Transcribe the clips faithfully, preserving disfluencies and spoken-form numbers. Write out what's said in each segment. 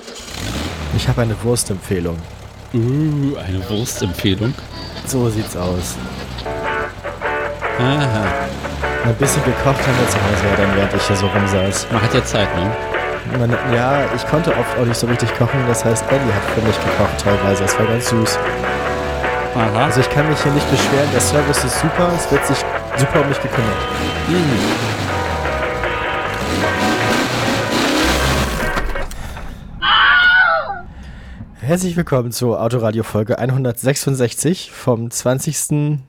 Ich habe eine Wurstempfehlung. Uh, eine Wurstempfehlung. So sieht's aus. Aha. Ein bisschen gekocht haben wir zu Hause, ja, dann während ich hier so rumsaß. Man hat ja Zeit, ne? Man, ja, ich konnte oft auch nicht so richtig kochen, das heißt, Ellie hat für mich gekocht teilweise, das war ganz süß. Aha. Also ich kann mich hier nicht beschweren, der Service ist super, es wird sich super um mich gekümmert. Mhm. Herzlich willkommen zur Autoradio-Folge hundertsechsundsechzig vom zwanzigsten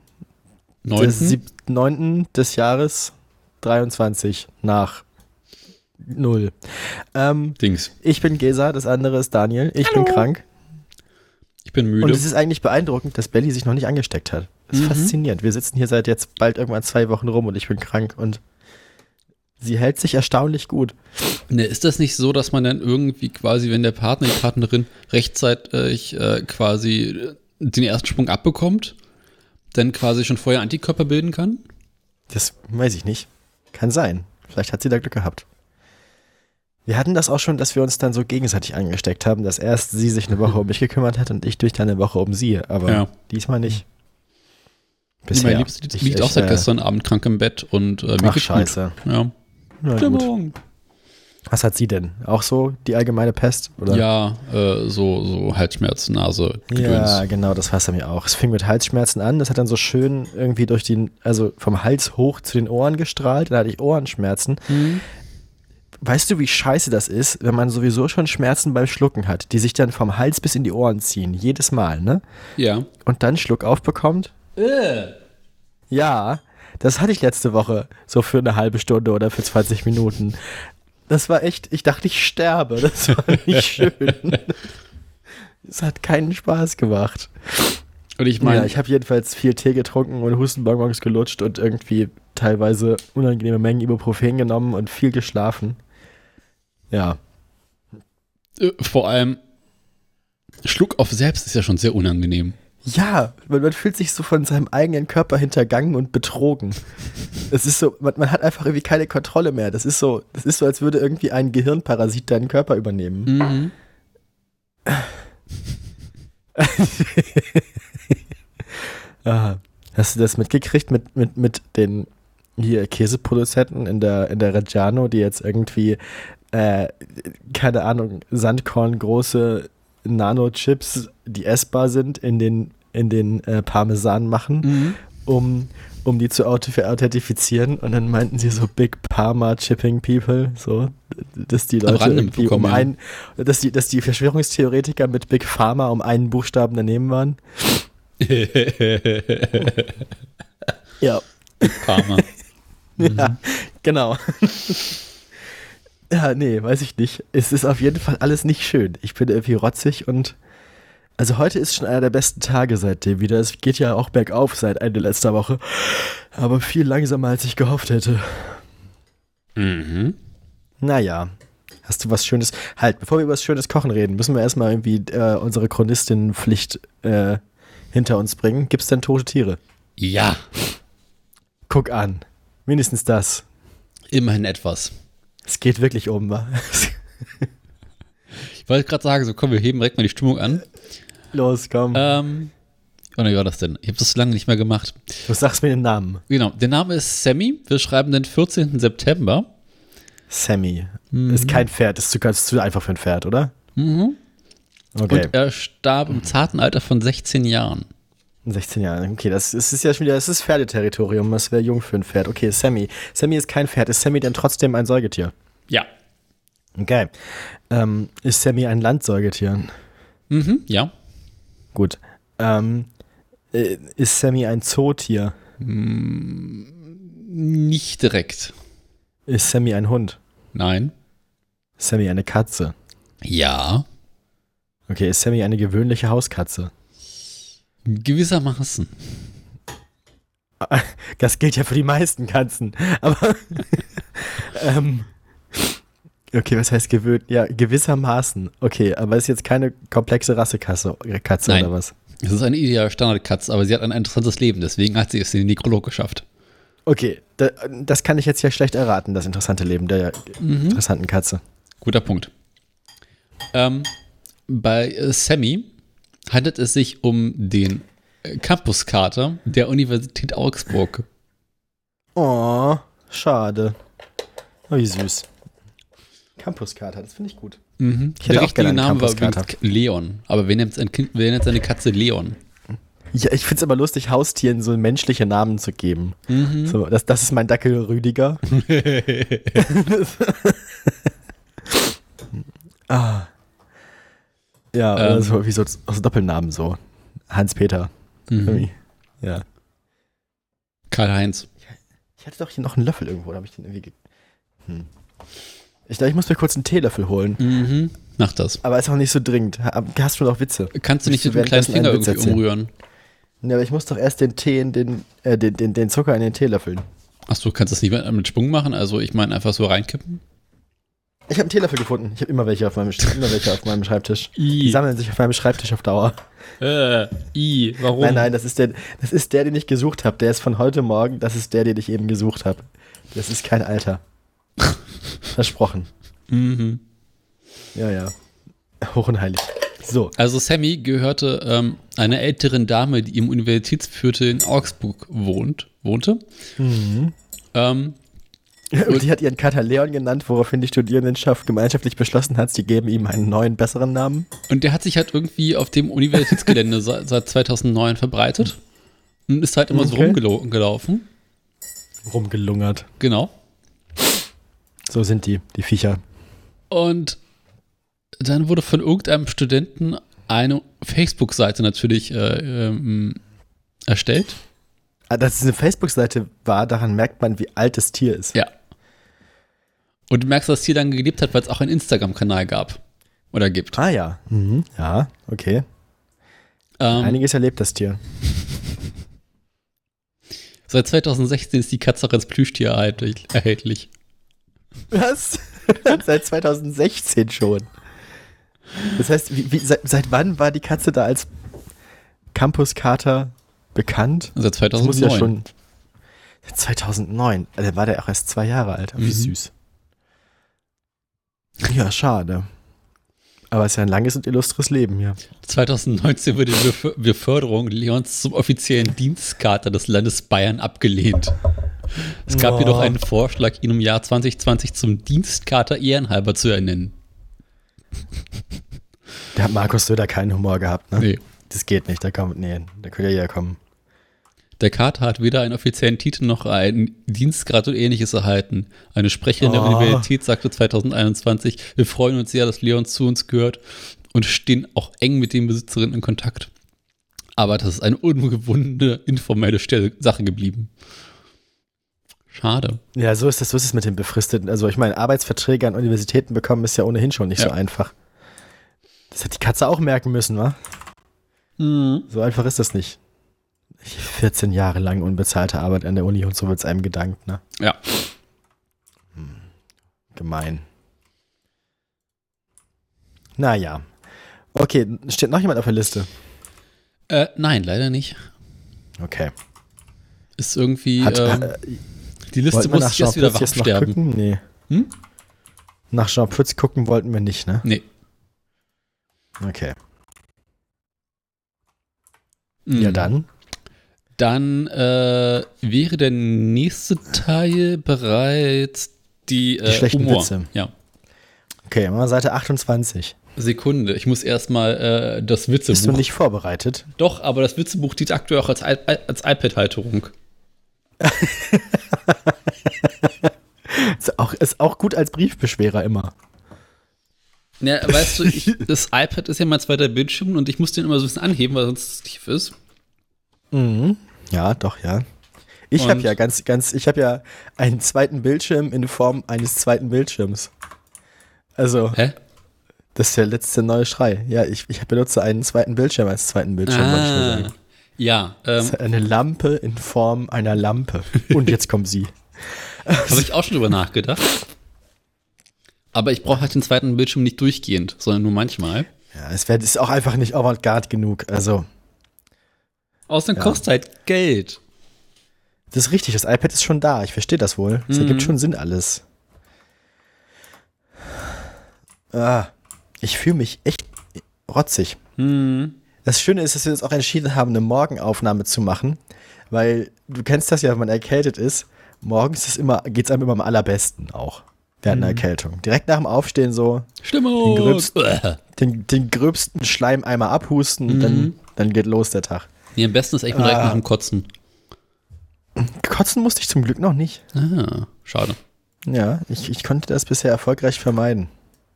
neunten des Jahres dreiundzwanzig nach null. Ähm, Dings. Ich bin Gesa, das andere ist Daniel. Ich Hallo. bin krank. Ich bin müde. Und es ist eigentlich beeindruckend, dass Belly sich noch nicht angesteckt hat. Das ist Mhm. faszinierend. Wir sitzen hier seit jetzt bald irgendwann zwei Wochen rum und ich bin krank und sie hält sich erstaunlich gut. Ne, ist das nicht so, dass man dann irgendwie quasi, wenn der Partner, die Partnerin rechtzeitig äh, quasi den ersten Sprung abbekommt, dann quasi schon vorher Antikörper bilden kann? Das weiß ich nicht. Kann sein. Vielleicht hat sie da Glück gehabt. Wir hatten das auch schon, dass wir uns dann so gegenseitig angesteckt haben, dass erst sie sich eine Woche um mich gekümmert hat und ich durch dann eine Woche um sie. Aber Ja. diesmal nicht. Bisher. Mein Liebste liegt ich, auch ich, seit äh, gestern Abend krank im Bett und äh, mir ach, geht's scheiße. gut. Ja. Na gut. Was hat sie denn? Auch so die allgemeine Pest? Oder? Ja, äh, so, so Halsschmerz, Nase, Gedöns. Ja, genau, das war es bei mir auch. Es fing mit Halsschmerzen an, das hat dann so schön irgendwie durch den, also vom Hals hoch zu den Ohren gestrahlt, dann hatte ich Ohrenschmerzen. Mhm. Weißt du, wie scheiße das ist, wenn man sowieso schon Schmerzen beim Schlucken hat, die sich dann vom Hals bis in die Ohren ziehen, jedes Mal, ne? Ja. Und dann Schluck aufbekommt? Äh. Ja, das hatte ich letzte Woche, so für eine halbe Stunde oder für zwanzig Minuten. Das war echt, ich dachte, ich sterbe. Das war nicht schön. Es hat keinen Spaß gemacht. Und ich meine, ja, ich habe jedenfalls viel Tee getrunken und Hustenbonbons gelutscht und irgendwie teilweise unangenehme Mengen Ibuprofen genommen und viel geschlafen. Ja. äh, vor allem Schluck auf selbst ist ja schon sehr unangenehm. Ja, man, man fühlt sich so von seinem eigenen Körper hintergangen und betrogen. Es ist so, man, man hat einfach irgendwie keine Kontrolle mehr. Das ist so, das ist so, als würde irgendwie ein Gehirnparasit deinen Körper übernehmen. Mhm. Aha. Hast du das mitgekriegt mit, mit, mit den hier Käseproduzenten in der, in der Reggiano, die jetzt irgendwie, äh, keine Ahnung, Sandkorn-große Nano-Chips, die essbar sind, in den, in den äh, Parmesan machen, Mhm. um, um die zu auth- authentifizieren. Und dann meinten sie so Big Parma Chipping People, so, dass die Leute Rande irgendwie um mitbekommen, ja. einen, dass die, dass die Verschwörungstheoretiker mit Big Pharma um einen Buchstaben daneben waren. Ja. Karma. Ja, genau. Ja, nee, weiß ich nicht. Es ist auf jeden Fall alles nicht schön. Ich bin irgendwie rotzig und also heute ist schon einer der besten Tage seitdem wieder. Es geht ja auch bergauf seit Ende letzter Woche, aber viel langsamer, als ich gehofft hätte. Mhm. Naja, hast du was Schönes? Halt, bevor wir über was Schönes Kochen reden, müssen wir erstmal irgendwie äh, unsere Chronistinnenpflicht äh, hinter uns bringen. Gibt's denn tote Tiere? Ja, Guck an. Mindestens das. immerhin etwas. Es geht wirklich um, wa? Ich wollte gerade sagen, so komm, wir heben direkt mal die Stimmung an. Los, komm. Ähm, oh, wie war das denn? Ich habe das so lange nicht mehr gemacht. Du sagst mir den Namen. Genau, der Name ist Sammy. Wir schreiben den vierzehnten September. Sammy. Mhm. Ist kein Pferd, ist zu, ganz zu einfach für ein Pferd, oder? Mhm. Okay. Und er starb im zarten Alter von sechzehn Jahren. sechzehn Jahre. Okay, das, das ist ja schon wieder, das ist Pferdeterritorium. Das wäre jung für ein Pferd. Okay, Sammy. Sammy ist kein Pferd. Ist Sammy denn trotzdem ein Säugetier? Ja. Okay. Ähm, ist Sammy ein Landsäugetier? Mhm, ja. Gut. Ähm, äh, ist Sammy ein Zootier? Nicht direkt. Ist Sammy ein Hund? Nein. Ist Sammy eine Katze? Ja. Okay, ist Sammy eine gewöhnliche Hauskatze? Gewissermaßen. Das gilt ja für die meisten Katzen. Aber ähm, okay, was heißt gewöhnt? Ja, gewissermaßen. Okay, aber ist jetzt keine komplexe Rassekatze Katze Nein. oder was? Es ist eine ideale Standardkatze, aber sie hat ein interessantes Leben, deswegen hat sie es in den Nekrolog geschafft. Okay, da, das kann ich jetzt ja schlecht erraten, das interessante Leben der Mhm. interessanten Katze. Guter Punkt. Ähm, bei äh, Sammy handelt es sich um den äh, Campuskater der Universität Augsburg. Oh, schade. Oh, wie süß. Campuskater, das finde ich gut. Mhm. Ich hätte Der auch richtige gerne einen Name war Campuskater. übrigens Leon. Aber wer nennt, ein kind, wer nennt seine Katze Leon? Ja, ich finde es immer lustig, Haustieren so menschliche Namen zu geben. Mhm. So, das, das ist mein Dackel Rüdiger. ah. Ja, oder Ähm. so wie so aus Doppelnamen so. Hans-Peter. Mhm. Irgendwie. Ja. Karl-Heinz. Ich hatte doch hier noch einen Löffel irgendwo, da habe ich den irgendwie. Ge hm. Ich glaube, ich muss mir kurz einen Teelöffel holen. Mhm. Mach das. Aber ist auch nicht so dringend. Ha- Hast du noch Witze? Kannst du nicht mit Willst dem du kleinen währenddessen Finger einen Witz irgendwie erzählen? umrühren? Ja, aber ich muss doch erst den Tee in den, äh, den, den, den Zucker in den Tee löffeln. Achso, kannst du das nicht mit, mit Schwung machen? Also ich meine einfach so reinkippen? Ich habe einen Teelöffel gefunden. Ich habe immer welche auf meinem, immer welche auf meinem Schreibtisch. I. Die sammeln sich auf meinem Schreibtisch auf Dauer. Äh, I, warum? Nein, nein, das ist der, das ist der, den ich gesucht habe. Der ist von heute Morgen. Das ist der, den ich eben gesucht habe. Das ist kein Alter. Versprochen. Mhm. Ja, ja. Hoch und heilig. So. Also Sammy gehörte ähm, einer älteren Dame, die im Universitätsviertel in Augsburg wohnt, wohnte. Mhm. Ähm, Und die hat ihren Kater Leon genannt, woraufhin die Studierendenschaft gemeinschaftlich beschlossen hat, sie geben ihm einen neuen, besseren Namen. und der hat sich halt irgendwie auf dem Universitätsgelände seit, seit zweitausendneun verbreitet und ist halt immer so Okay. rumgelaufen. Rumgelungert. Genau. So sind die, die Viecher. Und dann wurde von irgendeinem Studenten eine Facebook-Seite natürlich äh, ähm, erstellt. Ah, dass es eine Facebook-Seite war, daran merkt man, wie alt das Tier ist. Ja. Und du merkst, dass das Tier dann gelebt hat, weil es auch einen Instagram-Kanal gab. Oder gibt. Ah ja. Mhm. Ja, okay. Ähm, Einiges erlebt das Tier. seit zweitausendsechzehn ist die Katze auch als Plüschtier erhältlich. erhältlich. Was? Seit zweitausendsechzehn schon. Das heißt, wie, wie, seit, seit wann war die Katze da als Campuskater bekannt? Seit Das zweitausendneun. muss ja schon zweitausendneun. Also da war der auch erst zwei Jahre alt. Wie Mhm. süß. Ja, schade. Aber es ist ja ein langes und illustres Leben hier. zweitausendneunzehn wurde die Bef- Beförderung Leons zum offiziellen Dienstkater des Landes Bayern abgelehnt. Es gab Oh. jedoch einen Vorschlag, ihn im Jahr zwanzig zwanzig zum Dienstkater ehrenhalber zu ernennen. Da hat Markus Söder keinen Humor gehabt, ne? Nee. Das geht nicht, da kommt, nee, da könnte ja jeder kommen. Der Kater hat weder einen offiziellen Titel noch einen Dienstgrad und ähnliches erhalten. Eine Sprecherin der Oh. Universität sagte zweitausendeinundzwanzig, wir freuen uns sehr, dass Leon zu uns gehört und stehen auch eng mit den Besitzerinnen in Kontakt. Aber das ist eine ungewundene, informelle Stelle, Sache geblieben. Schade. Ja, so ist das, so ist es mit den Befristeten. Also ich meine, Arbeitsverträge an Universitäten bekommen ist ja ohnehin schon nicht Ja. so einfach. Das hat die Katze auch merken müssen, wa? Mhm. So einfach ist das nicht. vierzehn Jahre lang unbezahlte Arbeit an der Uni und so wird es einem gedankt, ne? Ja. Hm. Gemein. Naja. Okay, steht noch jemand auf der Liste? Äh, nein, leider nicht. Okay. Ist irgendwie, Hat, ähm, äh, die Liste wollten wir muss nach sich Jean erst wieder Pütz jetzt noch sterben. gucken? Nee. Hm? Nach Jean Pütz gucken wollten wir nicht, ne? Nee. Okay. Mhm. Ja, dann. Dann äh, wäre der nächste Teil bereits die, äh, Die schlechten Humor. Witze. Ja. Okay, machen wir Seite achtundzwanzig. Sekunde, ich muss erstmal äh, das Witzebuch. Bist du nicht vorbereitet? Doch, aber das Witzebuch dient aktuell auch als, I als iPad-Halterung. Ist auch, ist auch gut als Briefbeschwerer immer. Ja, weißt du, ich, das iPad ist ja mein zweiter Bildschirm und ich muss den immer so ein bisschen anheben, weil sonst es tief ist. Mhm. Ja, doch, ja. Ich Und- habe ja ganz, ganz, ich habe ja einen zweiten Bildschirm in Form eines zweiten Bildschirms. Also, Hä? das ist der letzte neue Schrei. Ja, ich, ich benutze einen zweiten Bildschirm als zweiten Bildschirm, wollte ich nur Ah, sagen. ja, Das ähm, ist eine Lampe in Form einer Lampe. Und jetzt kommt sie. habe ich auch schon drüber nachgedacht. Aber ich brauche halt den zweiten Bildschirm nicht durchgehend, sondern nur manchmal. Ja, es wär, das ist auch einfach nicht Avantgarde genug. Also, Außerdem Ja. kostet halt Geld. das ist richtig, das iPad ist schon da. Ich verstehe das wohl. Es Mhm. ergibt schon Sinn alles. Ah, Ich fühle mich echt rotzig. Hm. Das Schöne ist, dass wir uns auch entschieden haben, eine Morgenaufnahme zu machen, weil du kennst das ja, wenn man erkältet ist. Morgens ist immer, geht's einem immer am allerbesten auch während einer Erkältung. Direkt nach dem Aufstehen so Stimmung. den gröbsten, den, den gröbsten Schleim einmal abhusten und Mhm. dann, dann geht los der Tag. Nee, am besten ist echt mal direkt Ah. nach dem Kotzen. Kotzen musste ich zum Glück noch nicht. Ah, schade. Ja, ich, ich konnte das bisher erfolgreich vermeiden.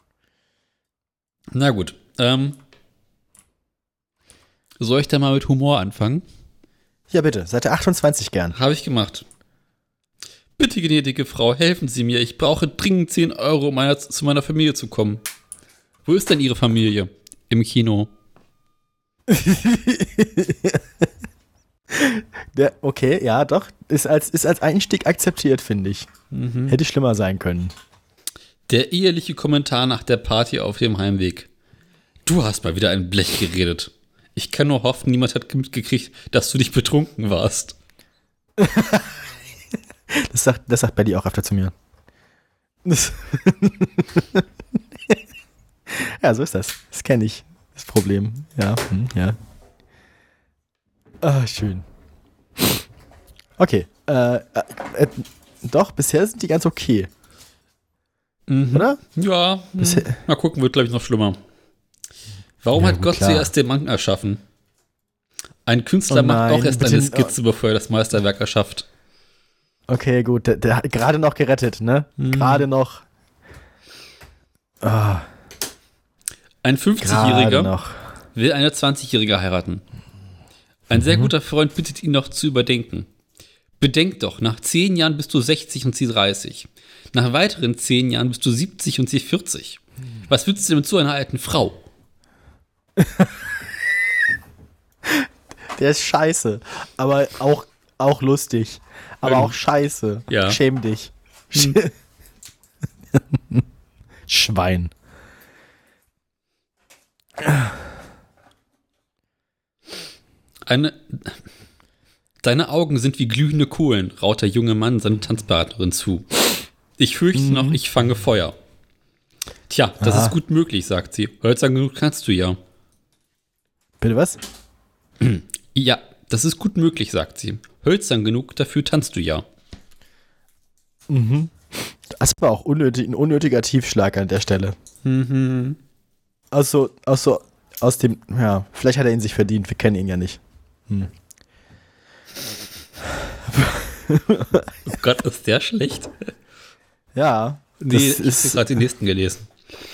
Na gut. Ähm, soll ich da mal mit Humor anfangen? Ja, bitte, Seite achtundzwanzig gern. Habe ich gemacht. Bitte, gnädige Frau, helfen Sie mir. Ich brauche dringend zehn Euro, um meiner, zu meiner Familie zu kommen. Wo ist denn Ihre Familie? Im Kino. Der, okay, ja, doch. Ist als, ist als Einstieg akzeptiert, finde ich. Mhm. Hätte schlimmer sein können. Der eheliche Kommentar nach der Party auf dem Heimweg. Du hast mal wieder ein Blech geredet. Ich kann nur hoffen, niemand hat mitgekriegt, dass du dich betrunken warst. Das sagt, das sagt Betty auch öfter zu mir. Das ja, so ist das. Das kenne ich. Das Problem. Ja, hm, ja. Ah, schön. Okay. Äh, äh, äh, doch, bisher sind die ganz okay. Mhm. Oder? Ja, Bisher- hm, mal gucken, wird glaube ich noch schlimmer. Warum Ja, hat gut, Gott klar. zuerst den Mann erschaffen? Ein Künstler Oh macht auch nein, erst bitte- eine Skizze, bevor er das Meisterwerk erschafft. Okay, gut. Der, der hat gerade noch gerettet, ne? Hm. Gerade noch. Ah, Ein gerade fünfzigjähriger noch. will eine zwanzigjährige heiraten. Ein sehr guter Freund bittet ihn noch zu überdenken. Bedenk doch, nach zehn Jahren bist du sechzig und sie dreißig. Nach weiteren zehn Jahren bist du siebzig und sie vierzig. Was willst du denn mit so einer alten Frau? Der ist scheiße. Aber auch, auch lustig. Aber Ähm, auch scheiße. ja. Schäm dich. Schwein. Eine, deine Augen sind wie glühende Kohlen, raut der junge Mann seine Tanzpartnerin zu. Ich fürchte Mhm. noch, ich fange Feuer. Tja, das Aha. ist gut möglich, sagt sie. Hölzern genug kannst du ja. Bitte was? Ja, das ist gut möglich, sagt sie. Hölzern genug, dafür tanzt du ja. Das war auch unnötig, ein unnötiger Tiefschlag an der Stelle. Mhm. Also, also aus dem, ja, vielleicht hat er ihn sich verdient, wir kennen ihn ja nicht. Hm. Oh Gott, ist der schlecht? Ja, das Nee, ich habe ist, gerade den nächsten gelesen.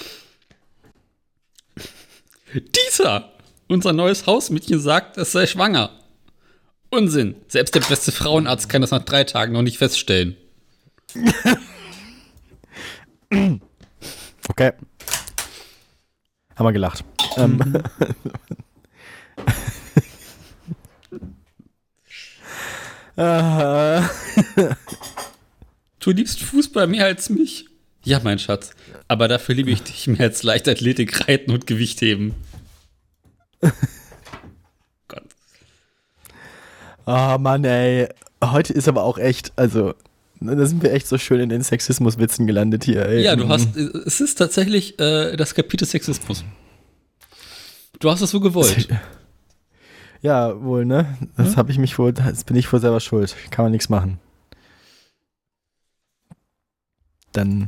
Dieser! Unser neues Hausmädchen sagt, es sei schwanger. Unsinn. Selbst der beste Frauenarzt kann das nach drei Tagen noch nicht feststellen. okay. Haben wir gelacht. Ähm, Ah, Du liebst Fußball mehr als mich. Ja, mein Schatz. Aber dafür liebe ich dich mehr als Leichtathletik, Reiten und Gewichtheben. Gott. oh Mann, ey. Heute ist aber auch echt, also, da sind wir echt so schön in den Sexismuswitzen gelandet hier, ey. Ja, du hast, es ist tatsächlich äh, das Kapitel Sexismus. Du hast es so gewollt. Ja, wohl, ne? Das Hm? habe ich mich wohl, das bin ich wohl selber schuld. Kann man nichts machen. Dann,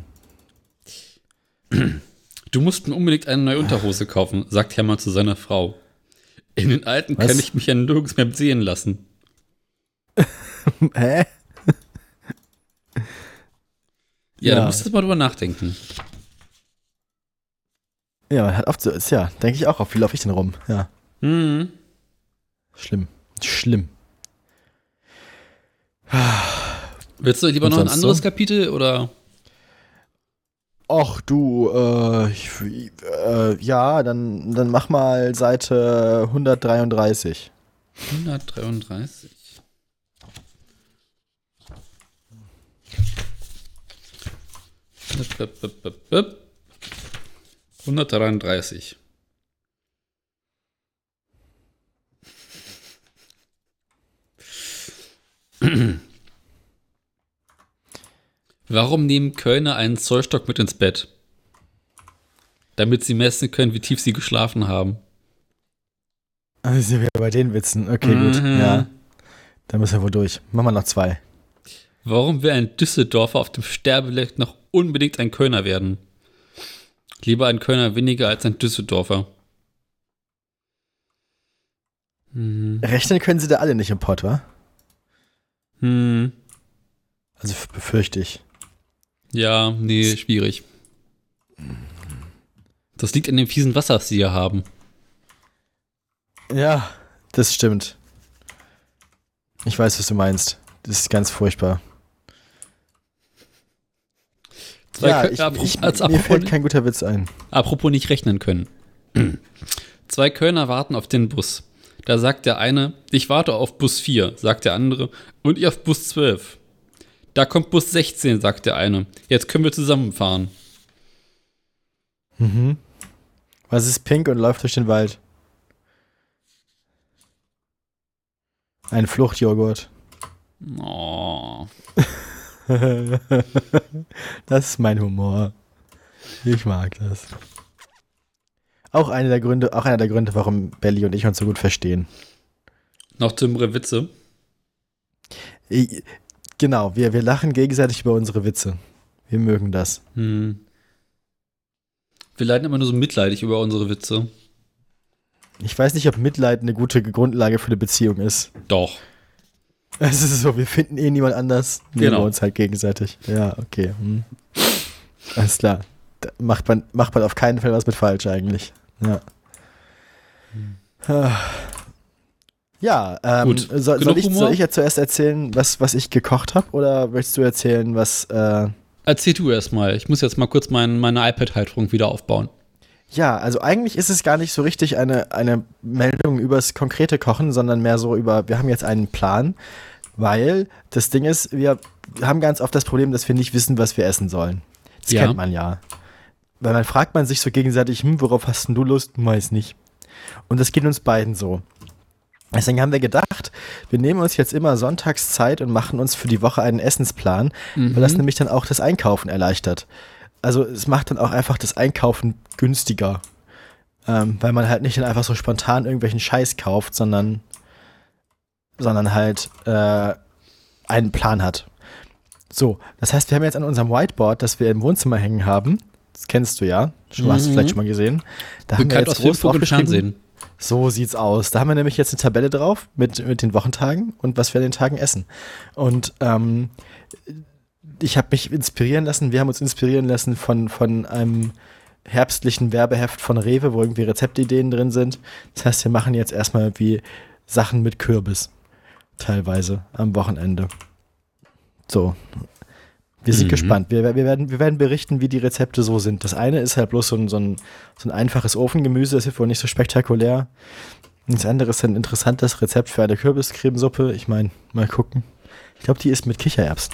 Du musst mir unbedingt eine neue Unterhose kaufen, sagt Hermann zu seiner Frau. In den alten Was? kann ich mich ja nirgends mehr sehen lassen. hä? Ja, Ja. du musst jetzt mal drüber nachdenken. Ja, man hat oft so, ist ja, denke ich auch oft, wie laufe ich denn rum? Ja, Hm. schlimm. Schlimm. Willst du lieber Und noch ein sonst anderes so? Kapitel oder? Ach du, äh, ich, äh, ja, dann, dann mach mal Seite hundertdreiunddreißig. hundertdreiunddreißig. hundertdreiunddreißig. Warum nehmen Kölner einen Zollstock mit ins Bett? damit sie messen können, wie tief sie geschlafen haben. Also sind wir bei den Witzen. Okay, Mhm. gut. Ja. Da müssen wir wohl durch. Machen wir noch zwei. Warum will ein Düsseldorfer auf dem Sterbebett noch unbedingt ein Kölner werden? Lieber ein Kölner weniger als ein Düsseldorfer. Hm. Rechnen können sie da alle nicht im Pott, wa? Hm. Also f- befürchte ich. Ja, nee, schwierig. Das liegt an dem fiesen Wasser, das sie hier haben. Ja, das stimmt. Ich weiß, was du meinst. Das ist ganz furchtbar. Zwei ja, Kö- ich, apro- ich, als mir apropos, fällt kein guter Witz ein. apropos nicht rechnen können. Zwei Kölner warten auf den Bus. Da sagt der eine, ich warte auf Bus vier, sagt der andere, und ich auf Bus zwölf. Da kommt Bus sechzehn, sagt der eine. Jetzt können wir zusammenfahren. Mhm. Was ist pink und läuft durch den Wald? Ein Fluchtjoghurt. Oh. Das ist mein Humor. Ich mag das. Auch einer der Gründe, auch einer der Gründe, warum Belly und ich uns so gut verstehen. Noch dümmere Witze. Ich, genau, wir, wir lachen gegenseitig über unsere Witze. Wir mögen das. Hm. Wir leiden immer nur so mitleidig über unsere Witze. Ich weiß nicht, ob Mitleid eine gute Grundlage für eine Beziehung ist. Doch. Es ist so, wir finden eh niemand anders. Nehmen Genau. wir uns halt gegenseitig. Ja, okay. Hm. Alles klar. Da macht man, macht man auf keinen Fall was mit falsch eigentlich. Ja. Hm. Ja, ähm, Gut. soll, soll, Genug ich, Humor? soll ich jetzt zuerst erzählen, was, was ich gekocht habe? Oder möchtest du erzählen, was. Äh Erzähl du erst mal. Ich muss jetzt mal kurz mein, meine iPad-Halterung wieder aufbauen. Ja, also eigentlich ist es gar nicht so richtig eine, eine Meldung übers konkrete Kochen, sondern mehr so über, wir haben jetzt einen Plan, weil das Ding ist, wir haben ganz oft das Problem, dass wir nicht wissen, was wir essen sollen. Das Ja. kennt man ja. Weil man fragt man sich so gegenseitig, hm, worauf hast denn du Lust? Weiß nicht. Und das geht uns beiden so. Deswegen haben wir gedacht, wir nehmen uns jetzt immer sonntags Zeit und machen uns für die Woche einen Essensplan, Mhm. weil das nämlich dann auch das Einkaufen erleichtert. Also es macht dann auch einfach das Einkaufen günstiger, ähm, weil man halt nicht dann einfach so spontan irgendwelchen Scheiß kauft, sondern, sondern halt äh, einen Plan hat. So, das heißt, wir haben jetzt an unserem Whiteboard, das wir im Wohnzimmer hängen haben, das kennst du ja, schon, hast du Mhm. vielleicht schon mal gesehen, da haben wir Bekannt jetzt aus groß Film und draufgeschrieben. Fernsehen. So sieht's aus. Da haben wir nämlich jetzt eine Tabelle drauf mit, mit den Wochentagen und was wir an den Tagen essen. Und ähm, ich habe mich inspirieren lassen, wir haben uns inspirieren lassen von, von einem herbstlichen Werbeheft von Rewe, wo irgendwie Rezeptideen drin sind. Das heißt, wir machen jetzt erstmal irgendwie Sachen mit Kürbis. Teilweise am Wochenende. So. Wir sind Mhm. gespannt. Wir, wir, werden, wir werden berichten, wie die Rezepte so sind. Das eine ist halt bloß so ein, so ein, so ein einfaches Ofengemüse, das ist wohl nicht so spektakulär. Und das andere ist ein interessantes Rezept für eine Kürbiscremesuppe. Ich meine, mal gucken. Ich glaube, die ist mit Kichererbsen.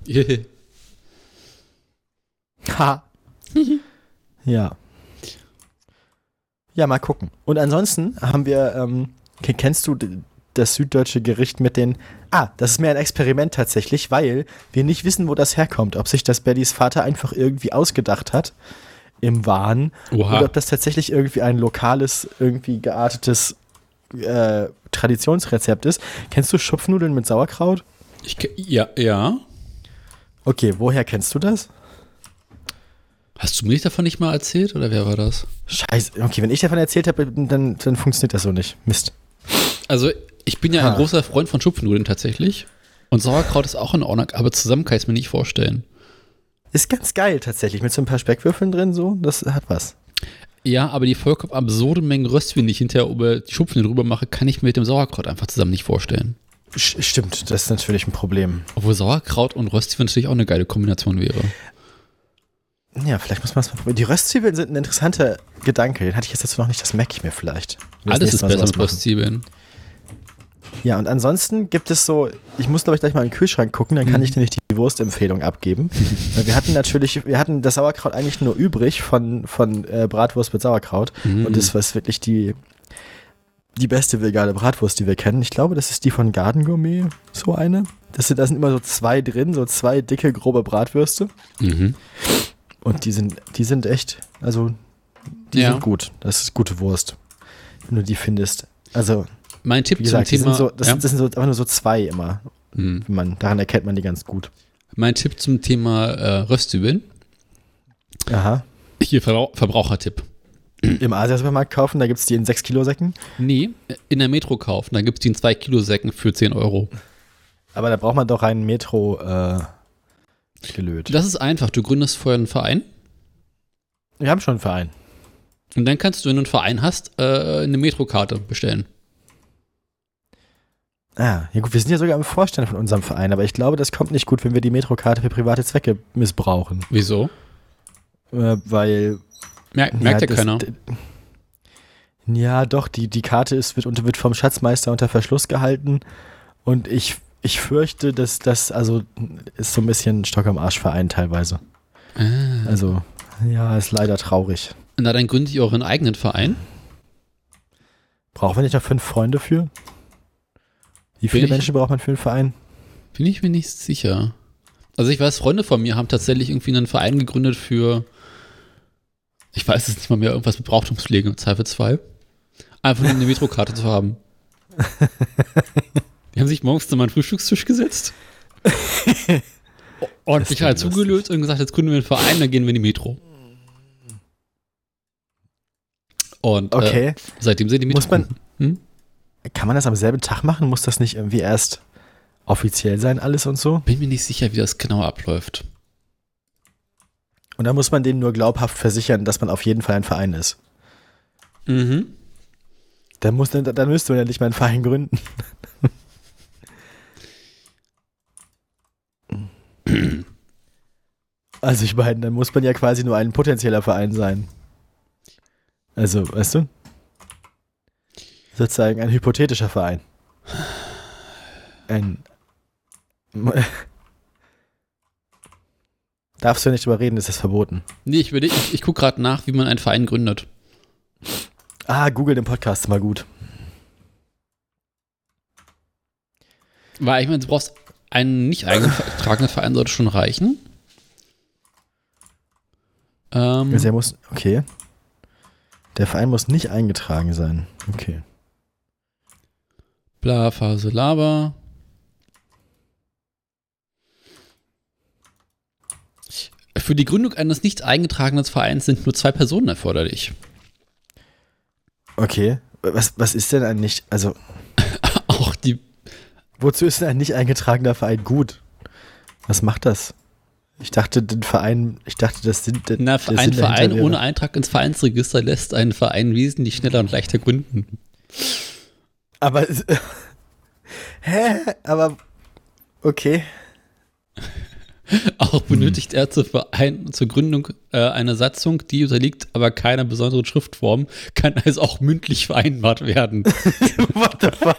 Ha. Ja. Ja, mal gucken. Und ansonsten haben wir, ähm, k- kennst du d- das süddeutsche Gericht mit den, ah, das ist mehr ein Experiment tatsächlich, weil wir nicht wissen, wo das herkommt. Ob sich das Bellys Vater einfach irgendwie ausgedacht hat im Wahn Oha. oder ob das tatsächlich irgendwie ein lokales, irgendwie geartetes äh, Traditionsrezept ist. Kennst du Schupfnudeln mit Sauerkraut? Ich, ke- ja, ja. Okay, woher kennst du das? Hast du mir davon nicht mal erzählt oder wer war das? Scheiße, okay, wenn ich davon erzählt habe, dann, dann funktioniert das so nicht. Mist. Also, ich bin ja Ha. ein großer Freund von Schupfnudeln tatsächlich. Und Sauerkraut ist auch in Ordnung, aber zusammen kann ich es mir nicht vorstellen. Ist ganz geil tatsächlich, mit so ein paar Speckwürfeln drin, so, das hat was. Ja, aber die vollkommen absurde Menge Röstchen, die ich hinterher über die Schupfnudeln drüber mache, kann ich mir mit dem Sauerkraut einfach zusammen nicht vorstellen. Sch- Stimmt, das ist natürlich ein Problem. Obwohl Sauerkraut und Röstchen natürlich auch eine geile Kombination wäre. Ja, vielleicht muss man es mal probieren. Die Röstzwiebeln sind ein interessanter Gedanke, den hatte ich jetzt dazu noch nicht, das merke ich mir vielleicht. Wenn wir das Alles ist nächste Mal besser sowas mit machen. Röstzwiebeln. Ja, und ansonsten gibt es so, ich muss glaube ich gleich mal in den Kühlschrank gucken, dann kann Mhm. ich nämlich die Wurstempfehlung abgeben. Weil wir hatten natürlich, wir hatten das Sauerkraut eigentlich nur übrig von, von äh, Bratwurst mit Sauerkraut. Mhm. Und das war wirklich die, die beste vegane Bratwurst, die wir kennen. Ich glaube, das ist die von Garden Gourmet, so eine. Das sind, da sind immer so zwei drin, so zwei dicke, grobe Bratwürste. Mhm. Und die sind, die sind echt, also Die Ja. sind gut. Das ist gute Wurst. Wenn du die findest. Also, Mein Tipp wie gesagt, zum die Thema. sind so, das, ja. sind, das sind so einfach nur so zwei immer. Hm. Man, daran erkennt man die ganz gut. Mein Tipp zum Thema äh, Röstzwiebeln. Aha. Hier Verbrauch Verbrauchertipp. Im Asia-Supermarkt kaufen, da gibt es die in sechs Kilo Säcken. Nee, in der Metro kaufen. Da gibt es die in zwei Kilo Säcken für zehn Euro. Aber da braucht man doch einen Metro äh, gelöt. Das ist einfach. Du gründest vorher einen Verein. Wir haben schon einen Verein. Und dann kannst du, wenn du einen Verein hast, äh, eine Metro-Karte bestellen. Ah, ja gut, wir sind ja sogar im Vorstand von unserem Verein, aber ich glaube, das kommt nicht gut, wenn wir die Metro-Karte für private Zwecke missbrauchen. Wieso? Äh, weil Merkt, merkt ja, das, keiner. d- Ja, doch, die, die Karte ist, wird, unter, wird vom Schatzmeister unter Verschluss gehalten und ich, ich fürchte, dass das, also, ist so ein bisschen Stock am Arsch-Verein teilweise. Ah. Also, ja, ist leider traurig. Na, dann gründet ihr euren eigenen Verein. Brauchen wir nicht noch fünf Freunde für? Wie viele Bin ich- Menschen braucht man für einen Verein? Bin ich mir nicht sicher. Also ich weiß, Freunde von mir haben tatsächlich irgendwie einen Verein gegründet für, ich weiß es nicht mal mehr, irgendwas mit Brauchtumspflege im Zweifelsfall. Einfach nur eine Metro-Karte zu haben. Die haben sich morgens zu meinem Frühstückstisch gesetzt, ordentlich Das halt ist lustig. zugelöst und gesagt, jetzt gründen wir einen Verein, dann gehen wir in die Metro. Und Okay. äh, seitdem sind die Metro. Muss man- Hm? Kann man das am selben Tag machen? Muss das nicht irgendwie erst offiziell sein, alles und so? Bin mir nicht sicher, wie das genau abläuft. Und dann muss man denen nur glaubhaft versichern, dass man auf jeden Fall ein Verein ist. Mhm. Dann, muss, dann, dann müsste man ja nicht mal einen Verein gründen. Also ich meine, dann muss man ja quasi nur ein potenzieller Verein sein. Also, weißt du? Sozusagen ein hypothetischer Verein. Ein... Darfst du nicht drüber reden, ist das verboten. Nee, ich, überleg- ich, ich gucke gerade nach, wie man einen Verein gründet. Ah, Google den Podcast ist mal gut. Weil ich meine, du brauchst einen nicht eingetragenen Verein, sollte schon reichen. Ähm, Also er muss, okay. Der Verein muss nicht eingetragen sein. Okay. bla, Phase, Laber. Für die Gründung eines nicht eingetragenen Vereins sind nur zwei Personen erforderlich. Okay. Was, was ist denn ein nicht, also Auch die, wozu ist denn ein nicht eingetragener Verein gut? Was macht das? Ich dachte, den Verein, ich dachte, das sind der, na, der ein Sinn dahinter Verein wäre- ohne Eintrag ins Vereinsregister lässt einen Verein wesentlich schneller und leichter gründen. Aber es- hä? Aber okay. Auch benötigt er zur, Verein, zur Gründung äh, eine Satzung, die unterliegt aber keiner besonderen Schriftform, kann also auch mündlich vereinbart werden. What the fuck?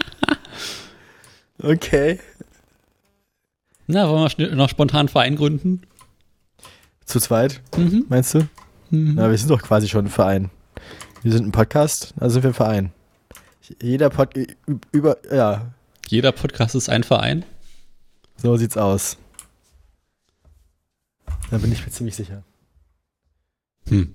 Okay. Na, wollen wir schnell noch spontan einen Verein gründen? Zu zweit, Mhm. meinst du? Mhm. Na, wir sind doch quasi schon ein Verein. Wir sind ein Podcast, also sind wir ein Verein. Jeder Pod ü- über, ja, Jeder Podcast ist ein Verein. so sieht's aus. Da bin ich mir ziemlich sicher. Hm.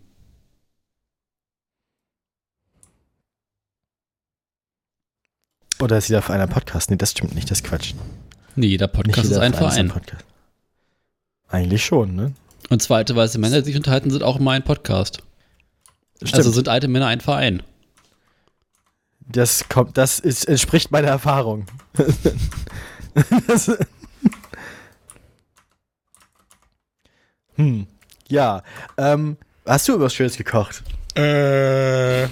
Oder ist jeder Verein ein Podcast? Nee, das stimmt nicht, das ist Quatsch. Nee, jeder Podcast Nicht ist jeder ein ist Verein. Podcast. Eigentlich schon, ne? Und zwei alte weiße Männer, die sich unterhalten, sind auch immer ein Podcast. Stimmt. Also sind alte Männer ein Verein. das kommt, das ist, entspricht meiner Erfahrung. das, hm. Ja. Ähm, hast du was Schönes gekocht? Äh.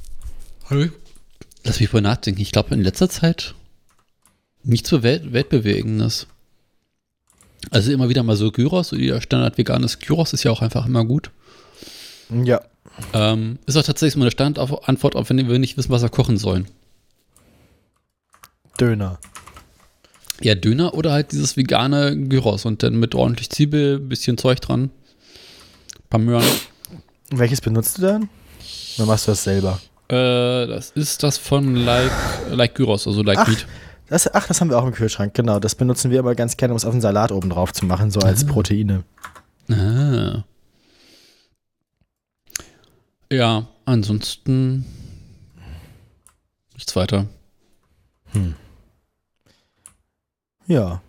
Lass mich wohl nachdenken. Ich glaube, in letzter Zeit nichts so Welt, Weltbewegendes. Also immer wieder mal so Gyros, so der Standard veganes Gyros ist ja auch einfach immer gut. Ja. Ähm, ist auch tatsächlich so eine Standardantwort, auch wenn wir nicht wissen, was wir kochen sollen. Döner. Ja, Döner oder halt dieses vegane Gyros und dann mit ordentlich Zwiebel, bisschen Zeug dran. Paar Möhren. Welches benutzt du dann? Oder machst du das selber? Äh, das ist das von Like, like Gyros, also Like Ach. Meat. Das, ach, das haben wir auch im Kühlschrank, genau. Das benutzen wir immer ganz gerne, um es auf den Salat oben drauf zu machen, so als Proteine. Ah. Ja, ansonsten nichts weiter. Hm. Ja.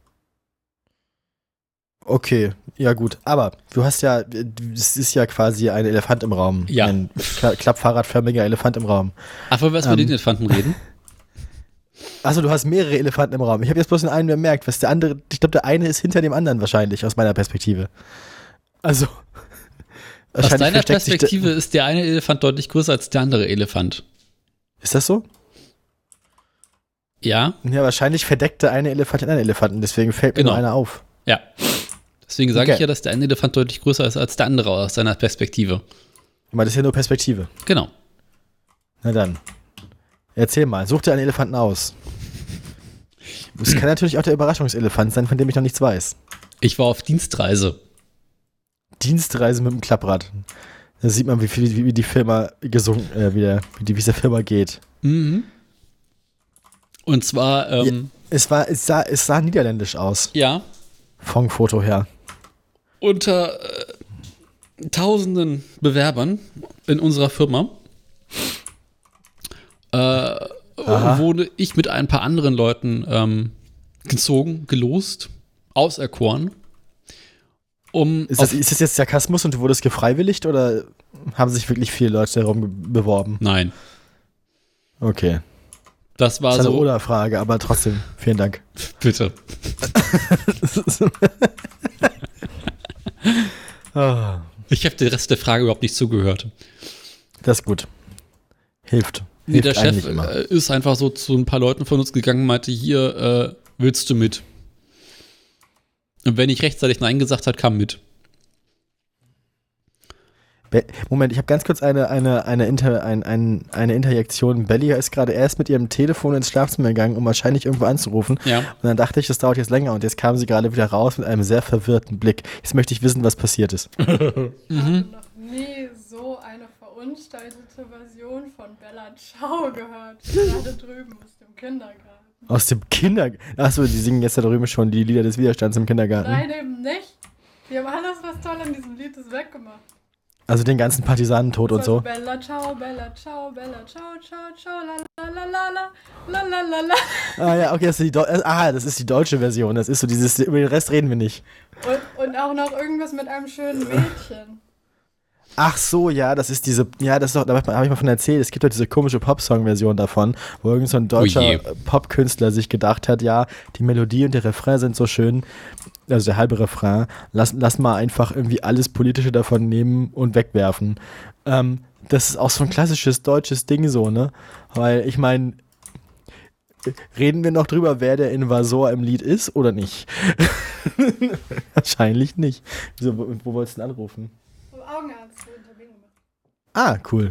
Okay, ja gut. Aber du hast ja, es ist ja quasi ein Elefant im Raum. Ja. Ein kla- klappfahrradförmiger Elefant im Raum. Ach, wollen wir erst Ähm. mit den Elefanten reden? Achso, du hast mehrere Elefanten im Raum. Ich habe jetzt bloß den einen bemerkt. Was der andere, ich glaube, der eine ist hinter dem anderen wahrscheinlich, aus meiner Perspektive. Also. Aus deiner versteckt sich Perspektive der- ist der eine Elefant deutlich größer als der andere Elefant. Ist das so? Ja, Ja, wahrscheinlich verdeckt der eine Elefant den anderen Elefanten, deswegen fällt mir Genau. nur einer auf. ja. Deswegen sage Okay. ich ja, dass der eine Elefant deutlich größer ist als der andere aus seiner Perspektive. Aber das ist ja nur Perspektive. Genau. Na dann. Erzähl mal, such dir einen Elefanten aus. Es kann natürlich auch der Überraschungselefant sein, von dem ich noch nichts weiß. Ich war auf Dienstreise. Dienstreise mit dem Klapprad. Da sieht man, wie, viel, wie, wie die Firma gesungen, äh, wie, der, wie, die, wie es der Firma geht. Mhm. Und zwar, ähm, Es, war, es, sah, es sah niederländisch aus, ja, vom Foto her. unter äh, tausenden Bewerbern in unserer Firma äh, Aha. wurde ich mit ein paar anderen Leuten ähm, gezogen, gelost, auserkoren, um Ist das, auf- ist das jetzt Sarkasmus und du wurdest gefreiwilligt oder haben sich wirklich viele Leute darum ge- beworben? Nein, Okay. das war Das ist eine so, Oder-Frage, aber trotzdem, vielen Dank. bitte. Ah, Ich habe den Rest der Frage überhaupt nicht zugehört. das ist gut. Hilft. Nee, Hilft der Chef eigentlich immer. äh, ist einfach so zu ein paar Leuten von uns gegangen und meinte, hier, äh, willst du mit? Und wenn ich rechtzeitig Nein gesagt hat, kam mit. Be- Moment, ich habe ganz kurz eine, eine, eine, Inter, ein, ein, eine Interjektion. Belly ist gerade erst mit ihrem Telefon ins Schlafzimmer gegangen, um wahrscheinlich irgendwo anzurufen. Ja. Und dann dachte ich, das dauert jetzt länger. Und jetzt kam sie gerade wieder raus mit einem sehr verwirrten Blick. Jetzt möchte ich wissen, was passiert ist. Ich habe noch nie so eine verunstaltete Version von Bella Ciao gehört. Gerade drüben aus dem Kindergarten. Aus dem Kindergarten. Achso, die singen jetzt da drüben schon die Lieder des Widerstands im Kindergarten. Nein, eben nicht. Die haben alles, was toll an diesem Lied ist, weggemacht. Also den ganzen Partisanentod und so. Bella Ciao, Bella Ciao, Bella Ciao, Ciao, Ciao, la la la la la la la la. Ah ja, okay, das ist die, Deu- ah, das ist die deutsche Version. Das ist so dieses, über den Rest reden wir nicht. Und, und auch noch irgendwas mit einem schönen Mädchen. Ach so, ja, das ist diese, ja, das ist doch, da habe ich mal von erzählt, es gibt doch diese komische Popsong-Version davon, wo irgend so ein deutscher Oh je. Popkünstler sich gedacht hat, ja, die Melodie und der Refrain sind so schön, also der halbe Refrain, lass, lass mal einfach irgendwie alles Politische davon nehmen und wegwerfen. Ähm, das ist auch so ein klassisches deutsches Ding so, ne? Weil, ich meine, reden wir noch drüber, wer der Invasor im Lied ist oder nicht? Wahrscheinlich nicht. Wieso, wo, wo wolltest du denn anrufen? Vom Augenarzt, wo Interview gemacht. Ah, cool.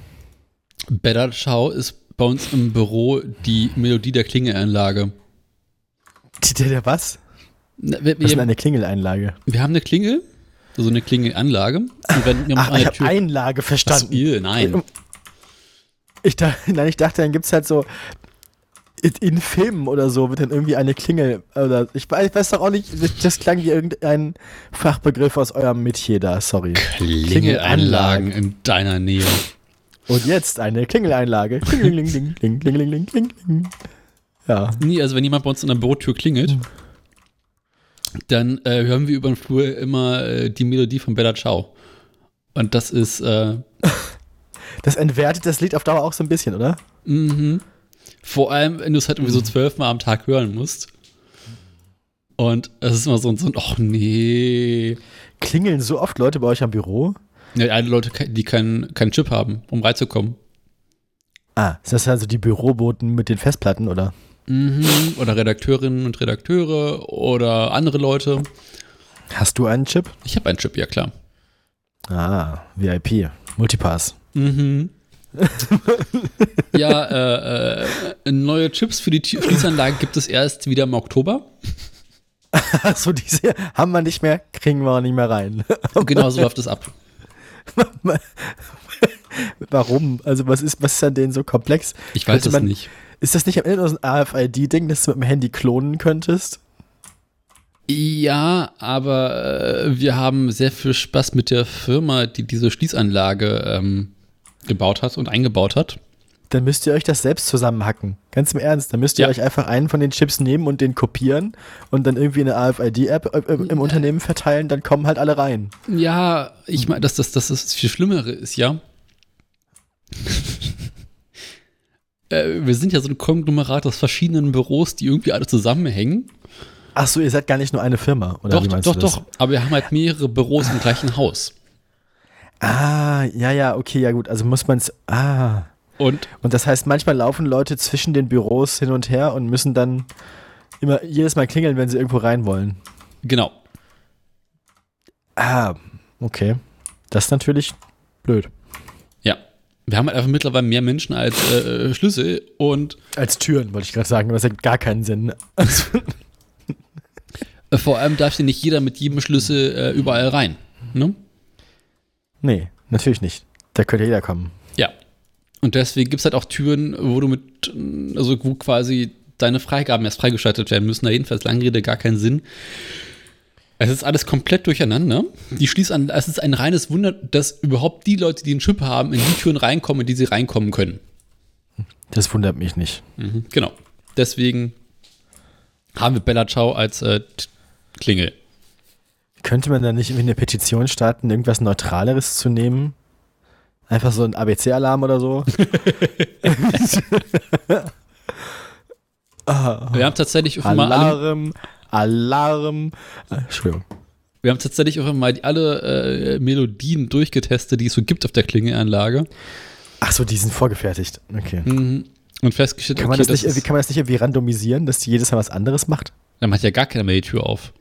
Bella Ciao ist bei uns im Büro die Melodie der Klingelanlage. Der, der was? Na, Wir, Was ist denn wir, eine Klingeleinlage? wir haben eine Klingel, also eine Klingelanlage. Und wenn jemand Ach, an ich der habe Tür- Einlage Was, verstanden. ihr? Nein. Ich dachte, nein, ich dachte, dann gibt es halt so in, in Filmen oder so wird dann irgendwie eine Klingel oder ich weiß, ich weiß doch auch nicht, das klang wie irgendein Fachbegriff aus eurem Metier da, sorry. Klingelanlagen in deiner Nähe. Und jetzt eine Klingeleinlage. Klingeling, kling, kling, kling, kling. Ja. Nee, also wenn jemand bei uns an der Bürotür klingelt, dann äh, hören wir über den Flur immer äh, die Melodie von Bella Ciao. Und das ist, äh, Das entwertet das Lied auf Dauer auch so ein bisschen, oder? mhm. Vor allem, wenn du es halt irgendwie so zwölfmal am Tag hören musst. Und es ist immer so ein, so ein, ach nee. Klingeln so oft Leute bei euch am Büro? Ja, alle Leute, die keinen keinen Chip haben, um reinzukommen. Ah, ist das also die Büroboten mit den Festplatten, oder? Mhm. Oder Redakteurinnen und Redakteure oder andere Leute. Hast du einen Chip? Ich habe einen Chip, ja klar. Ah, V I P. Multipass. Mhm. Ja, äh, äh, neue Chips für die Tür- Schließanlage gibt es erst wieder im Oktober. Achso, diese haben wir nicht mehr, kriegen wir auch nicht mehr rein. Genau so läuft es ab. Warum? Also was ist, was ist an denen so komplex? Ich weiß Könnte es man- nicht. Ist das nicht am Ende nur so ein A F I D-Ding, das du mit dem Handy klonen könntest? Ja, aber äh, wir haben sehr viel Spaß mit der Firma, die diese Schließanlage ähm, gebaut hat und eingebaut hat. Dann müsst ihr euch das selbst zusammenhacken. Ganz im Ernst. Dann müsst ihr Ja. euch einfach einen von den Chips nehmen und den kopieren und dann irgendwie eine A F I D-App im, im Unternehmen verteilen, dann kommen halt alle rein. Ja, ich meine, das, das, das, das viel Schlimmere ist ja, äh, wir sind ja so ein Konglomerat aus verschiedenen Büros, die irgendwie alle zusammenhängen. Ach so, ihr seid gar nicht nur eine Firma, oder Doch, wie meinst doch, du das? doch. Aber wir haben halt mehrere Büros im gleichen Haus. Ah, ja, ja, okay, ja gut. Also muss man es. Ah. Und Und das heißt, manchmal laufen Leute zwischen den Büros hin und her und müssen dann immer jedes Mal klingeln, wenn sie irgendwo rein wollen. genau. Ah, okay. Das ist natürlich blöd. Ja. Wir haben halt einfach mittlerweile mehr Menschen als äh, Schlüssel und Als Türen, wollte ich gerade sagen, aber das ergibt gar keinen Sinn. Also, äh, vor allem darf ja nicht jeder mit jedem Schlüssel äh, überall rein. Ne? nee, natürlich nicht. Da könnte jeder kommen. Ja. Und deswegen gibt es halt auch Türen, wo du mit, also wo quasi deine Freigaben erst freigeschaltet werden müssen. Da jedenfalls lange Rede gar keinen Sinn. Es ist alles komplett durcheinander. Die Schließanlage, es ist ein reines Wunder, dass überhaupt die Leute, die einen Chip haben, in die Türen reinkommen, in die sie reinkommen können. Das wundert mich nicht. Mhm, genau. Deswegen haben wir Bella Ciao als äh, T- Klingel. Könnte man da nicht irgendwie eine Petition starten, irgendwas Neutraleres zu nehmen? Einfach so ein A B C-Alarm oder so? ah, Wir haben tatsächlich auch mal alle, Alarm, Alarm. Äh, Entschuldigung. wir haben tatsächlich auch mal die, alle äh, Melodien durchgetestet, die es so gibt auf der Klingelanlage. Ach so, die sind vorgefertigt. Okay. Mhm. Und festgestellt, Kann man, okay, das nicht, das irgendwie- ist, kann man das nicht irgendwie randomisieren, dass die jedes Mal was anderes macht? dann macht ja gar keiner mehr die Tür auf.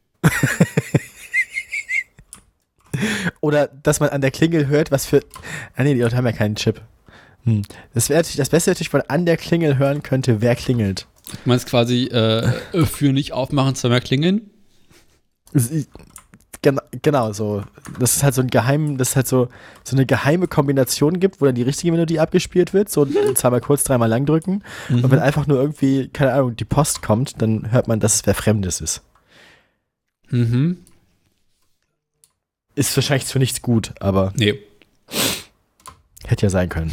Oder dass man an der Klingel hört, was für. Ah nee, die Leute haben ja keinen Chip. Hm. Das wäre das Beste natürlich, wenn man an der Klingel hören könnte, wer klingelt. Du meinst quasi äh, für nicht aufmachen, zweimal klingeln? Sie- Gen genau, so. Das ist halt so ein geheim, das ist halt so, so eine geheime Kombination gibt, wo dann die richtige Melodie abgespielt wird, so zweimal kurz, dreimal lang drücken. Mhm. Und wenn einfach nur irgendwie, keine Ahnung, die Post kommt, dann hört man, dass es wer Fremdes ist. Mhm. Ist wahrscheinlich für nichts gut, aber Nee. hätte ja sein können.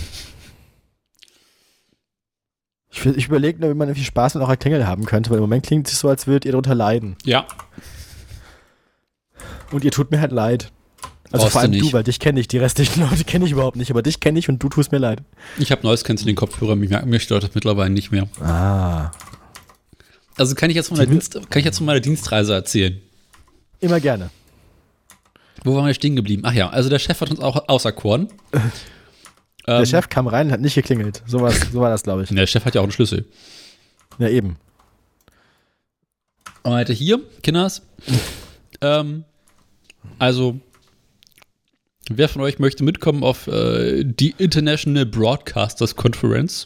Ich, will- ich überlege nur, wie man irgendwie Spaß mit eurer Klingel haben könnte, weil im Moment klingt es so, als würdet ihr darunter leiden. Ja. Und ihr tut mir halt leid. Also Brauchst vor allem du du, nicht. weil dich kenne ich. Die restlichen Leute kenne ich überhaupt nicht, aber dich kenne ich und du tust mir leid. Ich habe Noise Cancelling Kopfhörer, mich merken mich Leute mittlerweile nicht mehr. Ah. Also kann ich jetzt von meiner, Die- Dienst, kann ich jetzt von meiner Dienstreise erzählen. Immer gerne. Wo waren wir stehen geblieben? Ach ja, also der Chef hat uns auch auserkoren. Der Ähm, Chef kam rein und hat nicht geklingelt. So, war's, so war das, glaube ich. Der Chef hat ja auch einen Schlüssel. Ja, eben. Und er meinte, hier, Kinders, ähm, also, wer von euch möchte mitkommen auf äh, die International Broadcasters Conference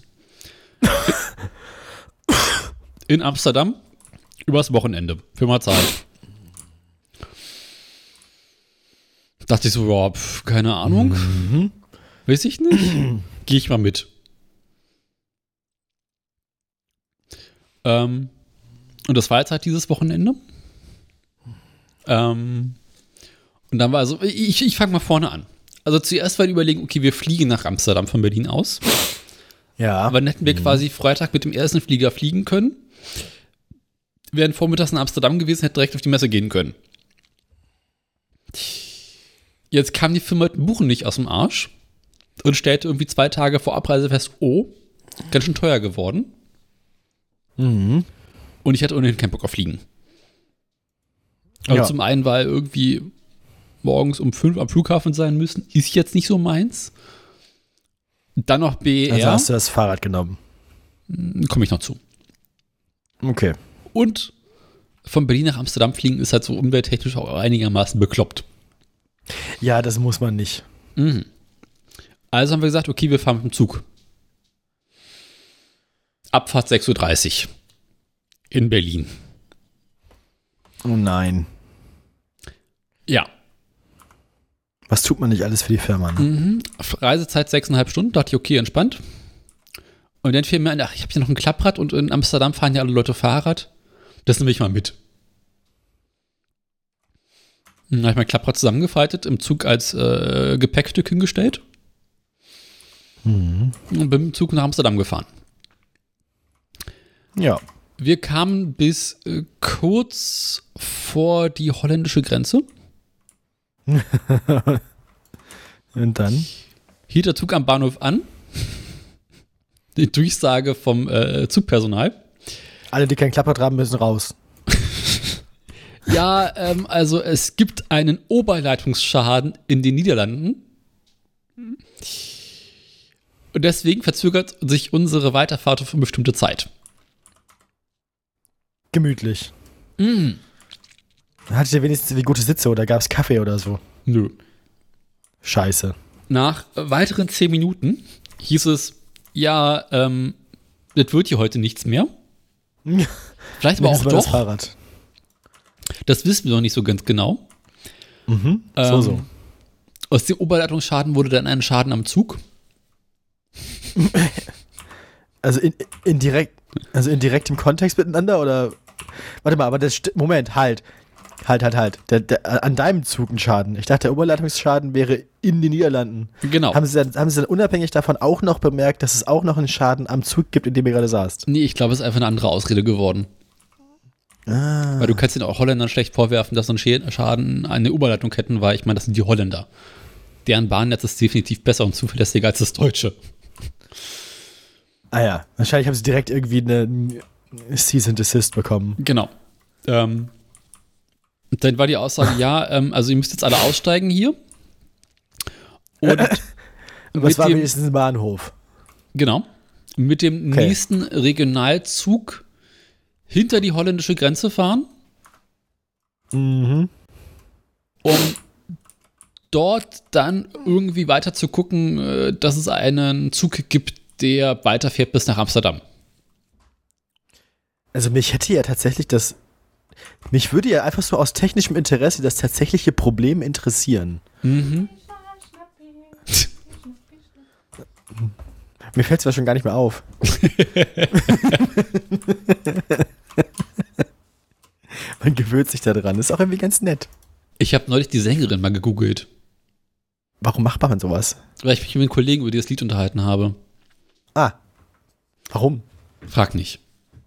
in Amsterdam übers Wochenende für mal Zeit? Dachte ich so, ja, pf, keine Ahnung, Mhm. weiß ich nicht, gehe ich mal mit. Ähm, und das war jetzt halt dieses Wochenende. Ähm, und dann war also, ich, ich fange mal vorne an. Also zuerst war die Überlegung, okay, wir fliegen nach Amsterdam von Berlin aus. Ja. Aber dann hätten wir quasi Freitag mit dem ersten Flieger fliegen können. Wären vormittags in Amsterdam gewesen, hätten direkt auf die Messe gehen können. Jetzt kam die Firma mit dem Buchen nicht aus dem Arsch und stellte irgendwie zwei Tage vor Abreise fest, oh, ganz schön teuer geworden. Mhm. Und ich hatte ohnehin keinen Bock auf Fliegen. Also Ja. zum einen, weil irgendwie morgens um fünf am Flughafen sein müssen, ist jetzt nicht so meins. Dann noch B E R, Also hast du das Fahrrad genommen. komme ich noch zu. Okay. Und von Berlin nach Amsterdam fliegen ist halt so umwelttechnisch auch einigermaßen bekloppt. Ja, das muss man nicht. Mhm. Also haben wir gesagt, okay, wir fahren mit dem Zug. Abfahrt sechs Uhr dreißig in Berlin. Oh nein. Ja. Was tut man nicht alles für die Firma? Ne? Mhm. Reisezeit sechseinhalb Stunden, dachte ich, okay, entspannt. Und dann fiel mir ein, ach, ich habe hier noch ein Klapprad und in Amsterdam fahren ja alle Leute Fahrrad. Das nehme ich mal mit. Dann habe ich mein Klapprad zusammengefaltet, im Zug als äh, Gepäckstück hingestellt Mhm. und bin im Zug nach Amsterdam gefahren. Ja. Wir kamen bis äh, kurz vor die holländische Grenze. Und dann? Hielt der Zug am Bahnhof an. Die Durchsage vom äh, Zugpersonal. Alle, die kein Klapprad haben, müssen raus. Ja, ähm, also es gibt einen Oberleitungsschaden in den Niederlanden. Und deswegen verzögert sich unsere Weiterfahrt auf eine bestimmte Zeit. Gemütlich. Mm. Hattet ihr wenigstens wie gute Sitze oder gab es Kaffee oder so? Nö. Scheiße. Nach weiteren zehn Minuten hieß es, ja, ähm, das wird hier heute nichts mehr. Vielleicht aber auch Wenigstens mal das doch. Fahrrad. Das wissen wir noch nicht so ganz genau. Mhm. So, Ähm, so. Aus dem Oberleitungsschaden wurde dann ein Schaden am Zug. Also in, indirekt, also in direktem Kontext miteinander oder? Warte mal, aber das sti- Moment, halt. Halt, halt, halt. Der, der, an deinem Zug ein Schaden. Ich dachte, der Oberleitungsschaden wäre in den Niederlanden. Genau. Haben Sie, dann, haben Sie dann unabhängig davon auch noch bemerkt, dass es auch noch einen Schaden am Zug gibt, in dem ihr gerade saßt? Nee, ich glaube, es ist einfach eine andere Ausrede geworden. Ah. Weil du kannst den auch Holländern schlecht vorwerfen, dass so ein Schä- Schaden eine Oberleitung hätten, weil ich meine, das sind die Holländer. Deren Bahnnetz ist definitiv besser und zuverlässiger als das deutsche. Ah ja, wahrscheinlich haben sie direkt irgendwie eine Cease and Desist bekommen. Genau. Ähm, und dann war die Aussage, ja, ähm, also ihr müsst jetzt alle aussteigen hier. Und Aber es mit war dem, wenigstens ein Bahnhof. genau, mit dem Okay. nächsten Regionalzug hinter die holländische Grenze fahren, Mhm. um dort dann irgendwie weiter zu gucken, äh, dass es einen Zug gibt, der weiterfährt bis nach Amsterdam. Also mich hätte ja tatsächlich das, mich würde ja einfach so aus technischem Interesse das tatsächliche Problem interessieren. Mhm. Mir fällt es zwar schon gar nicht mehr auf. Man gewöhnt sich da dran. Ist auch irgendwie ganz nett. Ich habe neulich die Sängerin mal gegoogelt, Warum macht man sowas? weil ich mich mit einem Kollegen über dieses Lied unterhalten habe. Ah. Warum? Frag nicht.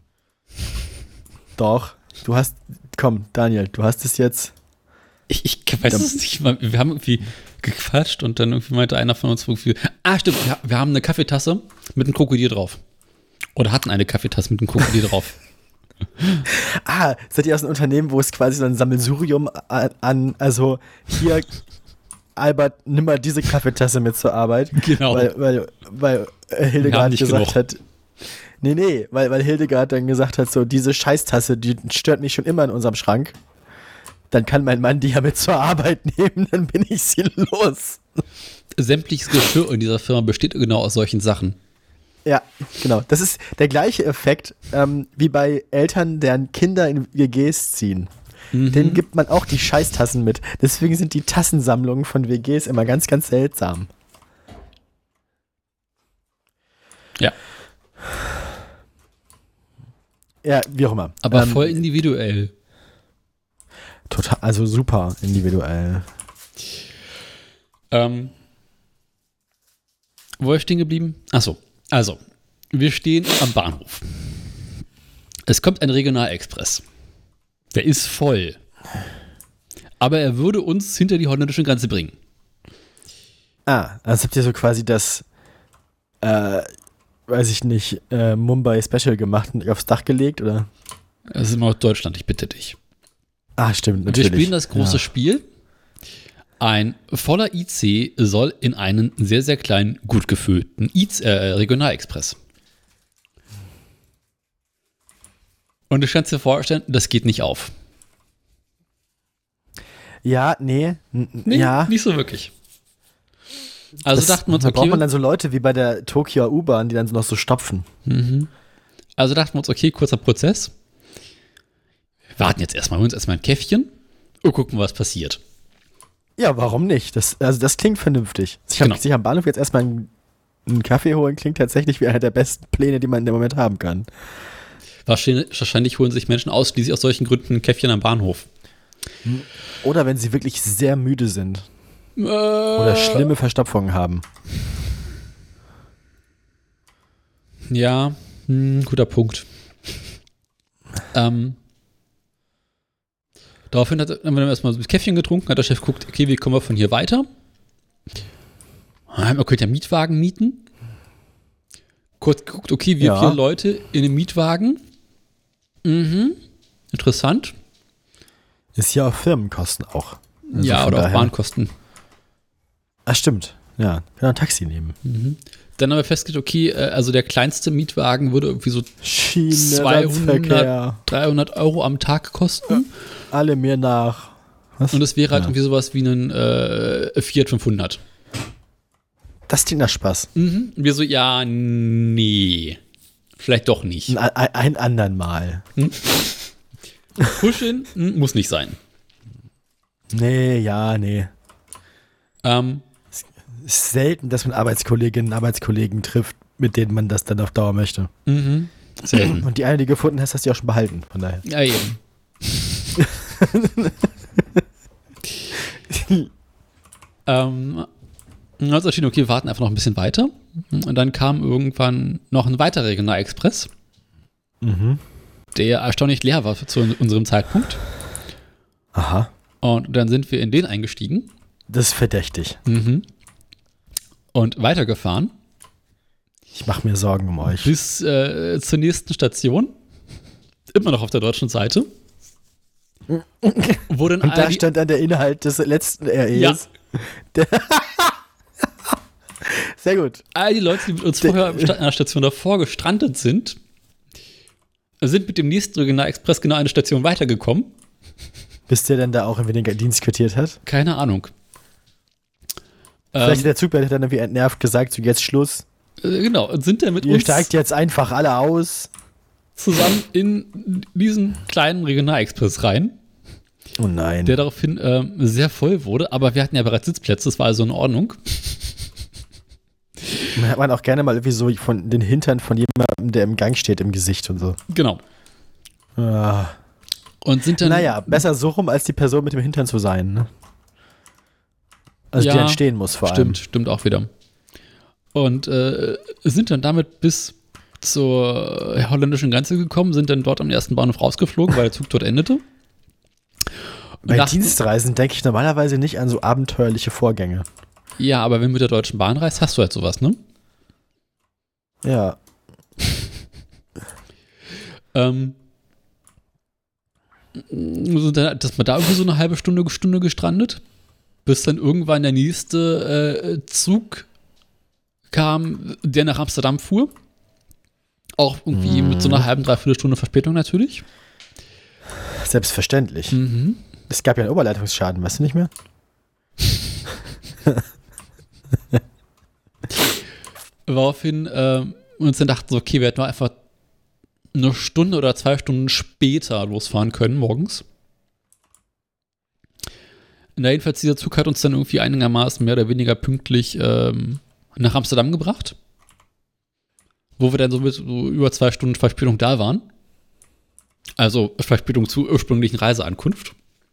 Doch. Du hast, komm, Daniel, du hast es jetzt. Ich, ich weiß es nicht. Wir haben irgendwie gequatscht und dann irgendwie meinte einer von uns irgendwie, ah stimmt, wir, wir haben eine Kaffeetasse mit einem Krokodil drauf. Oder hatten eine Kaffeetasse mit einem Krokodil drauf. Ah, seid ihr aus einem Unternehmen, wo es quasi so ein Sammelsurium an, an also hier, Albert, nimm mal diese Kaffeetasse mit zur Arbeit. Genau. Weil, weil, weil äh, Wir haben Hildegard nicht gesagt genug. hat, nee, nee, weil, weil Hildegard dann gesagt hat, so diese Scheißtasse, die stört mich schon immer in unserem Schrank. Dann kann mein Mann die ja mit zur Arbeit nehmen, dann bin ich sie los. Sämtliches Geschirr in dieser Firma besteht genau aus solchen Sachen. Ja, genau. Das ist der gleiche Effekt ähm, wie bei Eltern, deren Kinder in W Gs ziehen. Mhm. Denen gibt man auch die Scheißtassen mit. Deswegen sind die Tassensammlungen von W Gs immer ganz, ganz seltsam. Ja, Ja, wie auch immer. aber Ähm, voll individuell. Total, also super individuell. Ähm, wo war ich stehen geblieben? Achso, also, wir stehen am Bahnhof. Es kommt ein Regionalexpress. Der ist voll. Aber er würde uns hinter die holländische Grenze bringen. Ah, also habt ihr so quasi das, äh, weiß ich nicht, äh, Mumbai Special gemacht und aufs Dach gelegt, oder? Das ist immer noch Deutschland, ich bitte dich. Ah, stimmt, Wir natürlich. spielen das große ja. Spiel. Ein voller I C soll in einen sehr, sehr kleinen, gut gefüllten I C, äh, Regionalexpress. Und du kannst dir vorstellen, das geht nicht auf. Ja, nee, n- Nee, ja. nicht so wirklich. Also Das- dachten wir uns, da braucht man okay, dann so Leute wie bei der Tokio U-Bahn, die dann so noch so stopfen. mhm. also dachten wir uns, okay, kurzer Prozess. Wir warten jetzt erstmal, holen uns erstmal ein Käffchen und gucken, was passiert. Ja, warum nicht? Das, also das klingt vernünftig. Sich, Genau. am, sich am Bahnhof jetzt erstmal einen, einen Kaffee holen, klingt tatsächlich wie einer der besten Pläne, die man in dem Moment haben kann. Wahrscheinlich, wahrscheinlich holen sich Menschen ausschließlich aus solchen Gründen ein Käffchen am Bahnhof. Oder wenn sie wirklich sehr müde sind. Äh, Oder schlimme Verstopfungen haben. Ja, hm, guter Punkt. ähm, daraufhin hat, haben wir dann erstmal so ein Käffchen getrunken, hat der Chef geguckt, okay, wie kommen wir von hier weiter? Man könnte ja Mietwagen mieten. Kurz geguckt, okay, wir Ja. vier Leute in einem Mietwagen. Mhm, interessant. Ist ja auch Firmenkosten auch. Also ja, von oder auch daher- Bahnkosten. Ah, stimmt. Ja, kann ein Taxi nehmen. Mhm. Dann haben wir festgestellt, okay, äh, also der kleinste Mietwagen würde irgendwie so Schienenverkehr. dreihundert Euro am Tag kosten. Alle mir nach. Was? Und es wäre halt Ja. irgendwie sowas wie ein äh, Fiat fünfhundert. Das klingt nach Spaß. Mhm. Und wir so, ja, nee. Vielleicht doch nicht. Ein, ein, ein andern Mal. Kuscheln hm, muss nicht sein. Nee, ja, nee. Ähm, Ist selten, dass man Arbeitskolleginnen und Arbeitskollegen trifft, mit denen man das dann auf Dauer möchte. mhm. Selten. Und die eine, die du gefunden hast, hast du auch schon behalten. Von daher. Ja, eben. ähm, dann hat es entschieden, okay, wir warten einfach noch ein bisschen weiter. Und dann kam irgendwann noch ein weiterer Regionalexpress, Mhm. der erstaunlich leer war zu unserem Zeitpunkt. Aha. Und dann sind wir in den eingestiegen. Das ist verdächtig. Mhm. Und weitergefahren Ich mache mir Sorgen um euch. bis äh, zur nächsten Station. Immer noch auf der deutschen Seite. Wo dann Und all da die, stand dann der Inhalt des letzten R Es. Ja. Der Sehr gut. all die Leute, die mit uns vorher an der Station davor gestrandet sind, sind mit dem nächsten Regionalexpress genau eine Station weitergekommen. Bis der dann da auch irgendwie den Dienst quittiert hat. Keine Ahnung. Vielleicht hat Ähm, der Zugwärter dann irgendwie entnervt gesagt, so jetzt Schluss. äh, genau, und sind dann mit Ihr uns steigt jetzt einfach alle aus. zusammen in diesen kleinen Regionalexpress rein, Oh nein. der daraufhin ähm, sehr voll wurde, aber wir hatten ja bereits Sitzplätze, das war also in Ordnung. Man hat man auch gerne mal irgendwie so von den Hintern von jemandem, der im Gang steht, im Gesicht und so. Genau. Ah. Und sind dann. Naja, besser so rum, als die Person mit dem Hintern zu sein. Ne? Also Ja, die entstehen muss vor Stimmt, stimmt auch wieder. Und äh, sind dann damit bis zur äh, holländischen Grenze gekommen, sind dann dort am ersten Bahnhof rausgeflogen, weil der Zug dort endete. Und Bei dachten- Dienstreisen denke ich normalerweise nicht an so abenteuerliche Vorgänge. Ja, aber wenn du mit der Deutschen Bahn reist, hast du halt sowas, ne? Ja. Ähm, so da- dass man da irgendwie so eine halbe Stunde, Stunde gestrandet, bis dann irgendwann der nächste äh, Zug kam, der nach Amsterdam fuhr. Auch irgendwie mit so einer halben, dreiviertel Stunde Verspätung natürlich. Selbstverständlich. Mhm. Es gab ja einen Oberleitungsschaden, weißt du nicht mehr? Woraufhin äh, uns dann dachten, so, okay, wir hätten nur einfach eine Stunde oder zwei Stunden später losfahren können morgens. Na, jedenfalls, dieser Zug hat uns dann irgendwie einigermaßen mehr oder weniger pünktlich ähm, nach Amsterdam gebracht. Wo wir dann so mit so über zwei Stunden Verspätung da waren. Also Verspätung zur ursprünglichen Reiseankunft.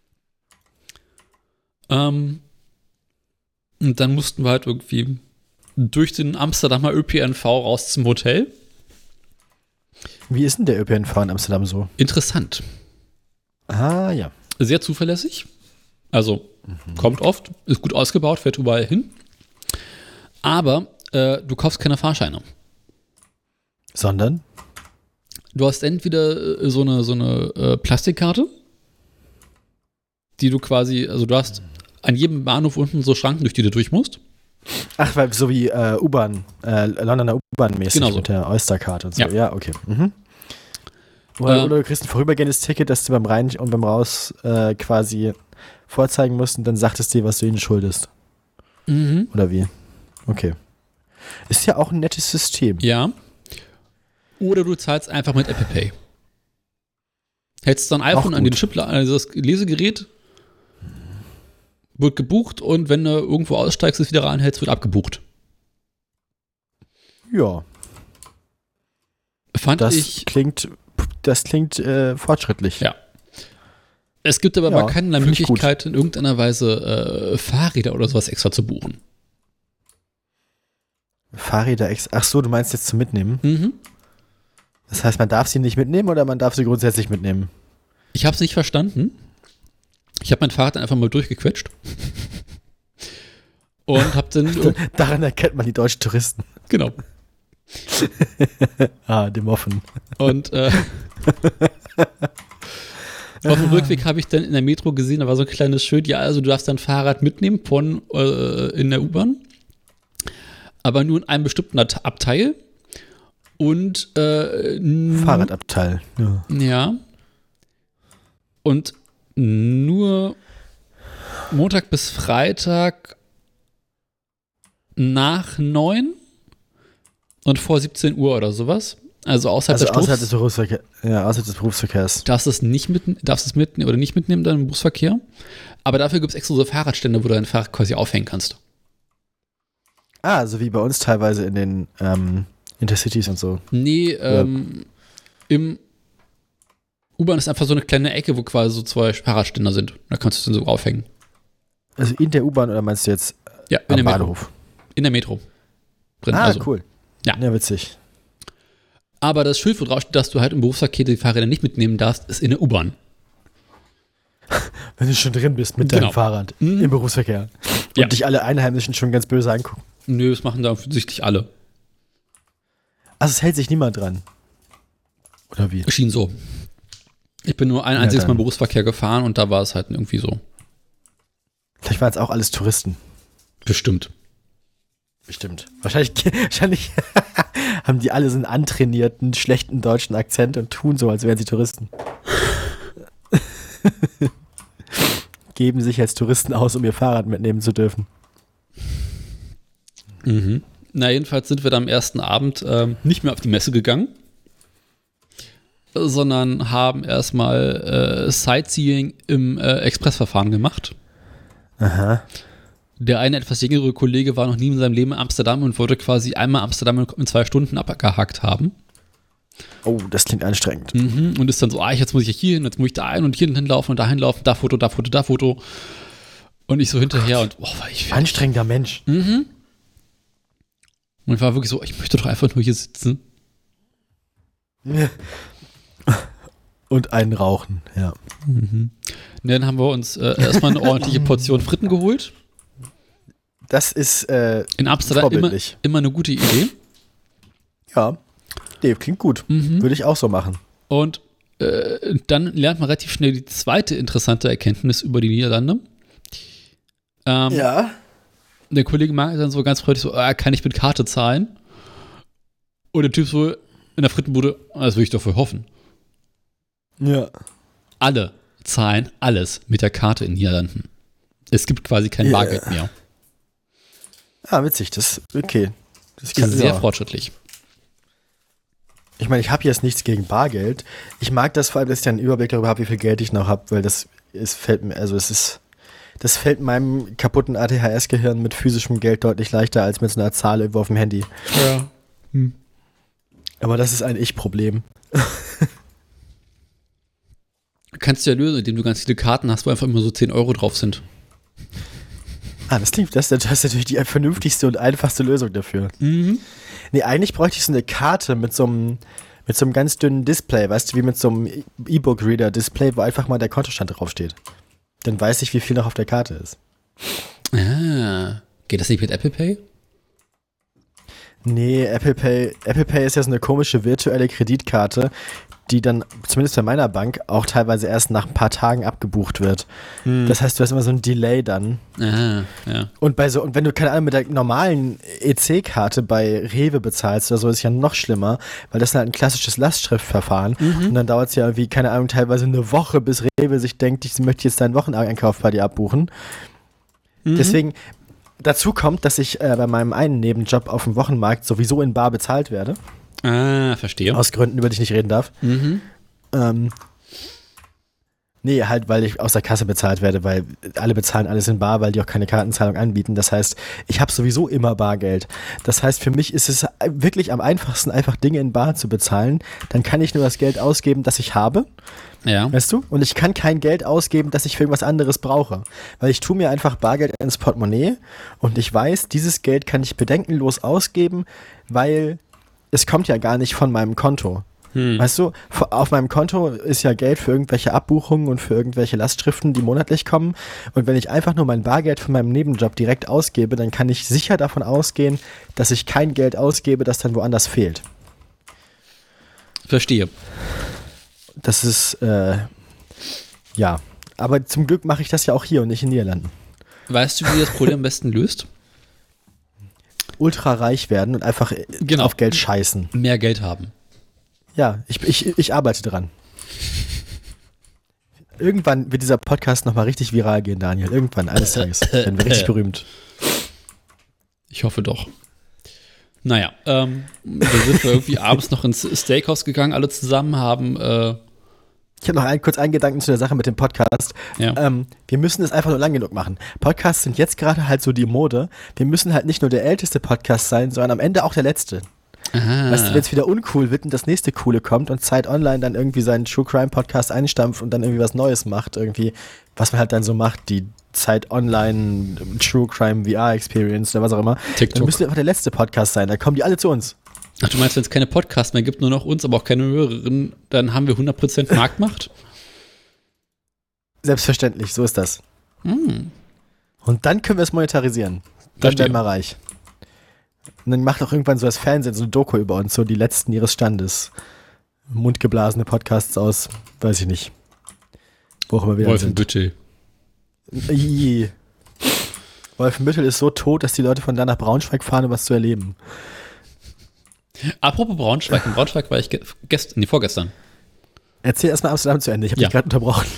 Ähm, und dann mussten wir halt irgendwie durch den Amsterdamer Ö P N V raus zum Hotel. Wie ist denn der Ö P N V in Amsterdam so? Interessant. Ah, ja. Sehr zuverlässig. Also kommt oft, ist gut ausgebaut, fährt überall hin. Aber äh, du kaufst keine Fahrscheine. Sondern? Du hast entweder äh, so eine, so eine äh, Plastikkarte, die du quasi, also du hast an jedem Bahnhof unten so Schranken, durch die du durch musst. Ach, weil so wie äh, U-Bahn, äh, Londoner U-Bahn-mäßig Genau so. mit der Oyster-Karte und so. Ja. Ja, okay. Mhm. Oder, Ähm. oder du kriegst ein vorübergehendes Ticket, das du beim Rein und beim Raus äh, quasi vorzeigen musst und dann sagt es dir, was du ihnen schuldest. Mhm. Oder wie? Okay. Ist ja auch ein nettes System. Ja. Oder du zahlst einfach mit Apple Pay. Hältst dein iPhone Auch an den gut. Chip, also das Lesegerät, wird gebucht und wenn du irgendwo aussteigst, es wieder reinhältst, wird abgebucht. Ja, Fand das ich klingt, das klingt äh, fortschrittlich. Ja. Es gibt aber, Ja, aber keine find ich gut. Möglichkeit, in irgendeiner Weise äh, Fahrräder oder sowas extra zu buchen. Fahrräder ex. Ach so, du meinst jetzt zum Mitnehmen? Mhm. Das heißt, man darf sie nicht mitnehmen oder man darf sie grundsätzlich mitnehmen? Ich habe es nicht verstanden. Ich habe mein Fahrrad dann einfach mal durchgequetscht. Und habe dann. Daran erkennt man die deutschen Touristen. Genau. Ah, dem offen. Und äh, auf dem Rückweg habe ich dann in der Metro gesehen, da war so ein kleines Schild, ja, also du darfst dein Fahrrad mitnehmen von äh, in der U-Bahn, aber nur in einem bestimmten Abteil. Und äh, Fahrradabteil. Ja. Ja. Und nur Montag bis Freitag nach neun und vor siebzehn Uhr oder sowas. Also außerhalb, Also des, außerhalb des Berufs- Berufsverkehrs. Ja, außerhalb des Berufsverkehrs. darfst es nicht mit, darfst es mitnehmen oder nicht mitnehmen dann im Berufsverkehr. Aber dafür gibt es extra so Fahrradstände, wo du dein Fahrrad quasi aufhängen kannst. Ah, so wie bei uns teilweise in den ähm, Intercities und so. Nee, ähm, im U-Bahn ist einfach so eine kleine Ecke, wo quasi so zwei Fahrradständer sind. Da kannst du es dann so aufhängen. Also in der U-Bahn oder meinst du jetzt Ja, in am der Metro. Bahnhof? In der Metro. Drin, Ah, also. cool. Ja. Ja, witzig. Aber das Schild, wo drauf steht, dass du halt im Berufsverkehr die Fahrräder nicht mitnehmen darfst, ist in der U-Bahn. Wenn du schon drin bist mit Genau. deinem Fahrrad Mhm. im Berufsverkehr. Und Ja. dich alle Einheimischen schon ganz böse angucken. Nö, das machen da offensichtlich alle. Also es hält sich niemand dran. Oder wie? Schien so. Ich bin nur ein Ja, einziges Mal dann. im Berufsverkehr gefahren und da war es halt irgendwie so. Vielleicht waren es auch alles Touristen. Bestimmt. Bestimmt. Wahrscheinlich, wahrscheinlich haben die alle so einen antrainierten, schlechten deutschen Akzent und tun so, als wären sie Touristen. Geben sich als Touristen aus, um ihr Fahrrad mitnehmen zu dürfen. Mhm. Na, jedenfalls sind wir dann am ersten Abend ähm, nicht mehr auf die Messe gegangen, sondern haben erstmal äh, Sightseeing im äh, Expressverfahren gemacht. Aha. Der eine etwas jüngere Kollege war noch nie in seinem Leben in Amsterdam und wollte quasi einmal Amsterdam in zwei Stunden abgehakt haben. Oh, das klingt anstrengend. Mhm. Und ist dann so, ah, jetzt muss ich hier hin, jetzt muss ich da ein und hier hinlaufen und dahin laufen, da Foto, da Foto, da Foto. Und ich so hinterher und, oh, war ich fertig. Anstrengender Mensch. Mhm. Und ich war wirklich so, ich möchte doch einfach nur hier sitzen. Und einen rauchen, ja. Mhm. Und dann haben wir uns äh, erstmal eine ordentliche Portion Fritten geholt. Das ist äh, In Amsterdam immer, vorbildlich. immer eine gute Idee. Ja, nee, klingt gut. Mhm. Würde ich auch so machen. Und äh, dann lernt man relativ schnell die zweite interessante Erkenntnis über die Niederlande. Ähm, Ja. Der Kollege mag dann so ganz freudig so, ah, kann ich mit Karte zahlen? Und der Typ so in der Frittenbude, das würde ich doch wohl hoffen. Ja. Alle zahlen alles mit der Karte in Niederlanden. Es gibt quasi kein Ja. Bargeld mehr. Ah, witzig, das, okay. Das Das ist sehr ja. fortschrittlich. Ich meine, ich habe jetzt nichts gegen Bargeld. Ich mag das vor allem, dass ich einen Überblick darüber habe, wie viel Geld ich noch habe, weil das es fällt mir, also es ist, das fällt meinem kaputten A D H S-Gehirn mit physischem Geld deutlich leichter als mit so einer Zahl irgendwo auf dem Handy. Ja. Hm. Aber das ist ein Ich-Problem. Kannst du ja lösen, indem du ganz viele Karten hast, wo einfach immer so zehn Euro drauf sind. Ah, das klingt, das, das ist natürlich die vernünftigste und einfachste Lösung dafür. Mhm. Nee, eigentlich bräuchte ich so eine Karte mit so einem, mit so einem ganz dünnen Display, weißt du, wie mit so einem E-Book-Reader-Display, wo einfach mal der Kontostand draufsteht. Dann weiß ich, wie viel noch auf der Karte ist. Ah. Geht das nicht mit Apple Pay? Nee, Apple Pay, Apple Pay ist ja so eine komische virtuelle Kreditkarte, die dann, zumindest bei meiner Bank, auch teilweise erst nach ein paar Tagen abgebucht wird. Hm. Das heißt, du hast immer so ein Delay dann. Ah, ja. Und bei so, und wenn du, keine Ahnung, mit der normalen E C-Karte bei Rewe bezahlst oder so, ist ja noch schlimmer, weil das ist halt ein klassisches Lastschriftverfahren. Mhm. Und dann dauert es ja irgendwie, keine Ahnung, teilweise eine Woche, bis Rewe sich denkt, ich möchte jetzt deinen Wocheneinkauf bei dir abbuchen. Mhm. Deswegen, dazu kommt, dass ich äh, bei meinem einen Nebenjob auf dem Wochenmarkt sowieso in bar bezahlt werde. Ah, verstehe. Aus Gründen, über die ich nicht reden darf. Mhm. Ähm, Nee, halt, weil ich aus der Kasse bezahlt werde, weil alle bezahlen alles in bar, weil die auch keine Kartenzahlung anbieten. Das heißt, ich habe sowieso immer Bargeld. Das heißt, für mich ist es wirklich am einfachsten, einfach Dinge in bar zu bezahlen. Dann kann ich nur das Geld ausgeben, das ich habe. Ja. Weißt du? Und ich kann kein Geld ausgeben, das ich für irgendwas anderes brauche. Weil ich tue mir einfach Bargeld ins Portemonnaie und ich weiß, dieses Geld kann ich bedenkenlos ausgeben, weil es kommt ja gar nicht von meinem Konto. Hm. Weißt du, auf meinem Konto ist ja Geld für irgendwelche Abbuchungen und für irgendwelche Lastschriften, die monatlich kommen. Und wenn ich einfach nur mein Bargeld von meinem Nebenjob direkt ausgebe, dann kann ich sicher davon ausgehen, dass ich kein Geld ausgebe, das dann woanders fehlt. Verstehe. Das ist, äh, ja. Aber zum Glück mache ich das ja auch hier und nicht in Niederlanden. Weißt du, wie das Problem am besten löst? Ultra reich werden und einfach genau. auf Geld scheißen. Mehr Geld haben. Ja, ich, ich, ich arbeite dran. Irgendwann wird dieser Podcast nochmal richtig viral gehen, Daniel. Irgendwann, eines Tages. Werden wir richtig berühmt. Ich hoffe doch. Naja, ähm, da sind wir irgendwie abends noch ins Steakhouse gegangen, alle zusammen haben äh, Ich habe noch einen, kurz einen Gedanken zu der Sache mit dem Podcast. Ja. Ähm, wir müssen es einfach nur lang genug machen. Podcasts sind jetzt gerade halt so die Mode. Wir müssen halt nicht nur der älteste Podcast sein, sondern am Ende auch der letzte. Aha. Weißt du, wenn es wieder uncool wird und das nächste Coole kommt und Zeit Online dann irgendwie seinen True Crime Podcast einstampft und dann irgendwie was Neues macht, irgendwie, was man halt dann so macht, die Zeit Online True Crime V R Experience oder was auch immer. TikTok. Dann müsste einfach der letzte Podcast sein, da kommen die alle zu uns. Ach, du meinst, wenn es keine Podcasts mehr gibt, nur noch uns, aber auch keine Hörerinnen, dann haben wir hundert Prozent Marktmacht? Selbstverständlich, so ist das. Hm. Und dann können wir es monetarisieren. Dann Verstehe. werden wir reich. Und dann macht auch irgendwann so das Fernsehen so eine Doku über uns, so die letzten ihres Standes. Mundgeblasene Podcasts aus, weiß ich nicht. Wo auch immer wir sind. Wolfenbüttel. Ii. Wolfenbüttel ist so tot, dass die Leute von da nach Braunschweig fahren, um was zu erleben. Apropos Braunschweig, in Braunschweig war ich ge- gestern, nee, vorgestern. Erzähl erstmal Amsterdam zu Ende, ich habe Ja. dich gerade unterbrochen.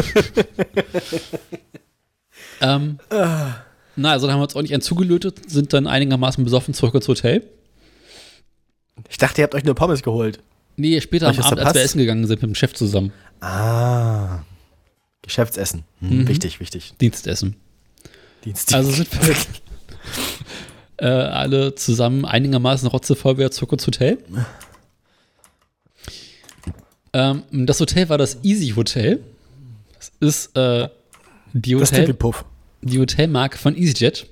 Ähm, na, also da haben wir uns ordentlich einen zugelötet, sind dann einigermaßen besoffen zurück ins Hotel. Ich dachte, ihr habt euch nur Pommes geholt. Nee, später Hab am ich das Abend, als wir verpasst? essen gegangen sind mit dem Chef zusammen. Ah. Geschäftsessen. Hm, Mhm. Wichtig, wichtig. Dienstessen. Dienst. Also sind wir äh, alle zusammen einigermaßen rotzevoll wieder zurück ins Hotel. Ähm, das Hotel war das Easy Hotel. Das ist äh, die, das Hotel, Tippelpuff. die Hotelmarke von EasyJet.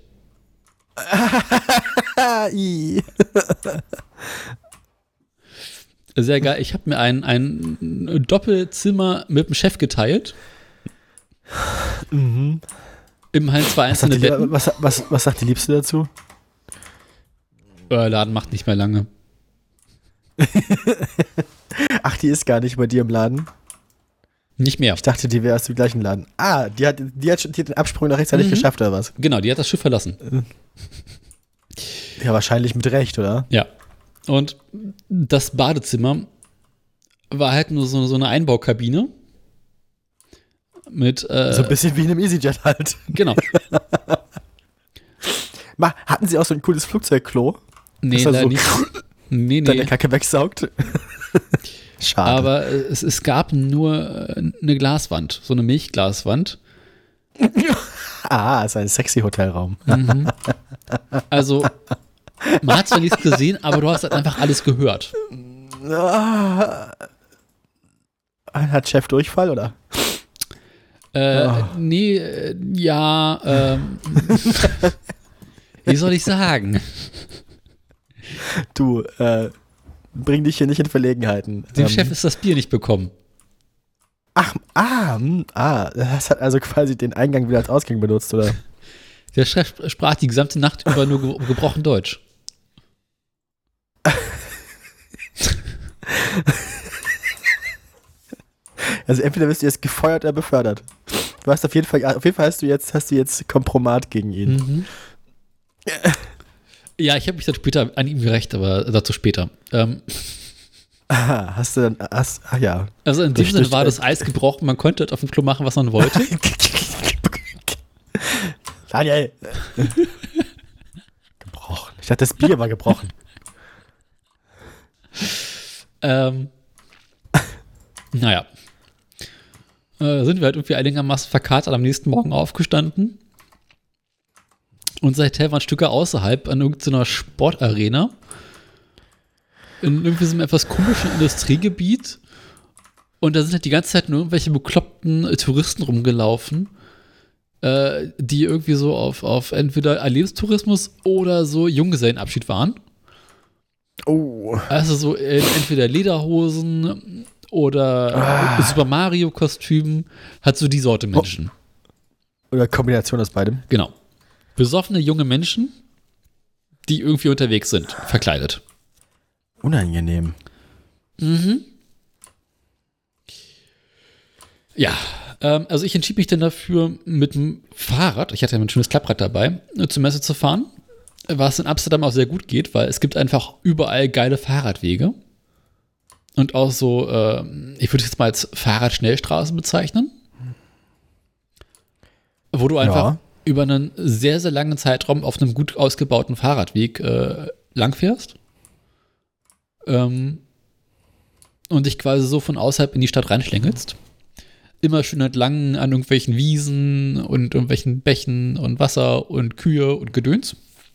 Ah, i. Sehr geil. Ich habe mir ein, ein Doppelzimmer mit dem Chef geteilt. Mhm. Im halt zwei Was sagt, einzelne die, Betten. was, was, was sagt die Liebste dazu? Äh, Laden macht nicht mehr lange. Ach, die ist gar nicht bei dir im Laden. Nicht mehr. Ich dachte, die wäre aus dem gleichen Laden. Ah, die hat, die hat, schon- die hat den Absprung noch rechtzeitig Mhm. geschafft, oder was? Genau, die hat das Schiff verlassen. Ja, wahrscheinlich mit Recht, oder? Ja. Und das Badezimmer war halt nur so, so eine Einbaukabine. Mit, äh, So ein bisschen wie in einem EasyJet halt. genau. Ma, hatten sie auch so ein cooles Flugzeugklo? Nee, Ist das leider so nicht. Nee, Deine nee. Kacke wegsaugt? Schade. Aber es, es gab nur äh, eine Glaswand, so eine Milchglaswand. Ah, ist ein sexy Hotelraum. Mhm. Also, man hat zwar nichts gesehen, aber du hast halt einfach alles gehört. Ah. Hat Chef Durchfall, oder? Äh, Oh. Nee, äh, ja, ähm, wie soll ich sagen? Du, äh, bring dich hier nicht in Verlegenheiten. Dem Ähm, Chef ist das Bier nicht bekommen. Ach, ah, hm, ah, das hat also quasi den Eingang wieder als Ausgang benutzt, oder? Der Chef sprach die gesamte Nacht über nur ge gebrochen Deutsch. Also entweder wirst du jetzt gefeuert oder befördert. Du hast auf jeden Fall, auf jeden Fall hast du jetzt, hast du jetzt Kompromat gegen ihn. Mhm. Ja, ich habe mich dann später an ihm gerecht, aber dazu später. Ähm, Aha, hast du dann, hast, ah ja. also in dem Durch- Sinne durch- war das Eis gebrochen, man konnte halt auf dem Klo machen, was man wollte. Daniel. Gebrochen. Ich dachte, das Bier war gebrochen. ähm, naja. äh, sind wir halt irgendwie einigermaßen verkatert am nächsten Morgen aufgestanden. Und seither waren Stücke außerhalb an irgendeiner Sportarena. In irgendwie so einem etwas komischen Industriegebiet. Und da sind halt die ganze Zeit nur irgendwelche bekloppten äh, Touristen rumgelaufen, äh, die irgendwie so auf, auf entweder Erlebnistourismus oder so Junggesellenabschied waren. Oh. Also so äh, entweder Lederhosen oder Ah. Super Mario-Kostümen. Hat so die Sorte Menschen. Oder Kombination aus beidem. Genau. Besoffene junge Menschen, die irgendwie unterwegs sind, verkleidet. Unangenehm. Mhm. Ja, ähm, also ich entschied mich dann dafür, mit dem Fahrrad, ich hatte ja ein schönes Klapprad dabei, äh, zur Messe zu fahren, was in Amsterdam auch sehr gut geht, weil es gibt einfach überall geile Fahrradwege und auch so, äh, ich würde es jetzt mal als Fahrradschnellstraßen bezeichnen, wo du einfach Ja. über einen sehr, sehr langen Zeitraum auf einem gut ausgebauten Fahrradweg äh, langfährst. Ähm, und dich quasi so von außerhalb in die Stadt reinschlängelst. Immer schön entlang an irgendwelchen Wiesen und irgendwelchen Bächen und Wasser und Kühe und Gedöns.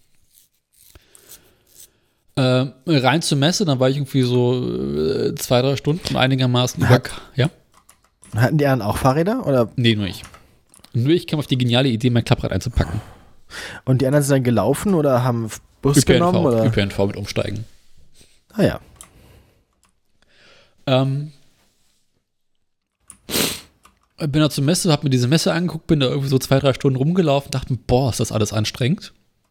Äh, rein zur Messe, dann war ich irgendwie so äh, zwei, drei Stunden einigermaßen über. Ja? Hatten die anderen auch Fahrräder? Oder? Nee, nur ich. Nur ich kam auf die geniale Idee, mein Klapprad einzupacken. Und die anderen sind dann gelaufen oder haben Bus Ö P N V, genommen? Oder? Ö P N V mit Umsteigen. Ah ja. Ähm, bin da zur Messe, hab mir diese Messe angeguckt, bin da irgendwie so zwei, drei Stunden rumgelaufen, dachte mir, boah, ist das alles anstrengend.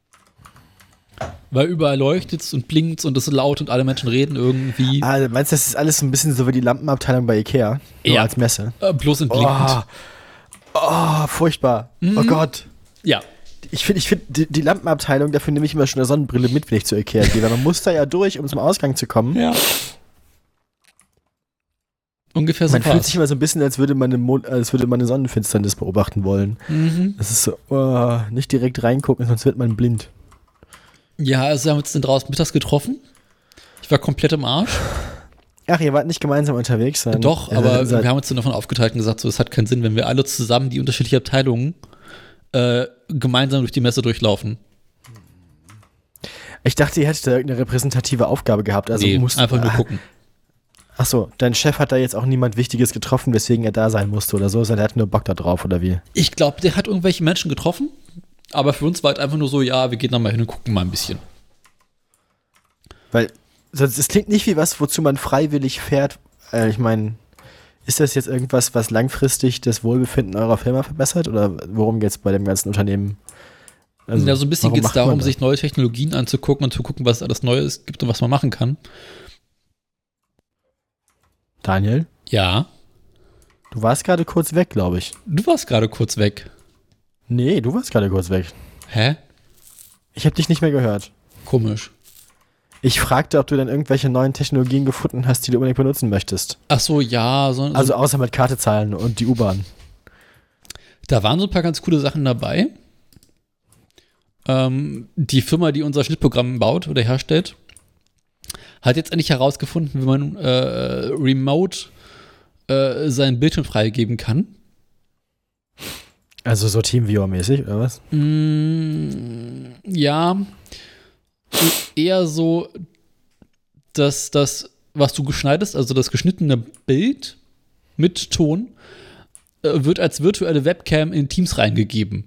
Weil überall leuchtet's und blinkt's und es ist laut und alle Menschen reden irgendwie. Ah, meinst du, das ist alles so ein bisschen so wie die Lampenabteilung bei Ikea? Nur Ja. als Messe. Äh, bloß in blinkend. Oh, oh furchtbar. Mhm. Oh Gott. Ja, Ich finde, ich find, die, die Lampenabteilung, dafür nehme ich immer schon eine Sonnenbrille mit, wenn ich zu Ikea gehe, weil man muss da ja durch, um zum Ausgang zu kommen. ja. Ungefähr so Man fühlt war's. sich immer so ein bisschen, als würde man eine, Mond, als würde man eine Sonnenfinsternis beobachten wollen. Mhm. Das ist so, oh, nicht direkt reingucken, sonst wird man blind. Ja, also wir haben uns dann draußen mittags getroffen. Ich war komplett im Arsch. Ach, ihr wart nicht gemeinsam unterwegs? Sondern, Doch, äh, aber seid- wir haben uns dann davon aufgeteilt und gesagt, so, es hat keinen Sinn, wenn wir alle zusammen die unterschiedlichen Abteilungen äh, gemeinsam durch die Messe durchlaufen. Ich dachte, ihr hättet da irgendeine repräsentative Aufgabe gehabt. Also nee, musst, einfach nur ah, gucken. Ach so, dein Chef hat da jetzt auch niemand Wichtiges getroffen, weswegen er da sein musste oder so, sondern er hat nur Bock da drauf, oder wie? Ich glaube, der hat irgendwelche Menschen getroffen, aber für uns war halt einfach nur so, ja, wir gehen da mal hin und gucken mal ein bisschen. Weil, sonst, es klingt nicht wie was, wozu man freiwillig fährt. Äh, ich meine, ist das jetzt irgendwas, was langfristig das Wohlbefinden eurer Firma verbessert? Oder worum geht es bei dem ganzen Unternehmen? Also, ja, so ein bisschen warum geht es macht man darum, das? sich neue Technologien anzugucken und zu gucken, was es alles Neues gibt und was man machen kann. Daniel, Ja, du warst gerade kurz weg, glaube ich. du warst gerade kurz weg. Nee, du warst gerade kurz weg. Hä? Ich habe dich nicht mehr gehört. Komisch. Ich fragte, ob du dann irgendwelche neuen Technologien gefunden hast, die du unbedingt benutzen möchtest. Ach so, ja. So, so, Also außer mit Karte zahlen und die U-Bahn. da waren so ein paar ganz coole Sachen dabei. Ähm, die Firma, die unser Schnittprogramm baut oder herstellt, hat jetzt endlich herausgefunden, wie man äh, remote äh, sein Bildschirm freigeben kann. Also so Teamviewer-mäßig, oder was? Mm, ja. Eher so, dass das, was du geschneidest, also das geschnittene Bild mit Ton, äh, wird als virtuelle Webcam in Teams reingegeben.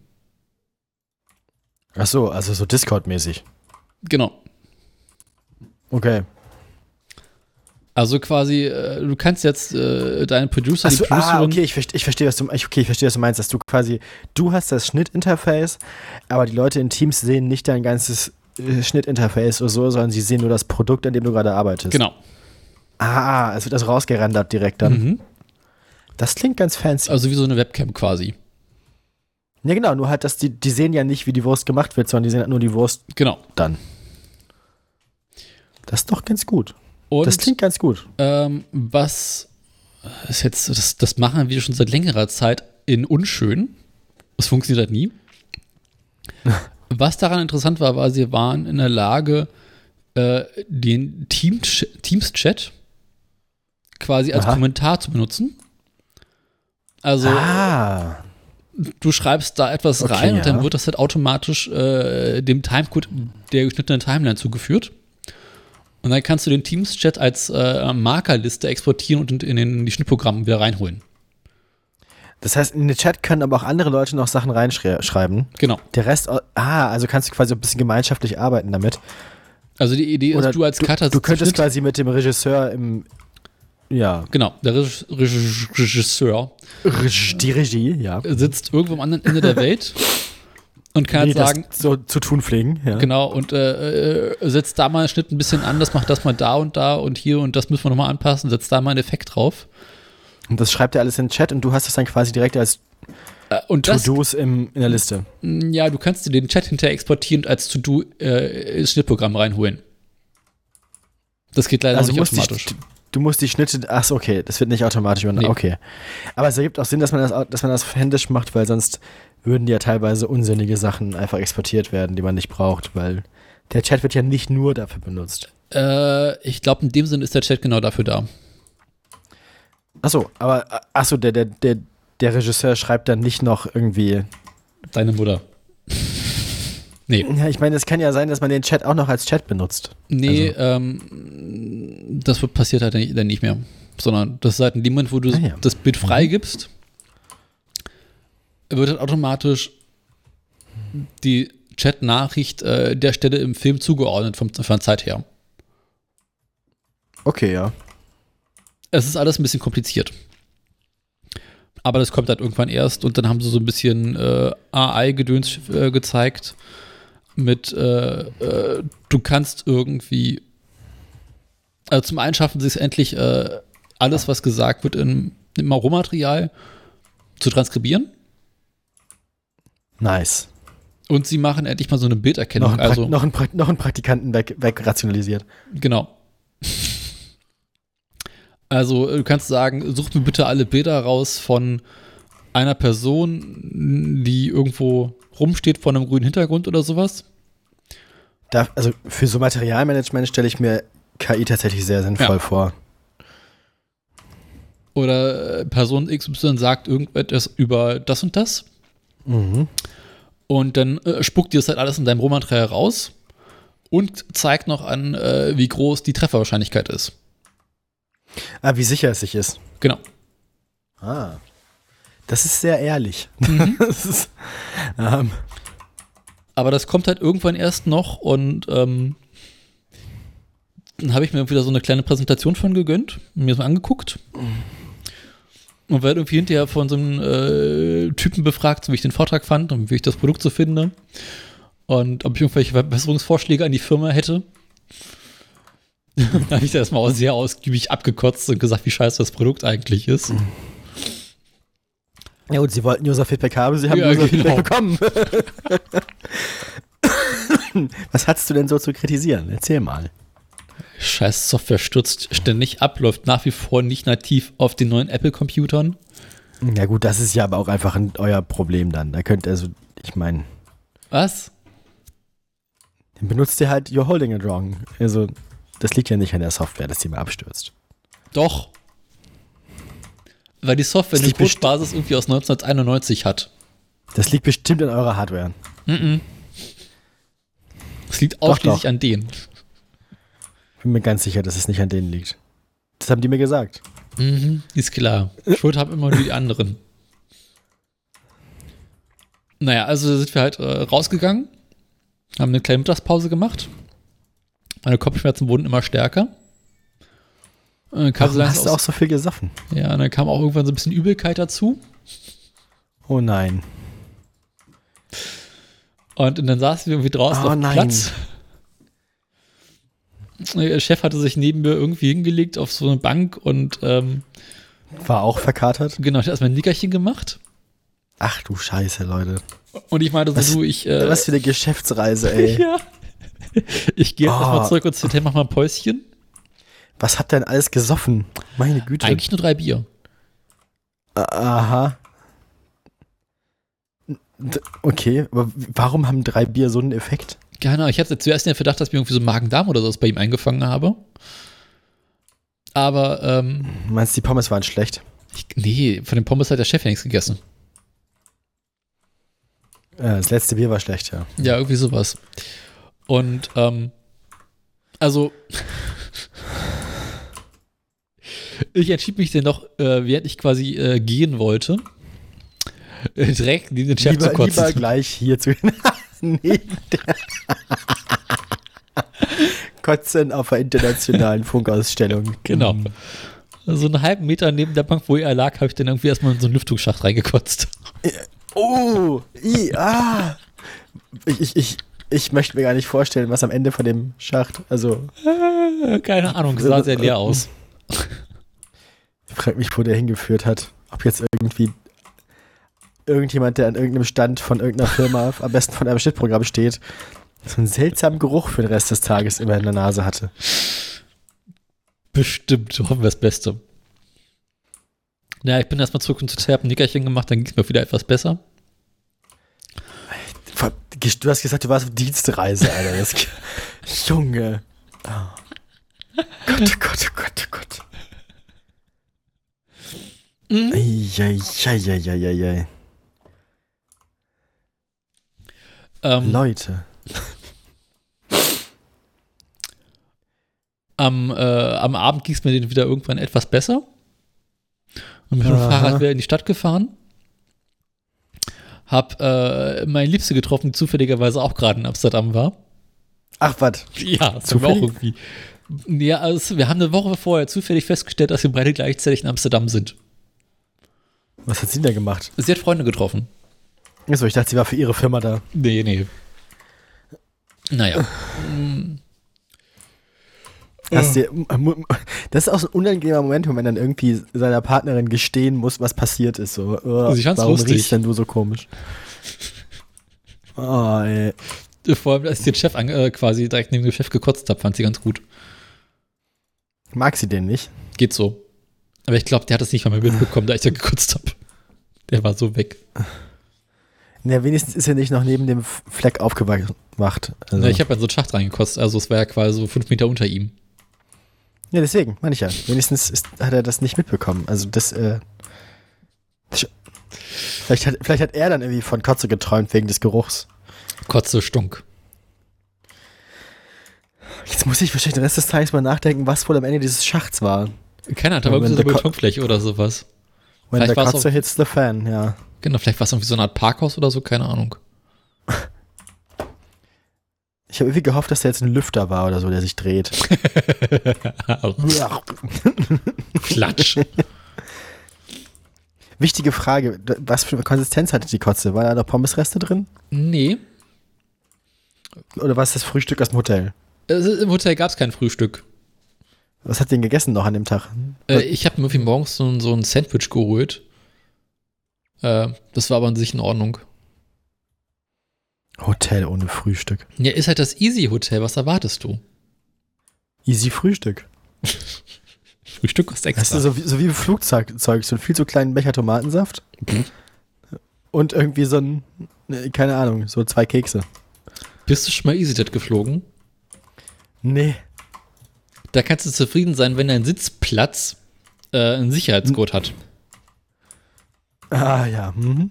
Ach so, also so Discord-mäßig. Genau. Okay. Also quasi, äh, du kannst jetzt äh, deinen Producer, Achso, die ah, Producerin, okay, ich, verste- ich verstehe, was du ich, okay, ich verstehe, was du meinst, dass du quasi, du hast das Schnittinterface, aber die Leute in Teams sehen nicht dein ganzes äh, Schnittinterface oder so, sondern sie sehen nur das Produkt, an dem du gerade arbeitest. Genau. Ah, es wird das rausgerendert direkt dann. Mhm. Das klingt ganz fancy. Also wie so eine Webcam quasi. Ja, genau, nur halt, dass die, die sehen ja nicht, wie die Wurst gemacht wird, sondern die sehen halt nur die Wurst Genau. dann. Das ist doch ganz gut. Und das klingt ganz gut. ähm, was ist jetzt, das, das machen wir schon seit längerer Zeit in unschön. Das funktioniert halt nie. Was daran interessant war, war, sie waren in der Lage, äh, den Team Teams-Chat quasi als Aha. Kommentar zu benutzen. Also Ah. du schreibst da etwas Okay, rein und dann ja. wird das halt automatisch äh, dem Timecode der geschnittenen Timeline zugeführt. Und dann kannst du den Teams-Chat als äh, Markerliste exportieren und in, in die Schnittprogramme wieder reinholen. Das heißt, in den Chat können aber auch andere Leute noch Sachen reinschreiben. Genau. Der Rest, ah, also kannst du quasi ein bisschen gemeinschaftlich arbeiten damit. Also die Idee Oder ist, du als Cutter Du könntest Schnitt- quasi mit dem Regisseur im, ja, Genau, der Reg- Reg- Regisseur die Regie, ja. sitzt irgendwo am anderen Ende der Welt und kann Wie halt das sagen, so zu tun pflegen, ja. genau, und äh, äh, setzt da mal einen Schnitt ein bisschen anders, macht das mal da und da und hier und das müssen wir nochmal anpassen, setzt da mal einen Effekt drauf. Und das schreibt er alles in den Chat und du hast es dann quasi direkt als Äh, und das, To-Dos im, in der Liste. ja, du kannst dir den Chat hinterher exportieren und als To-Do äh, ins Schnittprogramm reinholen. Das geht leider Also noch nicht musst automatisch. Die, du musst die Schnitte, ach so, okay, das wird nicht automatisch übernommen, Nee. okay. Aber es ergibt auch Sinn, dass man das, au- dass man das händisch macht, weil sonst würden ja teilweise unsinnige Sachen einfach exportiert werden, die man nicht braucht, weil der Chat wird ja nicht nur dafür benutzt. Äh, ich glaube, in dem Sinne ist der Chat genau dafür da. Ach so, aber, ach so, der, der, der, der Regisseur schreibt dann nicht noch irgendwie. Deine Mutter. Nee. Ja, ich meine, es kann ja sein, dass man den Chat auch noch als Chat benutzt. Nee, Also- ähm, das wird- passiert halt nicht, dann nicht mehr. Sondern das ist halt in dem Moment, wo du Ah, ja. das Bild freigibst, wird halt automatisch die Chat-Nachricht äh, der Stelle im Film zugeordnet vom, von der Zeit her. Okay, ja. Es ist alles ein bisschen kompliziert. Aber das kommt halt irgendwann erst und dann haben sie so ein bisschen äh, A I-Gedöns äh, gezeigt mit, äh, äh, du kannst irgendwie, also zum einen schaffen sie es endlich, äh, alles, was gesagt wird, in, im Rohmaterial zu transkribieren Nice. und sie machen endlich mal so eine Bilderkennung. Noch einen, also, Prakt- noch einen, Prakt- noch einen Praktikanten weg, wegrationalisiert. Genau. Also du kannst sagen, such mir bitte alle Bilder raus von einer Person, die irgendwo rumsteht vor einem grünen Hintergrund oder sowas. Da, also für so Materialmanagement stelle ich mir K I tatsächlich sehr sinnvoll Ja. vor. Oder äh, Person X Y sagt irgendetwas über das und das Mhm. und dann äh, spuckt dir das halt alles in deinem Rohmaterial raus und zeigt noch an, äh, wie groß die Trefferwahrscheinlichkeit ist. Ah, wie sicher es sich ist. Genau. Ah. Das ist sehr ehrlich. Mhm. Das ist, ähm, Aber das kommt halt irgendwann erst noch und ähm, dann habe ich mir wieder so eine kleine Präsentation von gegönnt und mir das mal angeguckt. Und werde irgendwie hinterher von so einem äh, Typen befragt, wie ich den Vortrag fand und wie ich das Produkt so finde. Und ob ich irgendwelche Verbesserungsvorschläge an die Firma hätte. Da habe ich das mal auch sehr ausgiebig abgekotzt und gesagt, wie scheiße das Produkt eigentlich ist. ja gut, sie wollten User-Feedback haben, sie haben Ja, User-Feedback genau. bekommen. Was hattest du denn so zu kritisieren? Erzähl mal. Scheiß Software stürzt ständig ab, läuft nach wie vor nicht nativ auf den neuen Apple-Computern. Ja gut, das ist ja aber auch einfach ein, euer Problem dann. Da könnt also, ich meine, Was? dann benutzt ihr halt You're holding it wrong. Also, das liegt ja nicht an der Software, dass die mal abstürzt. Doch. Weil die Software Das eine liegt best- Codebasis irgendwie aus neunzehnhunderteinundneunzig hat. Das liegt bestimmt an eurer Hardware. Mhm. Es liegt Doch, ausschließlich doch. an denen. Bin mir ganz sicher, dass es nicht an denen liegt. Das haben die mir gesagt. Mhm, ist klar. Schuld haben immer nur die anderen. Naja, also sind wir halt äh, rausgegangen, haben eine kleine Mittagspause gemacht. Meine Kopfschmerzen wurden immer stärker. Und dann kam so Warum langsam hast du aus- auch so viel gesoffen? Ja, und dann kam auch irgendwann so ein bisschen Übelkeit dazu. Oh nein. Und dann saßen wir irgendwie draußen Oh auf dem nein. Platz. Der Chef hatte sich neben mir irgendwie hingelegt auf so eine Bank und ähm, War auch verkatert? genau, hat erstmal ein Nickerchen gemacht. Ach du Scheiße, Leute. Und ich meinte so, Was- du, ich, äh, Was für eine Geschäftsreise, ey. ja. Ich gehe jetzt Oh. erstmal zurück ins Hotel, mach mal ein Päuschen. Was habt ihr denn alles gesoffen? Meine Güte. Eigentlich nur drei Bier. Aha. D- Okay, aber warum haben drei Bier so einen Effekt? Keine ich hatte zuerst den Verdacht, dass ich irgendwie so Magen-Darm oder sowas bei ihm eingefangen habe. Aber, ähm, Meinst du, die Pommes waren schlecht? Ich, nee, von den Pommes hat der Chef ja nichts gegessen. Ja, das letzte Bier war schlecht, ja. Ja, irgendwie sowas. Und, ähm, also, ich entschied mich dann noch, äh, während ich quasi äh, gehen wollte, äh, direkt neben den Chef lieber, zu kotzen. Lieber gleich hier zu neben der Kotzen auf der internationalen Funkausstellung. Genau. So einen halben Meter neben der Bank, wo er lag, habe ich dann irgendwie erstmal in so einen Lüftungsschacht reingekotzt. Oh, i, ah. Ich, ich, ich, ich möchte mir gar nicht vorstellen, was am Ende von dem Schacht, also. Äh, keine Ahnung, sah sehr leer aus. Ich frage mich, wo der hingeführt hat. Ob jetzt irgendwie irgendjemand, der an irgendeinem Stand von irgendeiner Firma, am besten von einem Schnittprogramm steht, so einen seltsamen Geruch für den Rest des Tages immer in der Nase hatte. Bestimmt, hoffen wir das Beste. Ja, ich bin erstmal zurück und zu Terpen ein Nickerchen gemacht, dann ging es mir wieder etwas besser. Du hast gesagt, du warst auf Dienstreise, Alter. Das, Junge. Oh. Gott, oh Gott, oh Gott, oh Gott. Mhm. Eieieiei. Ähm, Leute. Am, äh, am Abend ging es mir dann wieder irgendwann etwas besser. Und mit dem Aha. Fahrrad wieder in die Stadt gefahren. Hab äh, meine Liebste getroffen, die zufälligerweise auch gerade in Amsterdam war. Ach, was? Ja, das war auch irgendwie. Ja, also wir haben eine Woche vorher zufällig festgestellt, dass wir beide gleichzeitig in Amsterdam sind. Was hat sie denn gemacht? Sie hat Freunde getroffen. Achso, ich dachte, sie war für ihre Firma da. Nee, nee. Naja. Hast du, das ist auch so ein unangenehmer Moment, wenn man dann irgendwie seiner Partnerin gestehen muss, was passiert ist. So, oh, Ich fand's warum lustig. riechst denn du so komisch? Oh, ey. Vor allem, als ich den Chef an, äh, quasi direkt neben dem Chef gekotzt habe, fand sie ganz gut. Mag sie den nicht? Geht so. Aber ich glaube, der hat es nicht mal mehr mitbekommen, da ich da gekotzt habe. Der war so weg. Ja, wenigstens ist er nicht noch neben dem Fleck aufgewacht. Also. Ja, ich habe in so einen Schacht reingekotzt, also es war ja quasi so fünf Meter unter ihm. Ja, deswegen, meine ich ja. Wenigstens ist, hat er das nicht mitbekommen. Also das, äh. Vielleicht hat, vielleicht hat er dann irgendwie von Kotze geträumt wegen des Geruchs. Kotze stunk. Jetzt muss ich wahrscheinlich den Rest des Tages mal nachdenken, was wohl am Ende dieses Schachts war. Keiner hat da Ja, irgendwie wenn so eine der Ko- Betonfläche oder sowas. When Vielleicht the war's Kotze auch- hits the fan, ja. Genau, vielleicht war es irgendwie so eine Art Parkhaus oder so, keine Ahnung. Ich habe irgendwie gehofft, dass da jetzt ein Lüfter war oder so, der sich dreht. Klatsch. Wichtige Frage, was für eine Konsistenz hatte die Kotze? War da noch Pommesreste drin? Nee. Oder war es das Frühstück aus dem Hotel? Also, im Hotel gab es kein Frühstück. Was hat den gegessen noch an dem Tag? Äh, ich habe mir irgendwie morgens so, ein- so ein Sandwich geholt. Äh, das war aber an sich in Ordnung. Hotel ohne Frühstück. Ja, ist halt das Easy Hotel. Was erwartest du? Easy Frühstück. Frühstück kostet Das extra. ist so wie, so wie im Flugzeug, so einen viel zu kleinen Becher Tomatensaft. Und irgendwie so ein, ne, keine Ahnung, so zwei Kekse. Bist du schon mal EasyJet geflogen? Nee. Da kannst du zufrieden sein, wenn dein Sitzplatz äh, einen Sicherheitsgurt hat. Ah ja. Mhm.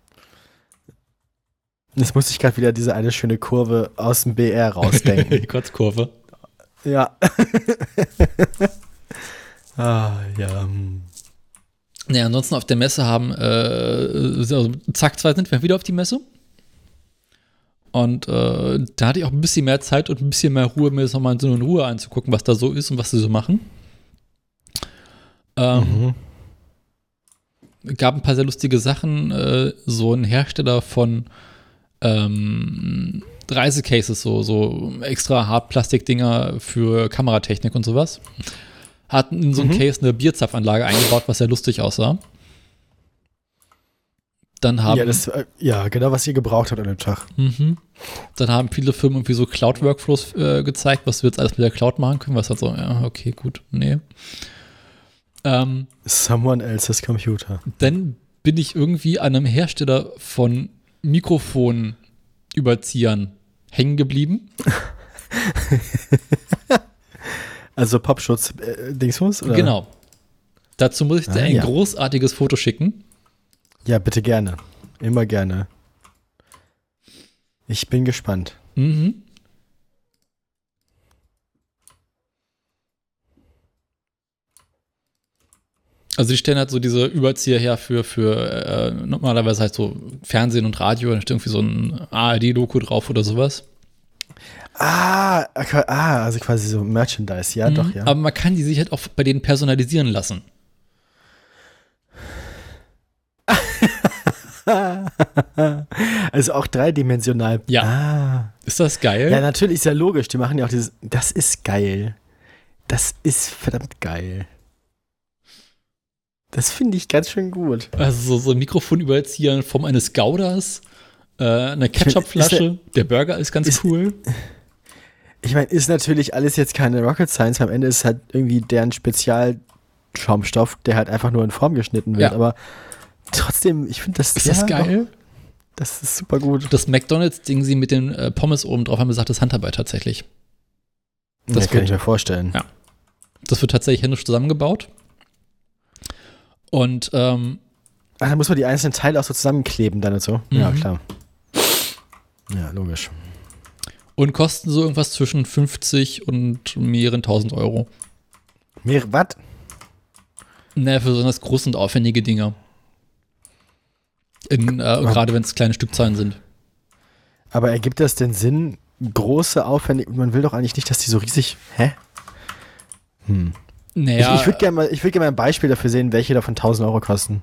Jetzt muss ich gerade wieder diese eine schöne Kurve aus dem B R rausdenken. Die Kotzkurve. Ja. ah ja. hm. Ja, ansonsten auf der Messe haben, äh, also, zack, zwei sind wir wieder auf die Messe. Und äh, da hatte ich auch ein bisschen mehr Zeit und ein bisschen mehr Ruhe, mir das nochmal so in Ruhe anzugucken, was da so ist und was sie so machen. Ähm, Mhm. Gab ein paar sehr lustige Sachen. Äh, so ein Hersteller von ähm, Reisecases, so, so extra Hartplastikdinger für Kameratechnik und sowas, hatten in so einem Mhm. Case eine Bierzapfanlage eingebaut, was sehr lustig aussah. Dann haben, Ja, das, äh, ja, genau, was ihr gebraucht habt an dem Tag. mhm. Dann haben viele Firmen irgendwie so Cloud-Workflows äh, gezeigt, was wir jetzt alles mit der Cloud machen können, was halt so, ja, okay, gut, nee. Ähm, Someone else's computer. dann bin ich irgendwie an einem Hersteller von Mikrofonüberziehern hängen geblieben. Also Popschutz, äh, Dingsbums? Oder? Genau. Dazu muss ich dir Ah, ein ja. großartiges Foto schicken. Ja, bitte gerne. Immer gerne. Ich bin gespannt. Mhm. Also die stellen halt so diese Überzieher her für, für äh, normalerweise halt so Fernsehen und Radio, da steht irgendwie so ein A R D-Doku drauf oder sowas. Ah, okay, ah, also quasi so Merchandise. Ja, Mhm. doch, ja. Aber man kann die sich halt auch bei denen personalisieren lassen. Also auch dreidimensional. Ja. Ah. Ist das geil? Ja, natürlich ist ja logisch. Die machen ja auch dieses. Das ist geil. Das ist verdammt geil. Das finde ich ganz schön gut. Also so, so ein Mikrofonüberzieher in Form eines Gauders, äh, eine Ketchupflasche, der Burger ist ganz ist- cool. Ich meine, ist natürlich alles jetzt keine Rocket Science. Am Ende ist halt irgendwie deren Spezialschaumstoff, der halt einfach nur in Form geschnitten wird. Ja. Aber trotzdem, ich finde das Ist das ja, geil? Doch, das ist super gut. Das McDonalds-Ding, sie mit den äh, Pommes oben drauf haben gesagt, das ist Handarbeit tatsächlich. Das, Das kann wird- ich mir vorstellen. Ja. Das wird tatsächlich händisch zusammengebaut. Und ähm, Ach, da muss man die einzelnen Teile auch so zusammenkleben dann und so. Ja, Mhm. klar. Ja, logisch. Und kosten so irgendwas zwischen fünfzig und mehreren tausend Euro. Mehr, was? Naja, für besonders große und aufwendige Dinger. In, äh, Gerade wenn es kleine Stückzahlen sind. Aber ergibt das denn Sinn, große, aufwendige, man will doch eigentlich nicht, dass die so riesig, hä? Hm. Naja, Ich, ich würde gerne mal, ich würd gerne mal ein Beispiel dafür sehen, welche davon tausend Euro kosten.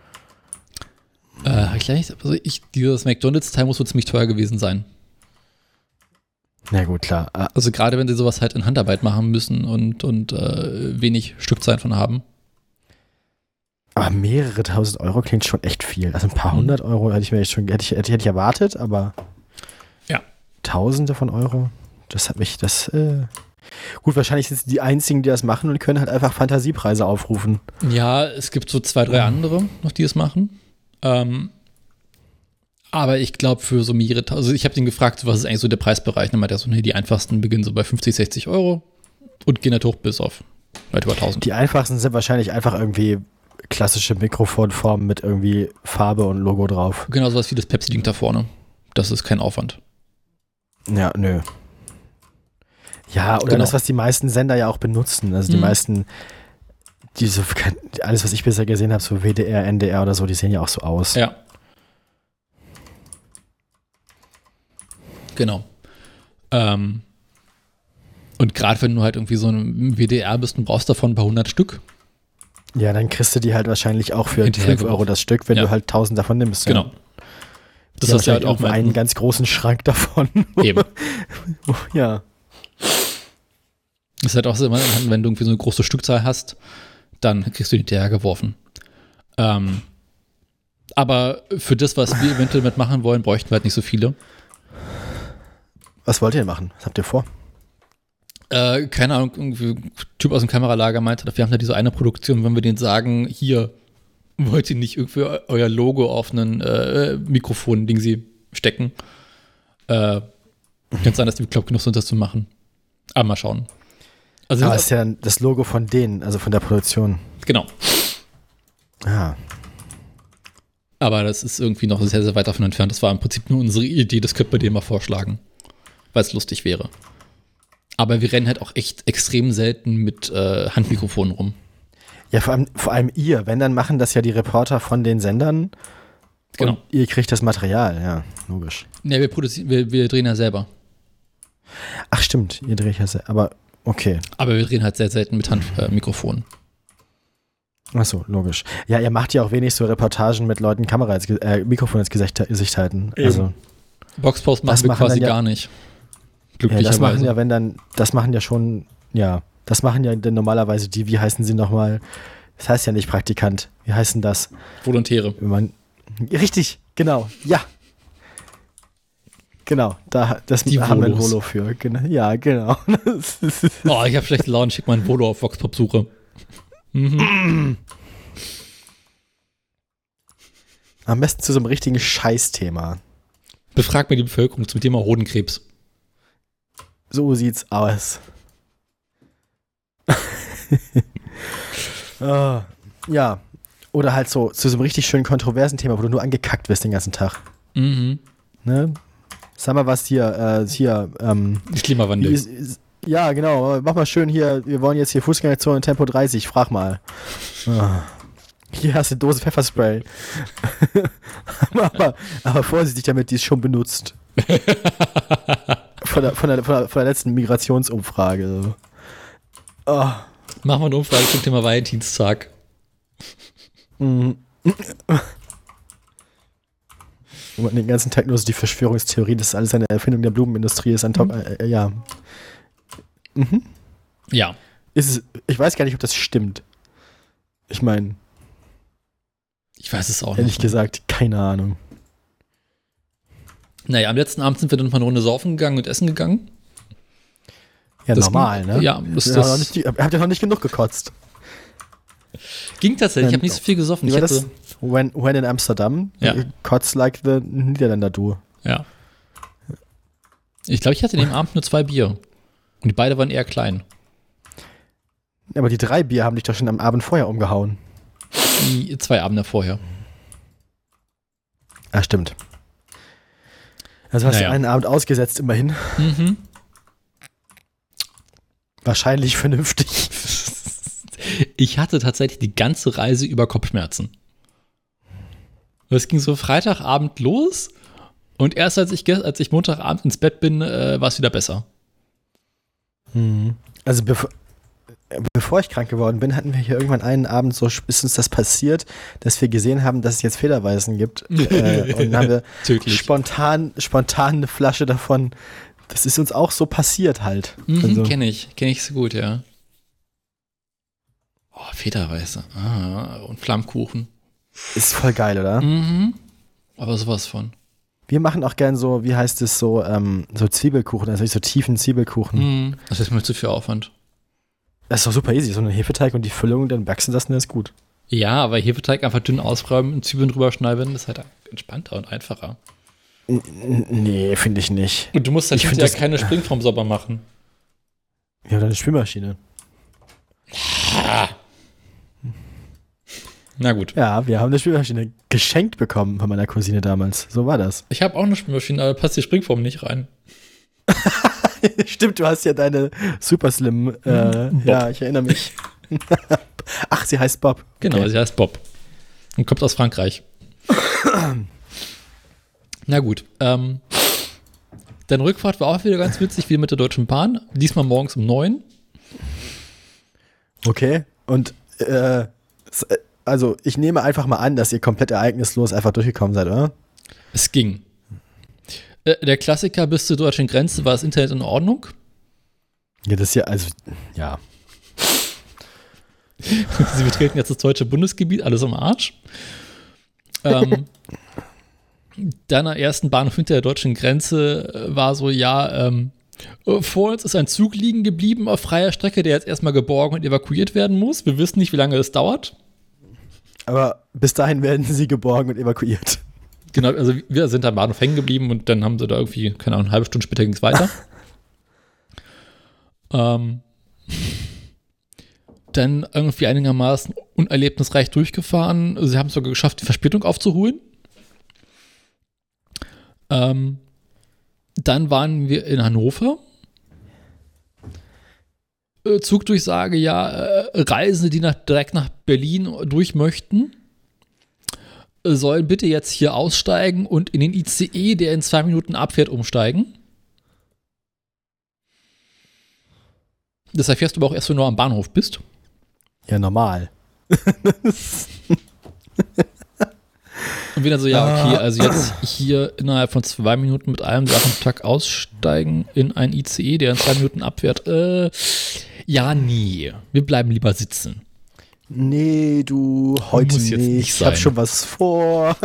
äh, ich, also ich, dieses McDonalds-Teil muss so ziemlich teuer gewesen sein. Na gut, klar. Ah, Also gerade wenn sie sowas halt in Handarbeit machen müssen und, und äh, wenig Stückzahlen von haben. Aber mehrere tausend Euro klingt schon echt viel. Also ein paar Mhm. hundert Euro hätte ich mir jetzt schon, hätte ich, hätte ich, hätte ich erwartet, aber Ja. Tausende von Euro, das hat mich, das, äh, gut, wahrscheinlich sind es die einzigen, die das machen und können halt einfach Fantasiepreise aufrufen. Ja, es gibt so zwei, drei andere noch, die es machen. Ähm, aber ich glaube für so mehrere, also ich habe den gefragt, so, was ist eigentlich so der Preisbereich? Dann meint er so, nee, die einfachsten beginnen so bei fünfzig, sechzig Euro und gehen halt hoch bis auf weit über tausend. Die einfachsten sind wahrscheinlich einfach irgendwie klassische Mikrofonformen mit irgendwie Farbe und Logo drauf. Genau sowas wie das Pepsi-Ding da vorne. Das ist kein Aufwand. Ja, nö. Ja, oder Genau. das, was die meisten Sender ja auch benutzen. Also die Mhm. meisten, diese, alles, was ich bisher gesehen habe, so W D R, N D R oder so, die sehen ja auch so aus. Ja. Genau. Ähm, und gerade wenn du halt irgendwie so ein W D R bist und brauchst davon ein paar hundert Stück. Ja, dann kriegst du die halt wahrscheinlich auch für Hinterher fünf geworfen. Euro das Stück, wenn Ja. du halt tausend davon nimmst. Genau. Ja. Das Die ist ja halt auch mal einen mein, ganz großen Schrank davon. eben. Ja. Das ist halt auch so immer, wenn du irgendwie so eine große Stückzahl hast, dann kriegst du die hinterher geworfen. Ähm, aber für das, was wir eventuell mitmachen wollen, bräuchten wir halt nicht so viele. Was wollt ihr denn machen? Was habt ihr vor? Äh, keine Ahnung, irgendwie ein Typ aus dem Kameralager meinte, wir haben da diese eine Produktion, wenn wir denen sagen, hier, wollt ihr nicht irgendwie eu- euer Logo auf einen äh, Mikrofon-Ding sie stecken? Äh, kann sein, dass die bekloppt genug sind, das zu machen. Aber mal schauen. Also Aber das es ist ja das Logo von denen, also von der Produktion. genau. Ah. Aber das ist irgendwie noch sehr, sehr weit davon entfernt. Das war im Prinzip nur unsere Idee, das könnte man denen mal vorschlagen, weil es lustig wäre. Aber wir rennen halt auch echt extrem selten mit äh, Handmikrofonen rum. Ja, vor allem, vor allem ihr. Wenn, dann machen das ja die Reporter von den Sendern. Genau. Und ihr kriegt das Material, ja, logisch. Ja, wir produzieren, wir, wir drehen ja selber. Ach stimmt, ihr dreht ja sehr, aber okay. Aber wir drehen halt sehr selten mit Handmikrofonen. Ach so, logisch. Ja, ihr macht ja auch wenig so Reportagen mit Leuten Kamera ins, Ge- äh, Mikrofon ins Gesicht, Gesicht halten. Eben. Also, Boxpost Das machen wir machen quasi dann ja- gar nicht. ja, das Glücklicherweise. machen ja, wenn dann, das machen ja schon, ja, das machen ja denn normalerweise die, wie heißen sie nochmal? Das heißt ja nicht Praktikant. Wie heißen das? Volontäre. Wenn man, richtig, genau, ja. Genau, da, das Die haben wir ein Volos. Volo für. Genau, ja, genau. Das ist- Oh, ich habe schlechte Laune, schick mal ein Volo auf Voxpop-Suche. Mhm. Am besten zu so einem richtigen Scheißthema. Befrag mal die Bevölkerung zum Thema Hodenkrebs. So sieht's aus. Ah. Ja. Oder halt so zu so einem richtig schönen kontroversen Thema, wo du nur angekackt wirst den ganzen Tag. Mhm. Ne? Sag mal was hier, äh, hier, ähm. Klimawandel. Ist, ist, ja, genau. Mach mal schön hier, wir wollen jetzt hier Fußgängerzone Tempo dreißig, frag mal. Ah. Hier hast du eine Dose Pfefferspray. aber, aber vorsichtig damit, die ist schon benutzt. von, der, von, der, von, der, von der letzten Migrationsumfrage. So. Oh. Machen wir eine Umfrage zum Thema Valentinstag. Mhm. Wo man den ganzen Tag nur so die Verschwörungstheorie, das ist alles eine Erfindung der Blumenindustrie ist, ein Top, Mhm. äh, äh, ja. Mhm. Ja. Ist es, ich weiß gar nicht, ob das stimmt. Ich meine, Ich weiß es auch ehrlich nicht. gesagt, keine Ahnung. Naja, am letzten Abend sind wir dann mal eine Runde saufen gegangen und essen gegangen. Ja, Das normal, ging, ne? Ja, das, Ihr das habt ja noch nicht, habt ja noch nicht genug gekotzt. ging tatsächlich. Ich Ähm, habe nicht so viel gesoffen. Wie Ich war das? hatte, When, when in Amsterdam, Ja. kotzt like the Niederländer du. ja. Ich glaube, ich hatte an dem Abend nur zwei Bier. Und die beide waren eher klein. Aber die drei Bier haben dich doch schon am Abend vorher umgehauen. Die zwei Abende vorher. Ah, stimmt. Also hast Naja. du einen Abend ausgesetzt, immerhin. Mhm. Wahrscheinlich vernünftig. Ich hatte tatsächlich die ganze Reise über Kopfschmerzen. Es ging so Freitagabend los und erst als ich, als ich Montagabend ins Bett bin, äh, war es wieder besser. Mhm. Also bevor, bevor ich krank geworden bin, hatten wir hier irgendwann einen Abend, so ist uns das passiert, dass wir gesehen haben, dass es jetzt Federweisen gibt. äh, und dann haben wir Tödlich. spontan, spontan eine Flasche davon. Das ist uns auch so passiert halt. Mhm, Also, kenne ich, kenne ich so gut, ja. Oh, Federweiße. Ah, und Flammkuchen. ist voll geil, oder? Mhm. Aber sowas von. Wir machen auch gern so, wie heißt es, so, ähm, so Zwiebelkuchen, also so tiefen Zwiebelkuchen. Mhm. Das ist mir zu viel Aufwand. Das ist doch super easy, so ein Hefeteig und die Füllung, dann backst du das und dann ist gut. Ja, aber Hefeteig einfach dünn ausräumen und Zwiebeln drüber schneiden, das ist halt entspannter und einfacher. N- n- Nee, finde ich nicht. Und du musst halt Ich find hinterher das- keine Springform sauber machen. Ja, oder eine Spülmaschine. Na gut. Ja, wir haben eine Spülmaschine geschenkt bekommen von meiner Cousine damals. So war das. Ich habe auch eine Spülmaschine, aber da passt die Springform nicht rein. Stimmt, du hast ja deine Super Slim. Äh, Bob. ja, ich erinnere mich. Ach, sie heißt Bob. Genau, Okay. sie heißt Bob. Und kommt aus Frankreich. Na gut. Ähm, deine Rückfahrt war auch wieder ganz witzig, wie mit der Deutschen Bahn. Diesmal morgens um neun. Okay. Und, äh, s- also ich nehme einfach mal an, dass ihr komplett ereignislos einfach durchgekommen seid, oder? Es ging. Äh, der Klassiker bis zur deutschen Grenze war das Internet in Ordnung. Ja, das ist ja, also, ja. Sie betreten jetzt das deutsche Bundesgebiet, alles am Arsch. Ähm, dann am ersten Bahnhof hinter der deutschen Grenze äh, war so, ja, ähm, äh, vor uns ist ein Zug liegen geblieben auf freier Strecke, der jetzt erstmal geborgen und evakuiert werden muss. Wir wissen nicht, wie lange das dauert. Aber bis dahin werden sie geborgen und evakuiert. Genau, also wir sind am Bahnhof hängen geblieben und dann haben sie da irgendwie, keine Ahnung, eine halbe Stunde später ging es weiter. ähm, dann irgendwie einigermaßen unerlebnisreich durchgefahren. Sie haben es sogar geschafft, die Verspätung aufzuholen. Ähm, dann waren wir in Hannover. Äh, Zugdurchsage, ja, äh, Reisende, die nach, direkt nach Berlin durch möchten, äh, sollen bitte jetzt hier aussteigen und in den I C E, der in zwei Minuten abfährt, umsteigen. Das erfährst du aber auch erst, wenn du am Bahnhof bist. Ja, normal. Und wir dann so, ja, okay, also jetzt hier innerhalb von zwei Minuten mit einem Sachen-Tag aussteigen in ein I C E, der in zwei Minuten abfährt. Äh, ja, nee. Wir bleiben lieber sitzen. Nee, du, heute Muss jetzt nicht. nicht Ich hab sein. schon was vor.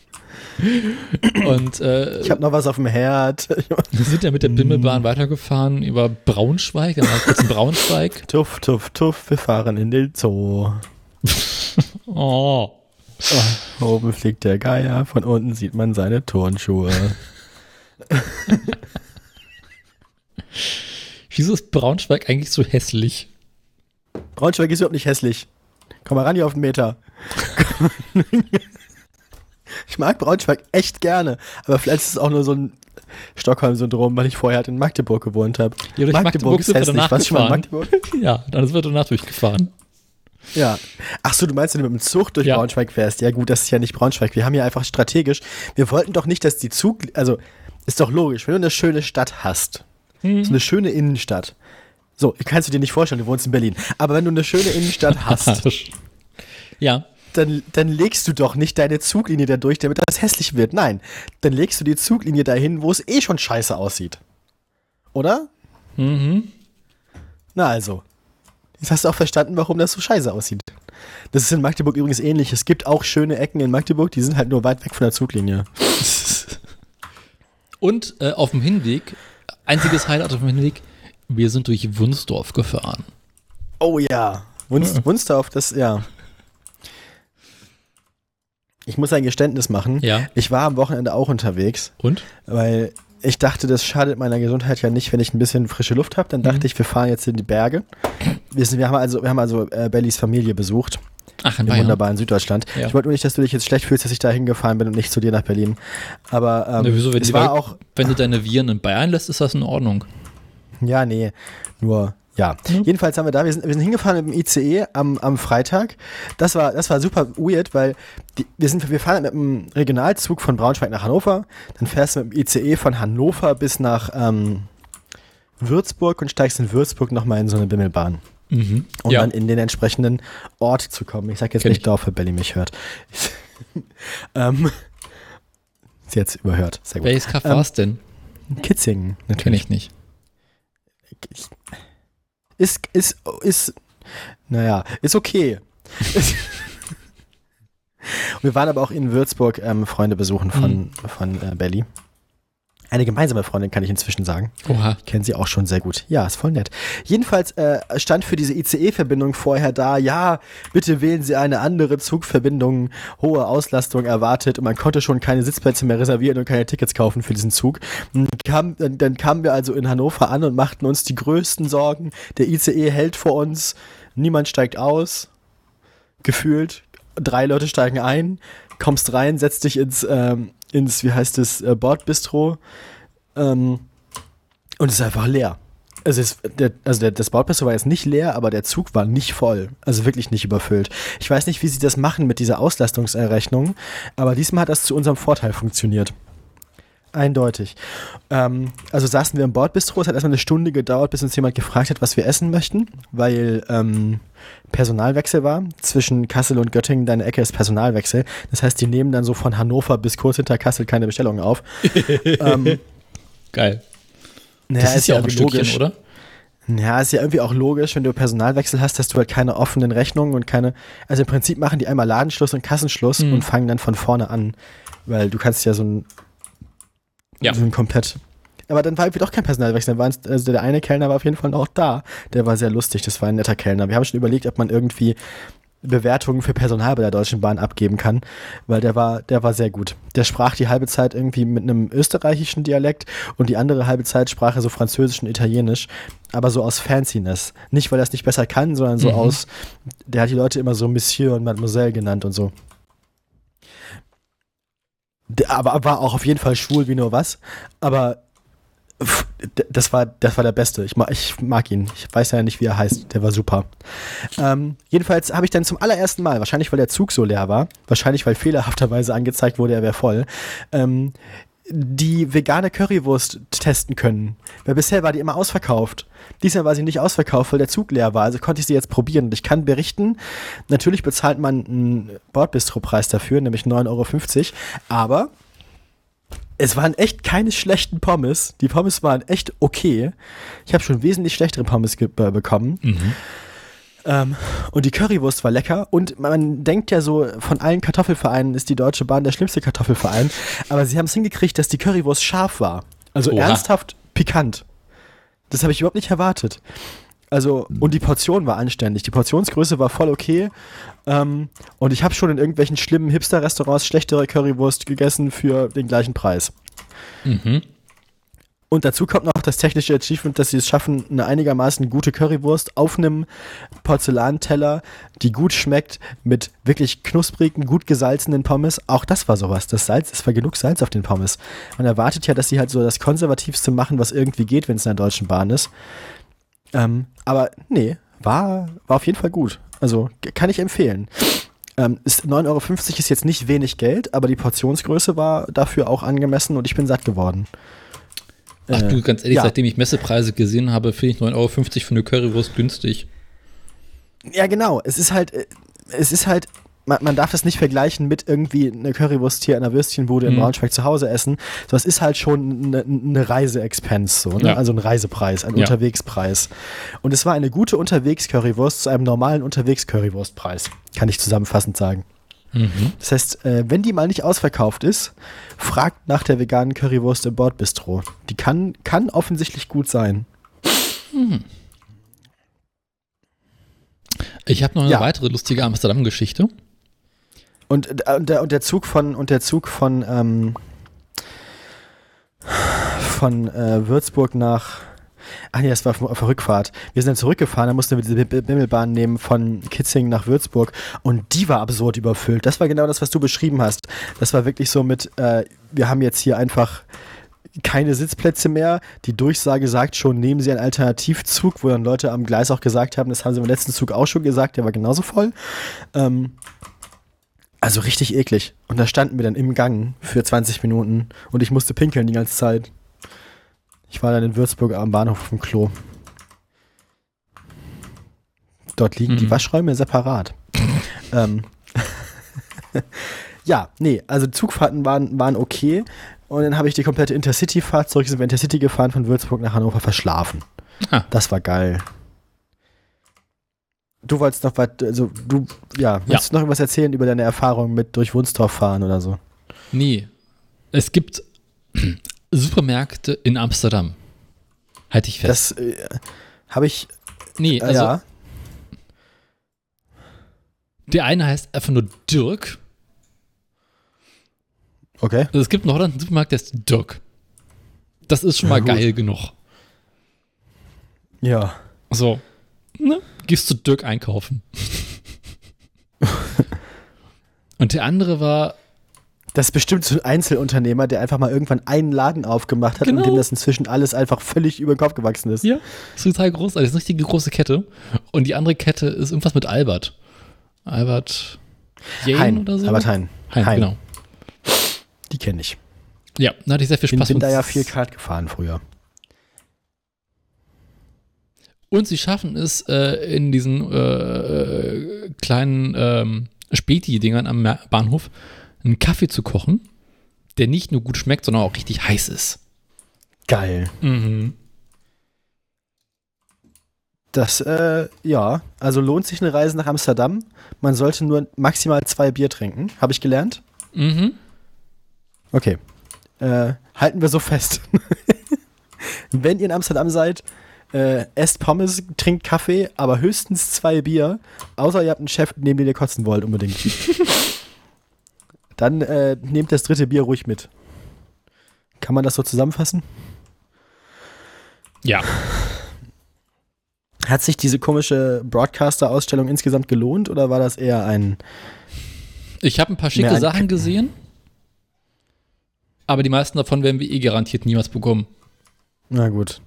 Und äh, Ich hab noch was auf dem Herd. wir sind ja mit der Bimmelbahn weitergefahren über Braunschweig, dann war ich kurz in Braunschweig. Tuff, tuff, tuff, wir fahren in den Zoo. Oh. Oh, oben fliegt der Geier, von unten sieht man seine Turnschuhe. Wieso ist Braunschweig eigentlich so hässlich? Braunschweig ist überhaupt nicht hässlich. Komm mal ran hier auf den Meter. Ich mag Braunschweig echt gerne, aber vielleicht ist es auch nur so ein Stockholm-Syndrom, weil ich vorher halt in Magdeburg gewohnt habe. Ja, durch Magdeburg, Magdeburg ist hässlich. Warst du schon mal in Magdeburg? Ja, dann wird danach durchgefahren. Ja. Achso, du meinst, wenn du mit dem Zug durch ja. Braunschweig fährst? Ja gut, das ist ja nicht Braunschweig. Wir haben ja einfach strategisch, wir wollten doch nicht, dass die Zug, also ist doch logisch, wenn du eine schöne Stadt hast, mhm. so eine schöne Innenstadt, so, kannst du dir nicht vorstellen, du wohnst in Berlin, aber wenn du eine schöne Innenstadt hast, ja. Dann, dann legst du doch nicht deine Zuglinie da durch, damit das hässlich wird. Nein, dann legst du die Zuglinie dahin, wo es eh schon scheiße aussieht. Oder? Mhm. Na also. Jetzt hast du auch verstanden, warum das so scheiße aussieht. Das ist in Magdeburg übrigens ähnlich. Es gibt auch schöne Ecken in Magdeburg, die sind halt nur weit weg von der Zuglinie. Und äh, auf dem Hinweg, einziges Highlight auf dem Hinweg, wir sind durch Wunsdorf gefahren. Oh ja, Wunst, Wunsdorf, das, ja. Ich muss ein Geständnis machen. Ja. Ich war am Wochenende auch unterwegs. Und? Weil ich dachte, das schadet meiner Gesundheit ja nicht, wenn ich ein bisschen frische Luft habe. Dann dachte mhm. ich, wir fahren jetzt in die Berge. Wir, sind, wir haben also, wir haben also äh, Bellys Familie besucht. Ach, im Bayern. wunderbaren Süddeutschland. Ja. Ich wollte nur nicht, dass du dich jetzt schlecht fühlst, dass ich da hingefahren bin und nicht zu dir nach Berlin. Aber ähm, Na, wieso, wenn es die war Welt, auch... Wenn du deine Viren in Bayern lässt, ist das in Ordnung. Ja, nee, nur... Ja, mhm. jedenfalls haben wir da, wir sind, wir sind hingefahren mit dem I C E am, am Freitag. Das war, das war super weird, weil die, wir, sind, wir fahren mit dem Regionalzug von Braunschweig nach Hannover. Dann fährst du mit dem I C E von Hannover bis nach ähm, Würzburg und steigst in Würzburg nochmal in so eine Bimmelbahn. Mhm. Um ja. dann in den entsprechenden Ort zu kommen. Ich sag jetzt Kenn nicht ich. Dorf, weil Belly mich hört. ähm, sie hat's überhört. Sehr gut. Welches Kaff ähm, war es denn? Kitzingen, natürlich. Kenn ich nicht. Ich, Ist, ist, ist, naja, ist okay. Wir waren aber auch in Würzburg ähm, Freunde besuchen von, mhm. von äh, Belly. Eine gemeinsame Freundin, kann ich inzwischen sagen. Oha. Kennen sie auch schon sehr gut. Ja, ist voll nett. Jedenfalls äh, stand für diese I C E-Verbindung vorher da, ja, bitte wählen Sie eine andere Zugverbindung, hohe Auslastung erwartet, und man konnte schon keine Sitzplätze mehr reservieren und keine Tickets kaufen für diesen Zug. Und kam, dann, dann kamen wir also in Hannover an und machten uns die größten Sorgen. Der I C E hält vor uns, niemand steigt aus, gefühlt, drei Leute steigen ein, kommst rein, setzt dich ins, ähm, ins, wie heißt es, äh, Bordbistro, ähm, und es ist einfach leer. Also, es, der, also der, das Bordbistro war jetzt nicht leer, aber der Zug war nicht voll. Also wirklich nicht überfüllt. Ich weiß nicht, wie sie das machen mit dieser Auslastungserrechnung, aber diesmal hat das zu unserem Vorteil funktioniert. Eindeutig. Ähm, also saßen wir im Bordbistro, es hat erstmal eine Stunde gedauert, bis uns jemand gefragt hat, was wir essen möchten, weil ähm, Personalwechsel war. Zwischen Kassel und Göttingen, deine Ecke ist Personalwechsel. Das heißt, die nehmen dann so von Hannover bis kurz hinter Kassel keine Bestellungen auf. ähm, Geil. Naja, das ist, ist ja auch ein Stückchen, logisch. Oder? Ja, ist ja irgendwie auch logisch, wenn du Personalwechsel hast, dass du halt keine offenen Rechnungen und keine, also im Prinzip machen die einmal Ladenschluss und Kassenschluss mhm. und fangen dann von vorne an, weil du kannst ja so ein Ja. So ein komplett. Aber dann war irgendwie doch kein Personalwechsel. Dann waren, also der eine Kellner war auf jeden Fall noch da. Der war sehr lustig. Das war ein netter Kellner. Wir haben schon überlegt, ob man irgendwie Bewertungen für Personal bei der Deutschen Bahn abgeben kann, weil der war, der war sehr gut. Der sprach die halbe Zeit irgendwie mit einem österreichischen Dialekt und die andere halbe Zeit sprach er so Französisch und Italienisch, aber so aus Fanciness. Nicht, weil er es nicht besser kann, sondern so mhm. aus, der hat die Leute immer so Monsieur und Mademoiselle genannt und so. Der, aber war auch auf jeden Fall schwul wie nur was. Aber pff, das war, das war der Beste. Ich mag, ich mag ihn. Ich weiß ja nicht, wie er heißt. Der war super. Ähm, jedenfalls habe ich dann zum allerersten Mal, wahrscheinlich weil der Zug so leer war, wahrscheinlich weil fehlerhafterweise angezeigt wurde, er wäre voll, ähm, die vegane Currywurst testen können. Weil bisher war die immer ausverkauft. Diesmal war sie nicht ausverkauft, weil der Zug leer war. Also konnte ich sie jetzt probieren. Und ich kann berichten, natürlich bezahlt man einen Bordbistro-Preis dafür, nämlich neun Euro fünfzig. Aber es waren echt keine schlechten Pommes. Die Pommes waren echt okay. Ich habe schon wesentlich schlechtere Pommes ge- bekommen. Mhm. Ähm, und die Currywurst war lecker. Und man denkt ja so, von allen Kartoffelvereinen ist die Deutsche Bahn der schlimmste Kartoffelverein. Aber sie haben es hingekriegt, dass die Currywurst scharf war. Also Oha. ernsthaft pikant. Das habe ich überhaupt nicht erwartet. Also, und die Portion war anständig. Die Portionsgröße war voll okay. Ähm, und ich habe schon in irgendwelchen schlimmen Hipster-Restaurants schlechtere Currywurst gegessen für den gleichen Preis. Mhm. Und dazu kommt noch, das technische Achievement, dass sie es schaffen, eine einigermaßen gute Currywurst auf einem Porzellanteller, die gut schmeckt, mit wirklich knusprigen, gut gesalzenen Pommes. Auch das war sowas. Das Salz, es war genug Salz auf den Pommes. Man erwartet ja, dass sie halt so das Konservativste machen, was irgendwie geht, wenn es in der Deutschen Bahn ist. Ähm, aber nee, war, war auf jeden Fall gut. Also kann ich empfehlen. Ähm, ist neun Euro fünfzig ist jetzt nicht wenig Geld, aber die Portionsgröße war dafür auch angemessen und ich bin satt geworden. Ach du, ganz ehrlich, ja. seitdem ich Messepreise gesehen habe, finde ich neun Euro fünfzig für eine Currywurst günstig. Ja, genau. Es ist halt, es ist halt, man, man darf das nicht vergleichen mit irgendwie einer Currywurst hier an der Würstchenbude in Mhm. Braunschweig zu Hause essen. So, es ist halt schon eine, eine Reise-Expense, so, ne? Ja. Also ein Reisepreis, ein Ja. Unterwegspreis. Und es war eine gute Unterwegs-Currywurst zu einem normalen Unterwegs-Currywurstpreis, kann ich zusammenfassend sagen. Mhm. Das heißt, äh, wenn die mal nicht ausverkauft ist, fragt nach der veganen Currywurst im Bordbistro. Die kann, kann offensichtlich gut sein. Ich habe noch eine Ja. weitere lustige Amsterdam-Geschichte. Und, äh, und, der, und der Zug von, und der Zug von, ähm, von äh, Würzburg nach, ach nee, das war auf, auf der Rückfahrt. Wir sind dann zurückgefahren, dann mussten wir diese Bim- Bimmelbahn nehmen von Kitzingen nach Würzburg und die war absurd überfüllt. Das war genau das, was du beschrieben hast. Das war wirklich so mit, äh, wir haben jetzt hier einfach keine Sitzplätze mehr. Die Durchsage sagt schon, nehmen Sie einen Alternativzug, wo dann Leute am Gleis auch gesagt haben, das haben sie im letzten Zug auch schon gesagt, der war genauso voll. Ähm, also richtig eklig. Und da standen wir dann im Gang für zwanzig Minuten und ich musste pinkeln die ganze Zeit. Ich war dann in Würzburg am Bahnhof auf dem Klo. Dort liegen Mhm. die Waschräume separat. ähm. Ja, nee, also Zugfahrten waren, waren okay. Und dann habe ich die komplette Intercity-Fahrt, zurück sind wir Intercity gefahren, von Würzburg nach Hannover verschlafen. Ah. Das war geil. Du wolltest noch was, also du, ja, willst du noch was erzählen über deine Erfahrung mit durch Wunstorf fahren oder so? Nee. Es gibt Supermärkte in Amsterdam. Halte ich fest. Das äh, habe ich, nee, äh, also ja, der eine heißt einfach nur Dirk. okay. Also es gibt in Holland einen Supermarkt, der ist Dirk. Das ist schon Ja, mal gut. geil genug. Ja. So, ne? Gehst zu Dirk einkaufen. Und der andere war, Das ist bestimmt so ein Einzelunternehmer, der einfach mal irgendwann einen Laden aufgemacht hat Genau. und dem das inzwischen alles einfach völlig über den Kopf gewachsen ist. ja, ist total großartig. Das ist eine richtige große Kette. Und die andere Kette ist irgendwas mit Albert. Albert Jane Hein, oder so? Albert Hein. Hein, Hein. genau. Die kenne ich. Ja, da hatte ich sehr viel Bin, Spaß bin mit. da ja viel Kart gefahren früher. Und sie schaffen es, äh, in diesen äh, kleinen ähm, Späti-Dingern am Ma- Bahnhof einen Kaffee zu kochen, der nicht nur gut schmeckt, sondern auch richtig heiß ist. Geil. Mhm. Das, äh, ja, also lohnt sich eine Reise nach Amsterdam. Man sollte nur maximal zwei Bier trinken, habe ich gelernt. Mhm. Okay. Äh, halten wir so fest. Wenn ihr in Amsterdam seid, äh, esst Pommes, trinkt Kaffee, aber höchstens zwei Bier, außer ihr habt einen Chef, neben dem ihr kotzen wollt, unbedingt. Dann äh, nehmt das dritte Bier ruhig mit. Kann man das so zusammenfassen? Ja. Hat sich diese komische Broadcaster-Ausstellung insgesamt gelohnt oder war das eher ein... Ich habe ein paar schicke Mehr ein Sachen K- gesehen, aber die meisten davon werden wir eh garantiert niemals bekommen. Na gut.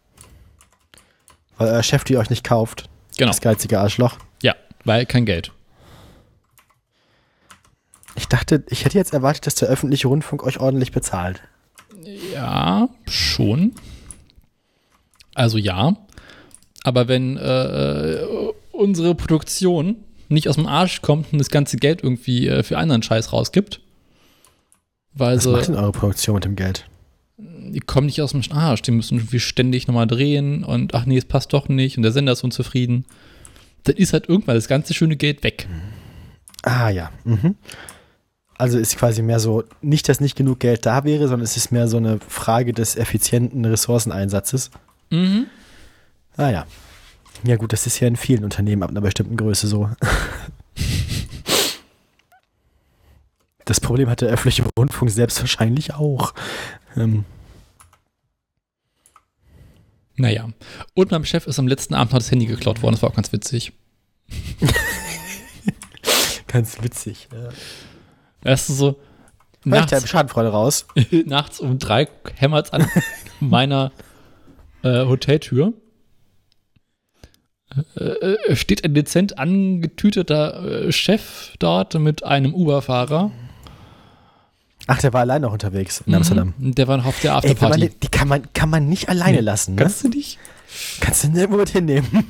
Weil euer Chef die euch nicht kauft. Genau. Das geizige Arschloch. Ja, weil kein Geld. Ich dachte, ich hätte jetzt erwartet, dass der öffentliche Rundfunk euch ordentlich bezahlt. Ja, schon. Also ja. Aber wenn äh, unsere Produktion nicht aus dem Arsch kommt und das ganze Geld irgendwie äh, für anderen Scheiß rausgibt, weil Was sie, macht denn eure Produktion mit dem Geld? die kommen nicht aus dem Arsch, die müssen irgendwie ständig nochmal drehen und ach nee, es passt doch nicht und der Sender ist unzufrieden. Dann ist halt irgendwann das ganze schöne Geld weg. Ah ja. Mhm. Also ist quasi mehr so, nicht, dass nicht genug Geld da wäre, sondern es ist mehr so eine Frage des effizienten Ressourceneinsatzes. Mhm. Ah ja. Ja gut, das ist ja in vielen Unternehmen ab einer bestimmten Größe so. Das Problem hat der öffentliche Rundfunk selbst wahrscheinlich auch. Ähm. Naja. Und meinem Chef ist am letzten Abend noch das Handy geklaut worden. Das war auch ganz witzig. Ganz witzig, ja. Erst so Nachts, nachts, Schadenfreude raus. nachts um drei hämmert es an meiner äh, Hoteltür. Äh, äh, steht ein dezent angetüteter äh, Chef dort mit einem Uber-Fahrer. Ach, der war allein noch unterwegs in Amsterdam. Mhm. Der war noch auf der Ey, wenn Afterparty. man, die kann man, kann man nicht alleine Nee. lassen, ne? Kannst du nicht? Kannst du nirgendwo mit hinnehmen.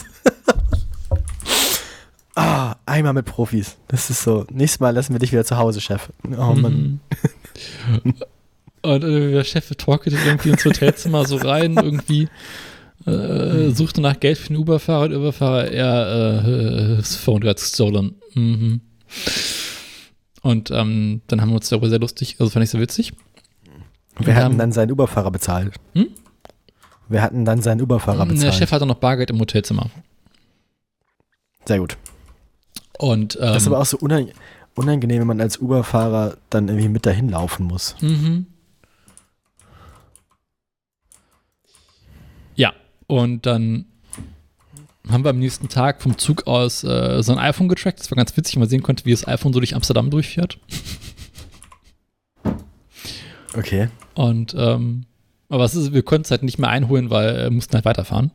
Ah, einmal mit Profis. Das ist so. Nächstes Mal lassen wir dich wieder zu Hause, Chef. Oh Mann. Mhm. Und äh, der Chef torkelte irgendwie ins Hotelzimmer so rein, irgendwie äh, suchte nach Geld für den Uber-Fahrer. Der Uber-Fahrer, er, äh, his phone got stolen. Mhm. Und ähm, dann haben wir uns darüber sehr lustig, also fand ich sehr witzig. Wer hat haben- denn dann seinen Uberfahrer bezahlt? Hm? Wer hat denn dann seinen Uberfahrer bezahlt? Der Chef hatte noch Bargeld im Hotelzimmer. Sehr gut. Und ähm, Das ist aber auch so unang- unangenehm, wenn man als Uberfahrer dann irgendwie mit dahin laufen muss. mhm. Ja, und dann haben wir am nächsten Tag vom Zug aus äh, so ein iPhone getrackt. Das war ganz witzig, weil man sehen konnte, wie das iPhone so durch Amsterdam durchfährt. Okay. Und ähm, aber es ist, wir konnten es halt nicht mehr einholen, weil wir mussten halt weiterfahren.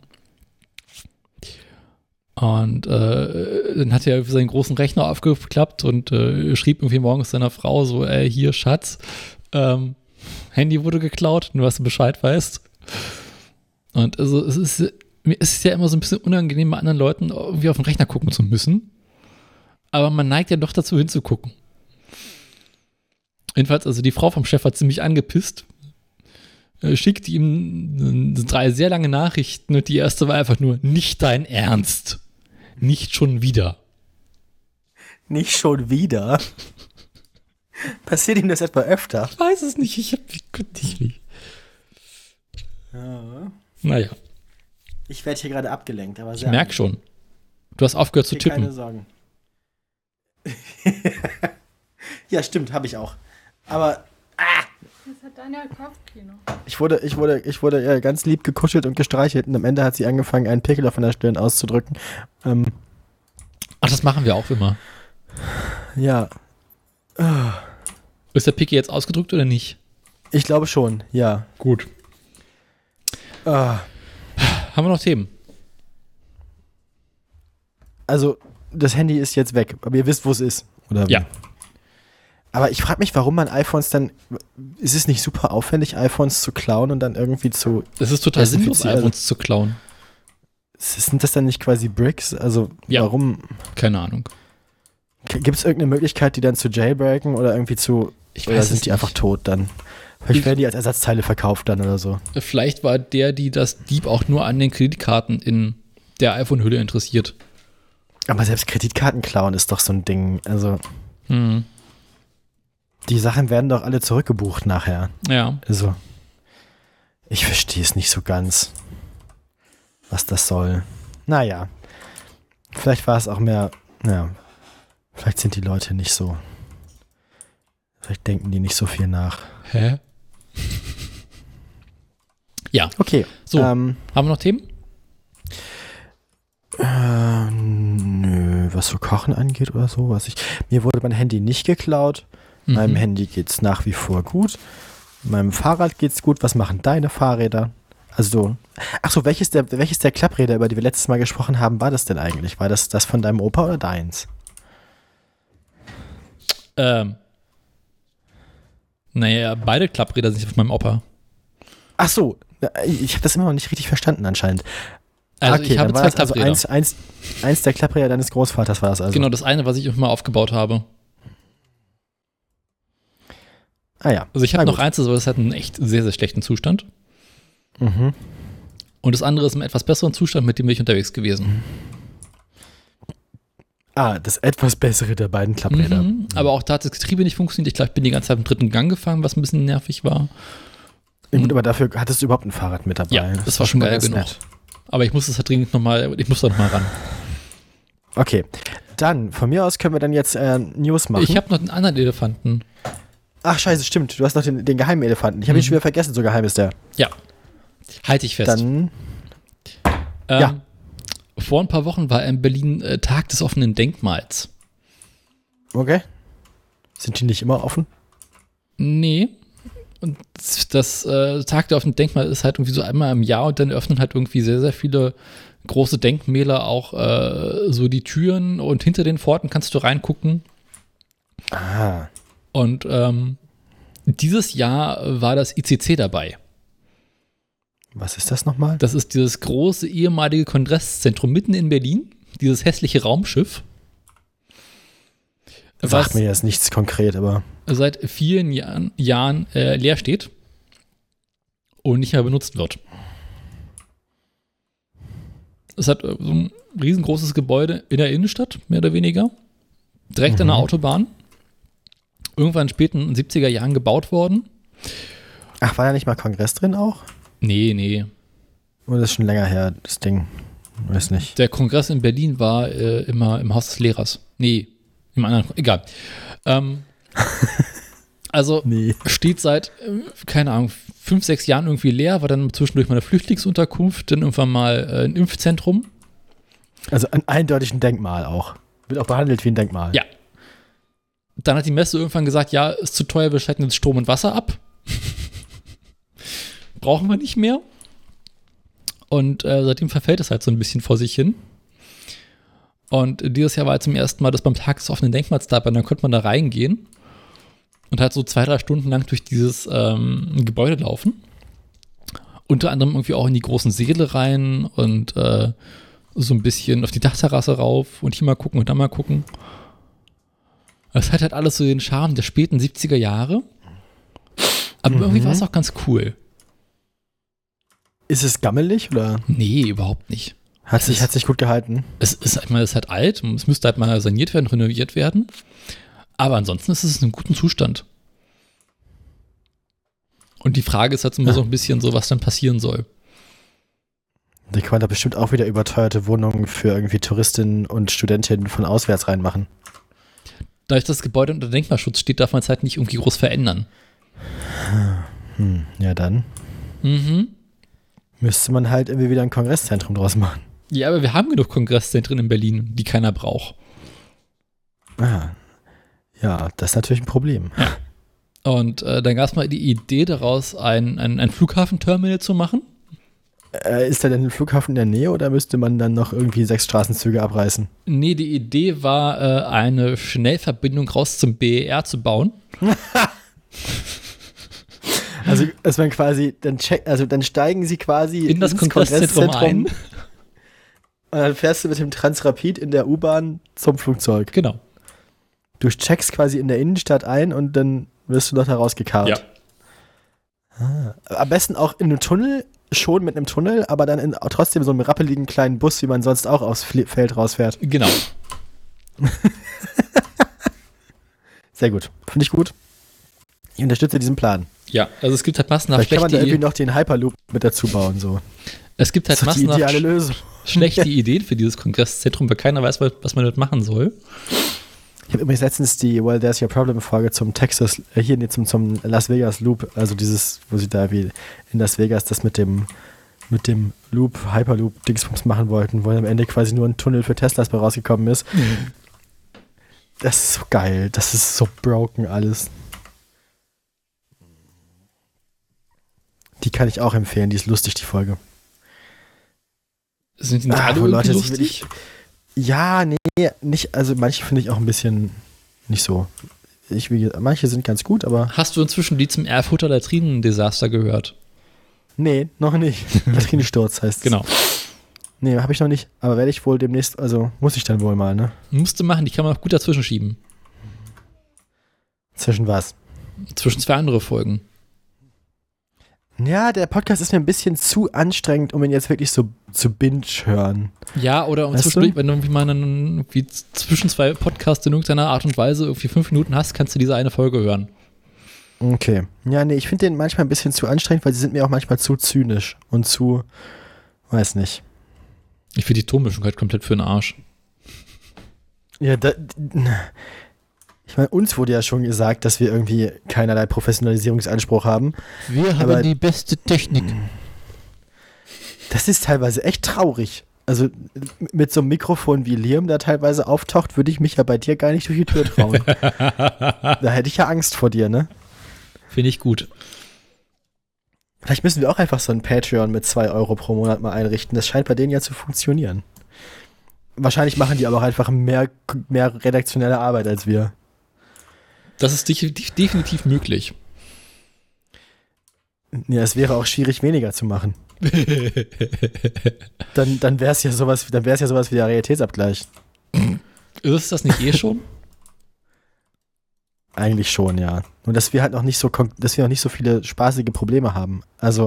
Und äh, dann hat er seinen großen Rechner aufgeklappt und äh, schrieb irgendwie morgens seiner Frau so, ey, hier, Schatz, ähm, Handy wurde geklaut, nur dass du Bescheid weißt. Und also es ist, mir ist es ja immer so ein bisschen unangenehm, bei anderen Leuten irgendwie auf den Rechner gucken zu müssen. Aber man neigt ja doch dazu hinzugucken. Jedenfalls, also die Frau vom Chef war ziemlich angepisst. Äh, Schickte ihm äh, drei sehr lange Nachrichten und die erste war einfach nur, nicht dein Ernst. Nicht schon wieder. Nicht schon wieder. Passiert ihm das etwa öfter? Ich weiß es nicht, ich hab, ich könnte dich nicht. Ja. Naja, Ich werde hier gerade abgelenkt, aber ich sehr merke schon. Du hast aufgehört zu Dir keine tippen. Sorgen. Ja, stimmt, habe ich auch. Aber Das hat Daniel Kopfkino. ich wurde, ich wurde, ich wurde ja, ganz lieb gekuschelt und gestreichelt und am Ende hat sie angefangen, einen Pickel auf einer Stirn auszudrücken. Ähm, Ach, das machen wir auch immer. ja, Ist der Picke jetzt ausgedrückt oder nicht? ich glaube schon, ja. Gut. Ah, Haben wir noch Themen? also, das Handy ist jetzt weg, aber ihr wisst, wo es ist. Oder wie? Ja. Aber ich frage mich, warum man iPhones dann. Ist es nicht super aufwendig, iPhones zu klauen und dann irgendwie zu. Es ist total sinnlos, Desinfizieren. iPhones zu klauen. Sind das dann nicht quasi Bricks? Also, Ja. warum? Keine Ahnung. Gibt es irgendeine Möglichkeit, die dann zu jailbreaken oder irgendwie zu. Ich Oder weiß sind es die nicht. einfach tot dann? Vielleicht Ich- werden die als Ersatzteile verkauft dann oder so. Vielleicht war der, die das Dieb auch nur an den Kreditkarten in der iPhone-Hülle interessiert. Aber selbst Kreditkarten klauen ist doch so ein Ding. Also, Hm. die Sachen werden doch alle zurückgebucht nachher. Ja. Also, ich verstehe es nicht so ganz, was das soll. Naja, vielleicht war es auch mehr, ja, vielleicht sind die Leute nicht so, vielleicht denken die nicht so viel nach. Hä? Ja. Okay, So, ähm, haben wir noch Themen? äh, nö, was so Kochen angeht oder so, was ich, mir wurde mein Handy nicht geklaut, meinem Mhm. Handy geht's nach wie vor gut, meinem Fahrrad geht's gut, was machen deine Fahrräder? Also, ach so, welches der, welches der Klappräder, über die wir letztes Mal gesprochen haben, war das denn eigentlich? War das das von deinem Opa oder deins? Ähm. Naja, beide Klappräder sind auf meinem Opa. Ach so, ich habe das immer noch nicht richtig verstanden anscheinend. Also okay, ich habe dann war zwei das also Klappräder. eins, eins, eins der Klappräder deines Großvaters war das also. Genau, das eine, was ich immer aufgebaut habe. Ah ja. Also ich habe Na noch gut. eins, aber das hat einen echt sehr, sehr schlechten Zustand. Mhm. Und das andere ist im etwas besseren Zustand, mit dem bin ich unterwegs gewesen. Ah, das etwas bessere der beiden Klappräder. Mhm. Aber auch da hat das Getriebe nicht funktioniert. Ich glaube, ich bin die ganze Zeit im dritten Gang gefahren, was ein bisschen nervig war. Ja, gut, aber dafür hattest du überhaupt ein Fahrrad mit dabei. Ja, das war schon mal geil ganz genug. nett. Aber ich muss das halt dringend nochmal, ich muss da nochmal ran. Okay, dann von mir aus können wir dann jetzt äh, News machen. Ich habe noch einen anderen Elefanten. Ach scheiße, stimmt. Du hast noch den, den geheimen Elefanten. Ich habe Mhm. ihn schon wieder vergessen, so geheim ist der. Ja. Halte ich fest. Dann, ähm, ja. Vor ein paar Wochen war in Berlin äh, Tag des offenen Denkmals. okay. Sind die nicht immer offen? Nee. Und das, das äh, Tag der offenen Denkmal ist halt irgendwie so einmal im Jahr und dann öffnen halt irgendwie sehr, sehr viele große Denkmäler auch äh, so die Türen und hinter den Pforten kannst du reingucken. Ah. Und ähm, dieses Jahr war das I C C dabei. Was ist das nochmal? Das ist dieses große ehemalige Kongresszentrum mitten in Berlin, dieses hässliche Raumschiff. Sagt Was mir jetzt nichts konkret, aber. seit vielen Jahren, Jahren äh, leer steht und nicht mehr benutzt wird. Es hat äh, so ein riesengroßes Gebäude in der Innenstadt, mehr oder weniger, direkt an der Autobahn. Irgendwann in späten siebziger Jahren gebaut worden. Ach, war da nicht mal Kongress drin auch? Nee, nee. Oder ist schon länger her, das Ding? Weiß nicht. Der Kongress in Berlin war äh, immer im Haus des Lehrers. Nee, im anderen, egal. Ähm, also Nee. steht seit, äh, keine Ahnung, fünf, sechs Jahren irgendwie leer, war dann zwischendurch mal eine Flüchtlingsunterkunft, dann irgendwann mal äh, ein Impfzentrum. Also ein eindeutig ein Denkmal auch. Wird auch behandelt wie ein Denkmal. Ja. Dann hat die Messe irgendwann gesagt, ja, ist zu teuer, wir schalten jetzt Strom und Wasser ab. Brauchen wir nicht mehr. Und äh, seitdem verfällt es halt so ein bisschen vor sich hin. Und dieses Jahr war halt zum ersten Mal das beim Tag des offenen Denkmals da, und dann konnte man da reingehen und halt so zwei, drei Stunden lang durch dieses ähm, Gebäude laufen. Unter anderem irgendwie auch in die großen Säle rein und äh, so ein bisschen auf die Dachterrasse rauf und hier mal gucken und da mal gucken. Das hat halt alles so den Charme der späten siebziger Jahre. Aber Mhm. irgendwie war es auch ganz cool. Ist es gammelig oder Nee, überhaupt nicht. hat Es sich, ist- hat sich gut gehalten? Es ist, ich meine, es ist halt alt, es müsste halt mal saniert werden, renoviert werden. Aber ansonsten ist es in einem guten Zustand. Und die Frage ist jetzt immer Ja. so ein bisschen so, was dann passieren soll. Die kann man da bestimmt auch wieder überteuerte Wohnungen für irgendwie Touristinnen und Studentinnen von auswärts reinmachen. Dadurch, dass das Gebäude unter Denkmalschutz steht, darf man es halt nicht irgendwie groß verändern. Hm, ja dann Mhm. müsste man halt irgendwie wieder ein Kongresszentrum draus machen. Ja, aber wir haben genug Kongresszentren in Berlin, die keiner braucht. Ah. Ja, das ist natürlich ein Problem. Und äh, dann gab es mal die Idee daraus, ein, ein, ein Flughafenterminal zu machen. Äh, ist da denn ein Flughafen in der Nähe oder müsste man dann noch irgendwie sechs Straßenzüge abreißen? Nee, die Idee war, äh, eine Schnellverbindung raus zum B E R zu bauen. Also, dass man quasi, dann check, also dann steigen sie quasi In das ins Kongresszentrum ein. Und dann fährst du mit dem Transrapid in der U-Bahn zum Flugzeug. Genau. Du checkst quasi in der Innenstadt ein und dann wirst du noch da rausgekarrt. Ah. Am besten auch in einem Tunnel, schon mit einem Tunnel, aber dann in trotzdem so einem rappeligen kleinen Bus, wie man sonst auch aufs Fl- Feld rausfährt. Genau. Sehr gut. Finde ich gut. Ich unterstütze diesen Plan. Ja, also es gibt halt massenhaft Vielleicht kann man da schlechte, irgendwie noch den Hyperloop mit dazu bauen. So. es gibt halt Das ist doch die massenhaft ideale Lösung. schlechte Ideen für dieses Kongresszentrum, weil keiner weiß, was man dort machen soll. Ich habe übrigens letztens die Well, There's Your Problem-Folge zum Texas, äh, hier nee, zum, zum Las Vegas Loop, also dieses, wo sie da wie in Las Vegas das mit dem mit dem Loop, Hyperloop-Dingsbums machen wollten, wo am Ende quasi nur ein Tunnel für Teslas bei rausgekommen ist. Das ist so geil. Das ist so broken alles. Die kann ich auch empfehlen. Die ist lustig, die Folge. Sind die nicht Ah, alle wo irgendwie Leute sich lustig? wirklich- Ja, nee, nicht. Also manche finde ich auch ein bisschen nicht so. Ich, wie, gesagt, manche sind ganz gut, aber Hast du inzwischen die zum Erfurter Latrinendesaster gehört? nee, noch nicht. Latrinensturz heißt es. Genau. Nee, habe ich noch nicht. Aber werde ich wohl demnächst, also muss ich dann wohl mal, ne? Musste machen, die kann man auch gut dazwischen schieben. Zwischen was? Zwischen zwei andere Folgen. Ja, der Podcast ist mir ein bisschen zu anstrengend, um ihn jetzt wirklich so zu binge hören. Ja, oder Weißt zwischendurch, du? wenn du irgendwie mal einen, irgendwie zwischen zwei Podcasts in irgendeiner Art und Weise irgendwie fünf Minuten hast, kannst du diese eine Folge hören. Okay. Ja, nee, ich finde den manchmal ein bisschen zu anstrengend, weil sie sind mir auch manchmal zu zynisch und zu, weiß nicht. Ich finde die Tonmischung halt komplett für den Arsch. Ja, da, ich meine, uns wurde ja schon gesagt, dass wir irgendwie keinerlei Professionalisierungsanspruch haben. Wir haben Aber- die beste Technik. Das ist teilweise echt traurig. Also mit so einem Mikrofon wie Liam da teilweise auftaucht, würde ich mich ja bei dir gar nicht durch die Tür trauen. Da hätte ich ja Angst vor dir, ne? Finde ich gut. Vielleicht müssen wir auch einfach so ein Patreon mit zwei Euro pro Monat mal einrichten. Das scheint bei denen ja zu funktionieren. Wahrscheinlich machen die aber auch einfach mehr, mehr redaktionelle Arbeit als wir. Das ist definitiv, definitiv möglich. Ja, es wäre auch schwierig, weniger zu machen. Dann, dann wäre es ja sowas, dann wäre es ja sowas wie der Realitätsabgleich. Ist das nicht eh schon? Eigentlich schon, ja. Nur dass wir halt noch nicht so, dass wir noch nicht so viele spaßige Probleme haben. Also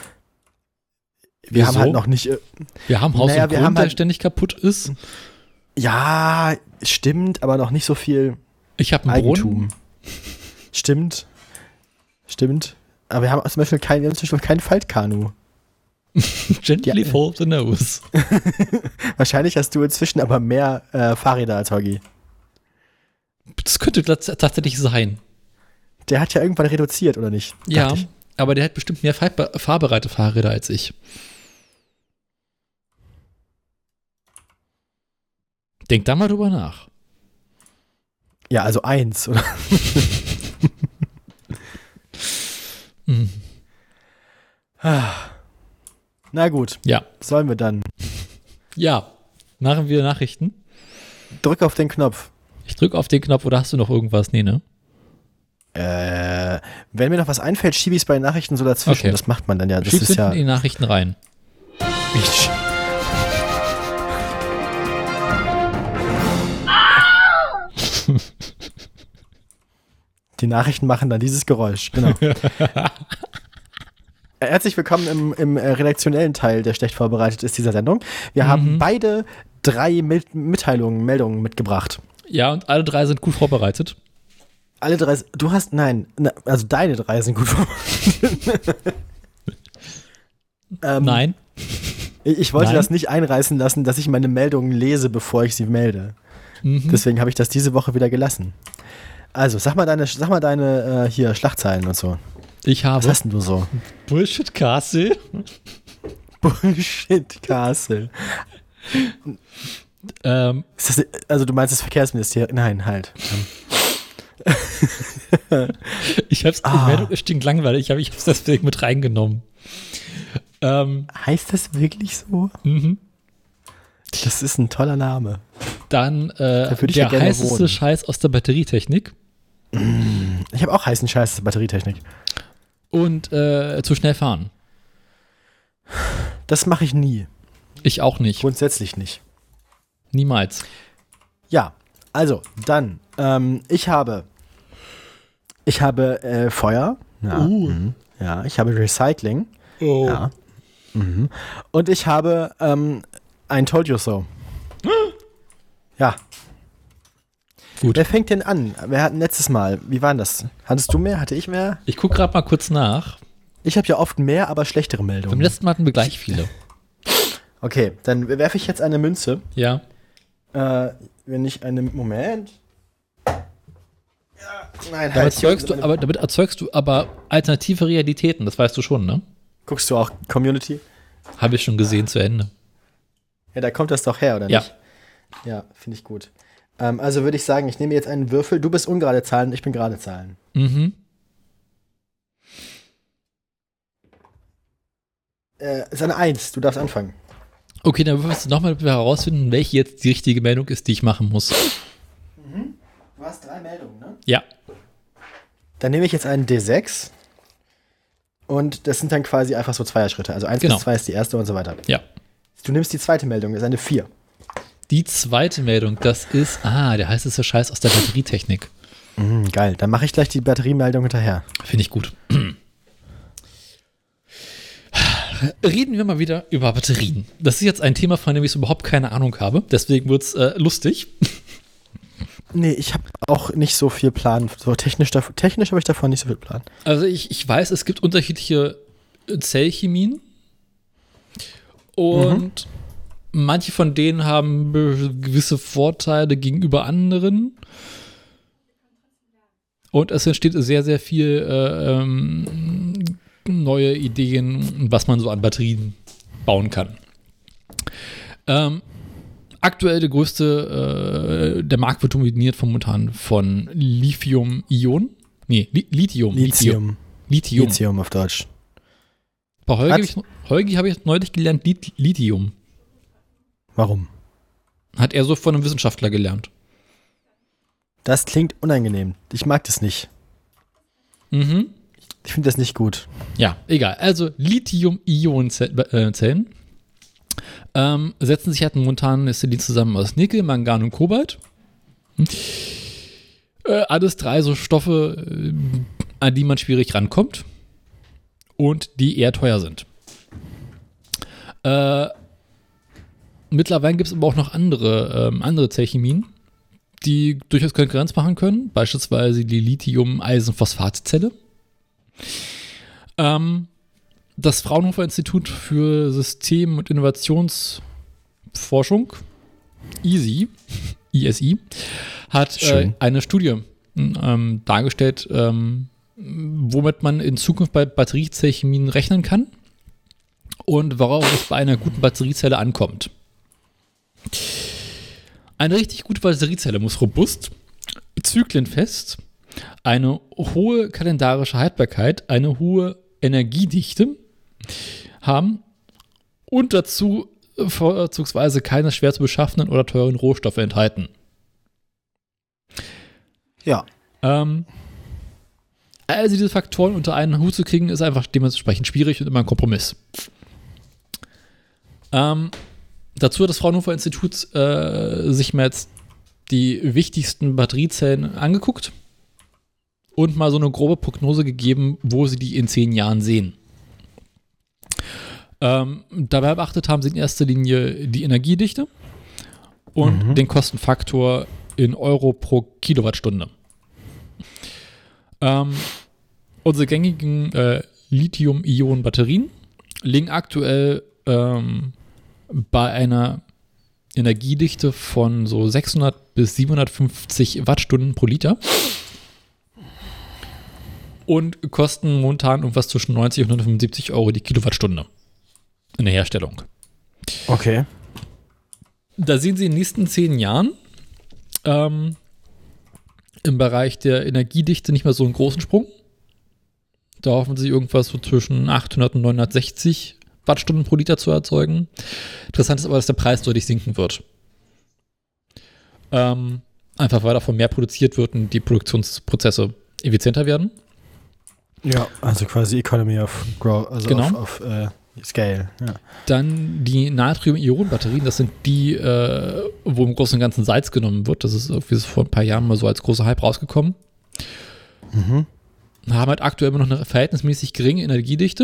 wir Wieso? haben halt noch nicht. Äh, Wir haben Haus naja, und wir Grund, haben der halt- ständig kaputt ist. ja, stimmt, aber noch nicht so viel Ich habe einen Eigentum. Brunnen. Stimmt, stimmt. Aber wir haben zum Beispiel kein, wir haben zum Beispiel kein Faltkanu. Gently Ja. fold the nose. Wahrscheinlich hast du inzwischen aber mehr äh, Fahrräder als Hoggy. Das könnte tats- tatsächlich sein. Der hat ja irgendwann reduziert, oder nicht? Ja, Dachte ich. aber der hat bestimmt mehr fahrbe- fahrbereite Fahrräder als ich. Denk da mal drüber nach. Ja, also eins, oder? Hm. Na gut, Ja. sollen wir dann. Ja. Machen wir Nachrichten. Drück auf den Knopf. Ich drücke auf den Knopf oder hast du noch irgendwas? Nee, ne? Äh, wenn mir noch was einfällt, schiebe ich es bei den Nachrichten so dazwischen. Okay. Das macht man dann ja. Das Schieb's ist ja. hinten in die Nachrichten rein. Ich, die Nachrichten machen dann dieses Geräusch, genau. Herzlich willkommen im, im äh, redaktionellen Teil, der schlecht vorbereitet ist, dieser Sendung. Wir Mhm. haben beide drei Mit Mitteilungen, Meldungen mitgebracht. Ja, und alle drei sind gut vorbereitet. Alle drei, du hast, nein, na, also deine drei sind gut vorbereitet. ähm, Nein. Ich, ich wollte Nein. das nicht einreißen lassen, dass ich meine Meldungen lese, bevor ich sie melde. Mhm. Deswegen habe ich das diese Woche wieder gelassen. Also, sag mal deine, sag mal deine äh, hier Schlagzeilen und so. Ich Was habe hast denn du so? Bullshit Castle. Bullshit Castle. Ähm, Ist das, also du meinst das Verkehrsministerium? Nein, halt. ich habe es Ah. die Meldung stinkt langweilig, aber ich habe es deswegen mit reingenommen. Ähm, Heißt das wirklich so? mhm. Das ist ein toller Name. Dann äh, Da würde ich der ja gerne heißeste wohnen. Scheiß aus der Batterietechnik Ich habe auch heißen Scheiß Batterietechnik. und äh, zu schnell fahren. Das mache ich nie. Ich auch nicht. Grundsätzlich nicht. Niemals. Ja, also, dann, ähm, ich habe, ich habe äh, Feuer. Ja, Uh. mhm. Ja, ich habe Recycling. Oh. Ja. Mhm. Und ich habe ähm, ein Told You So. Ja. Gut. Wer fängt denn an? Wer hat denn letztes Mal? Wie war denn das? Hattest du mehr? Hatte ich mehr? Ich gucke gerade mal kurz nach. Ich habe ja oft mehr, aber schlechtere Beim Meldungen. letzten Mal hatten wir gleich viele. Okay, dann werfe ich jetzt eine Münze. Ja. Äh, wenn ich eine. Moment. Ja, nein, Damit halt. erzeugst, du, aber, damit erzeugst du aber alternative Realitäten, das weißt du schon, ne? Guckst du auch Community? Habe ich schon gesehen zu Ende. Ja, da kommt das doch her, oder Ja. nicht? Ja, finde ich gut. Ähm, also würde ich sagen, ich nehme jetzt einen Würfel. Du bist ungerade Zahlen, ich bin gerade Zahlen. Mhm. Äh, ist eine Eins, du darfst anfangen. Okay, dann würfelst du nochmal, damit wir herausfinden, welche jetzt die richtige Meldung ist, die ich machen muss. Du hast drei Meldungen, ne? Ja. Dann nehme ich jetzt einen D sechs. Und das sind dann quasi einfach so Zweierschritte. Also eins Genau. bis zwei ist die erste und so weiter. Ja. Du nimmst die zweite Meldung, das ist eine vier. Die zweite Meldung, das ist, ah, der heißeste Scheiß aus der Batterietechnik. Mhm, geil, dann mache ich gleich die Batteriemeldung hinterher. Finde ich gut. Reden wir mal wieder über Batterien. Das ist jetzt ein Thema, von dem ich so überhaupt keine Ahnung habe. Deswegen wird es äh, lustig. Nee, ich habe auch nicht so viel Plan. So technisch, dav- technisch habe ich davon nicht so viel Plan. Also ich, ich weiß, es gibt unterschiedliche Zellchemien. Und manche von denen haben be- gewisse Vorteile gegenüber anderen. Und es entsteht sehr, sehr viel äh, ähm, neue Ideen, was man so an Batterien bauen kann. Ähm, aktuell der größte, äh, der Markt wird dominiert momentan von Lithium-Ionen. Nee, Li- Lithium. Lithium. Lithium. Lithium auf Deutsch. Bei Holgi habe Was? ich, Holgi hab ich neulich gelernt, Lit- Lithium. Warum? Hat er so von einem Wissenschaftler gelernt. Das klingt unangenehm. Ich mag das nicht. Mhm. Ich finde das nicht gut. Ja, egal. Also Lithium-Ionen-Zellen ähm, setzen sich halt momentan ist die zusammen aus Nickel, Mangan und Kobalt. Hm. Äh, alles drei so Stoffe, äh, an die man schwierig rankommt und die eher teuer sind. Äh, mittlerweile gibt es aber auch noch andere, ähm, andere Zellchemien, die durchaus Konkurrenz machen können. Beispielsweise die Lithium-Eisenphosphat-Zelle. Ähm, das Fraunhofer Institut für System- und Innovationsforschung, I S I, I S I, hat äh, eine Studie ähm, dargestellt, ähm, womit man in Zukunft bei Batteriezellchemien rechnen kann und worauf es bei einer guten Batteriezelle ankommt. Eine richtig gute Batteriezelle muss robust, zyklenfest, eine hohe kalendarische Haltbarkeit, eine hohe Energiedichte haben und dazu vorzugsweise keine schwer zu beschaffenden oder teuren Rohstoffe enthalten. Ja. Ähm, also diese Faktoren unter einen Hut zu kriegen, ist einfach dementsprechend schwierig und immer ein Kompromiss. Ähm, dazu hat das Fraunhofer Institut äh, sich mal jetzt die wichtigsten Batteriezellen angeguckt und mal so eine grobe Prognose gegeben, wo sie die in zehn Jahren sehen. Ähm, dabei beachtet haben sie in erster Linie die Energiedichte und mhm. den Kostenfaktor in Euro pro Kilowattstunde. Ähm, unsere gängigen äh, Lithium-Ionen-Batterien liegen aktuell ähm, bei einer Energiedichte von so sechshundert bis siebenhundertfünfzig Wattstunden pro Liter und kosten momentan irgendwas zwischen neunzig und hundertfünfundsiebzig Euro die Kilowattstunde in der Herstellung. Okay. Da sehen Sie in den nächsten zehn Jahren ähm, im Bereich der Energiedichte nicht mehr so einen großen Sprung. Da hoffen Sie irgendwas so zwischen achthundert und neunhundertsechzig Wattstunden pro Liter zu erzeugen. Interessant ist aber, dass der Preis deutlich sinken wird. Ähm, einfach weil davon mehr produziert wird und die Produktionsprozesse effizienter werden. Ja, also quasi Economy of Growth, also genau. auf, auf äh, Scale. Ja. Dann die Natrium-Ionen-Batterien, das sind die, äh, wo im Großen und Ganzen Salz genommen wird. Das ist irgendwie vor ein paar Jahren mal so als großer Hype rausgekommen. Mhm. Haben halt aktuell immer noch eine verhältnismäßig geringe Energiedichte.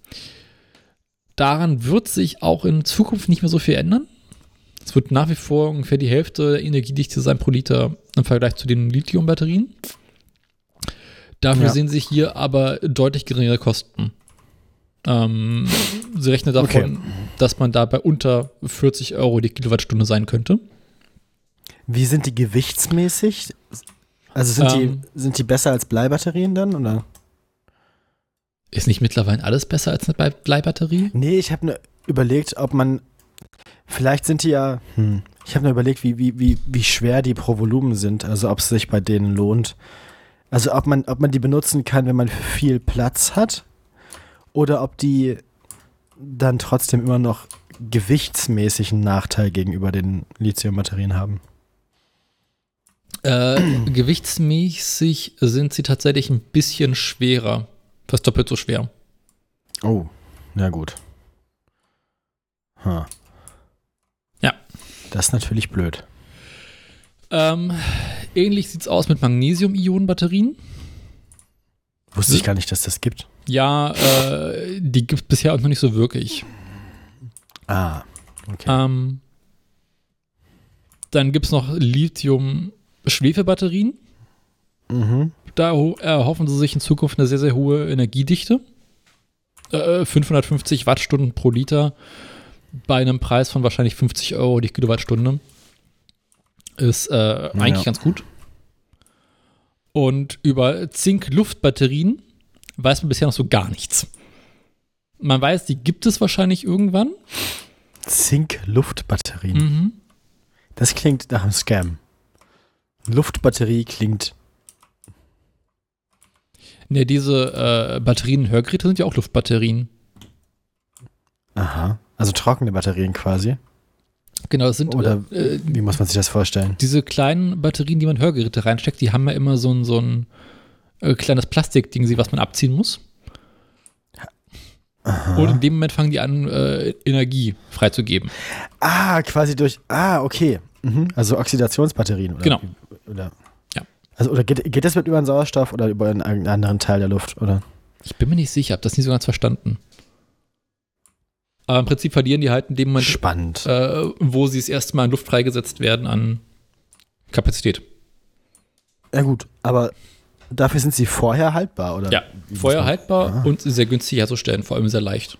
Daran wird sich auch in Zukunft nicht mehr so viel ändern. Es wird nach wie vor ungefähr die Hälfte der Energiedichte sein pro Liter im Vergleich zu den Lithium-Batterien. Dafür ja. sehen Sie hier aber deutlich geringere Kosten. Ähm, sie rechnen davon, okay. dass man da bei unter vierzig Euro die Kilowattstunde sein könnte. Wie sind die gewichtsmäßig? Also sind, ähm, die, sind die besser als Bleibatterien dann, oder? Ist nicht mittlerweile alles besser als eine Bleibatterie? Nee, ich habe nur überlegt, ob man, vielleicht sind die ja, hm, ich habe nur überlegt, wie, wie, wie, wie schwer die pro Volumen sind, also ob es sich bei denen lohnt. Also ob man, ob man die benutzen kann, wenn man viel Platz hat, oder ob die dann trotzdem immer noch gewichtsmäßig einen Nachteil gegenüber den Lithium-Batterien haben. Äh, gewichtsmäßig sind sie tatsächlich ein bisschen schwerer. Fast doppelt so schwer. Oh, na gut. Huh. Ja. Das ist natürlich blöd. Ähm, ähnlich sieht es aus mit Magnesium-Ionen-Batterien. Wusste ich gar nicht, dass das gibt. Ja, äh, die gibt es bisher auch noch nicht so wirklich. Ah, okay. Ähm, dann gibt es noch Lithium-Schwefelbatterien. Mhm. Da erhoffen sie sich in Zukunft eine sehr, sehr hohe Energiedichte. Äh, fünfhundertfünfzig Wattstunden pro Liter bei einem Preis von wahrscheinlich fünfzig Euro die Kilowattstunde. Ist äh, eigentlich ja. ganz gut. Und über Zink-Luft-Batterien weiß man bisher noch so gar nichts. Man weiß, die gibt es wahrscheinlich irgendwann. Zink-Luftbatterien. Mhm. Das klingt nach einem Scam. Luftbatterie klingt. Ne, diese äh, Batterien, Hörgeräte sind ja auch Luftbatterien. Aha. Also trockene Batterien quasi. Genau, das sind Oder äh, wie muss man sich das vorstellen? diese kleinen Batterien, die man in Hörgeräte reinsteckt, die haben ja immer so ein, so ein äh, kleines Plastikding, was man abziehen muss. Aha. Und in dem Moment fangen die an, äh, Energie freizugeben. Ah, quasi durch. Ah, okay. Mhm. Also Oxidationsbatterien, oder? Genau. Oder, Ja. Also, oder geht, geht das mit über den Sauerstoff oder über einen, einen anderen Teil der Luft, oder? Ich bin mir nicht sicher, habe das nie so ganz verstanden. Aber im Prinzip verlieren die halt in dem Moment, Spannend. äh, wo sie das erste Mal in Luft freigesetzt werden, an Kapazität. Ja, gut. Aber dafür sind sie vorher haltbar, oder? Ja, Wie muss vorher man- haltbar Ah. und sehr günstig herzustellen, vor allem sehr leicht.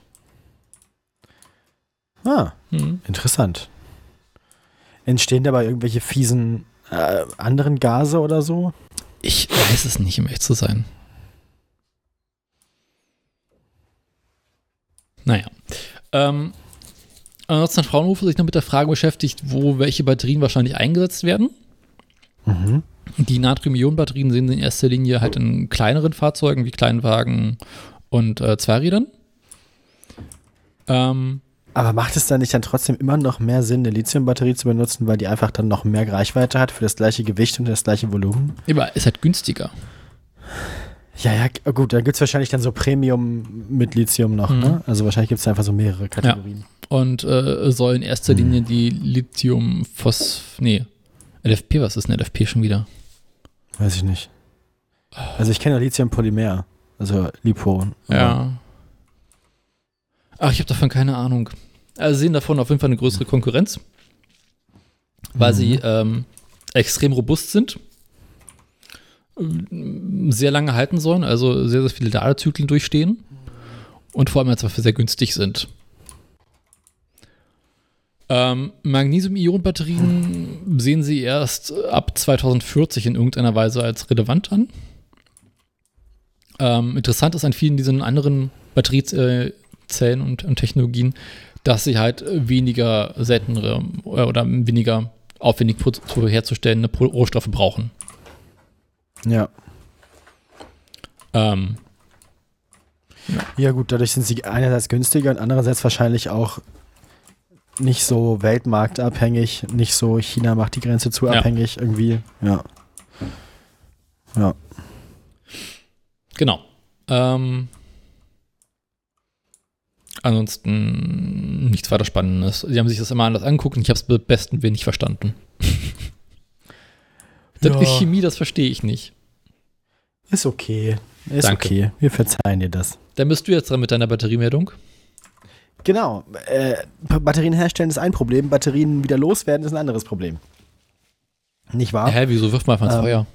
Ah, Mhm. interessant. Entstehen dabei irgendwelche fiesen äh, anderen Gase oder so? Ich weiß es nicht, um echt zu sein. Naja. Ähm, ansonsten hat Fraunhofer sich noch mit der Frage beschäftigt, wo welche Batterien wahrscheinlich eingesetzt werden. Mhm. Die Natrium-Ionen-Batterien sind in erster Linie halt in kleineren Fahrzeugen wie Kleinwagen und äh, Zweirädern. Ähm, Aber macht es dann nicht dann trotzdem immer noch mehr Sinn, eine Lithium-Batterie zu benutzen, weil die einfach dann noch mehr Reichweite hat für das gleiche Gewicht und das gleiche Volumen? aber ist halt günstiger. Ja, ja, g- gut, da gibt es wahrscheinlich dann so Premium mit Lithium noch, Mhm. ne? Also wahrscheinlich gibt es einfach so mehrere Kategorien. Und äh, soll in erster Hm. Linie die Lithium-Phos... Nee, L F P, was ist ein L F P schon wieder? Weiß ich nicht. Also ich kenne ja Lithium-Polymer, also Lipo. Ja. Ach, ich habe davon keine Ahnung. Also sie sehen davon auf jeden Fall eine größere Konkurrenz, weil Mhm. sie ähm, extrem robust sind, ähm, sehr lange halten sollen, also sehr, sehr viele Ladezyklen durchstehen und vor allem jetzt dafür sehr günstig sind. Ähm, Magnesium-Ionen-Batterien sehen sie erst ab zweitausendvierzig in irgendeiner Weise als relevant an. Ähm, interessant ist an vielen diesen anderen Batteriezellen und, und Technologien, dass sie halt weniger seltenere oder weniger aufwendig pro- zu herzustellende Pro- Rohstoffe brauchen. Ja. Ähm, Ja gut, dadurch sind sie einerseits günstiger und andererseits wahrscheinlich auch nicht so weltmarktabhängig, nicht so China macht die Grenze zu Ja. abhängig irgendwie. Ja. Ja. genau. Ähm, ansonsten nichts weiter Spannendes. Sie haben sich das immer anders angeguckt und ich habe es am besten wenig verstanden. Das Ja. ist Chemie, das verstehe ich nicht. Ist okay. Ist Danke. okay. Wir verzeihen dir das. Dann bist du jetzt dran mit deiner Batteriemeldung. Genau. Äh, B- Batterien herstellen ist ein Problem, Batterien wieder loswerden ist ein anderes Problem. Nicht wahr? Hä, wieso wirft man einfach ins Ähm, Feuer?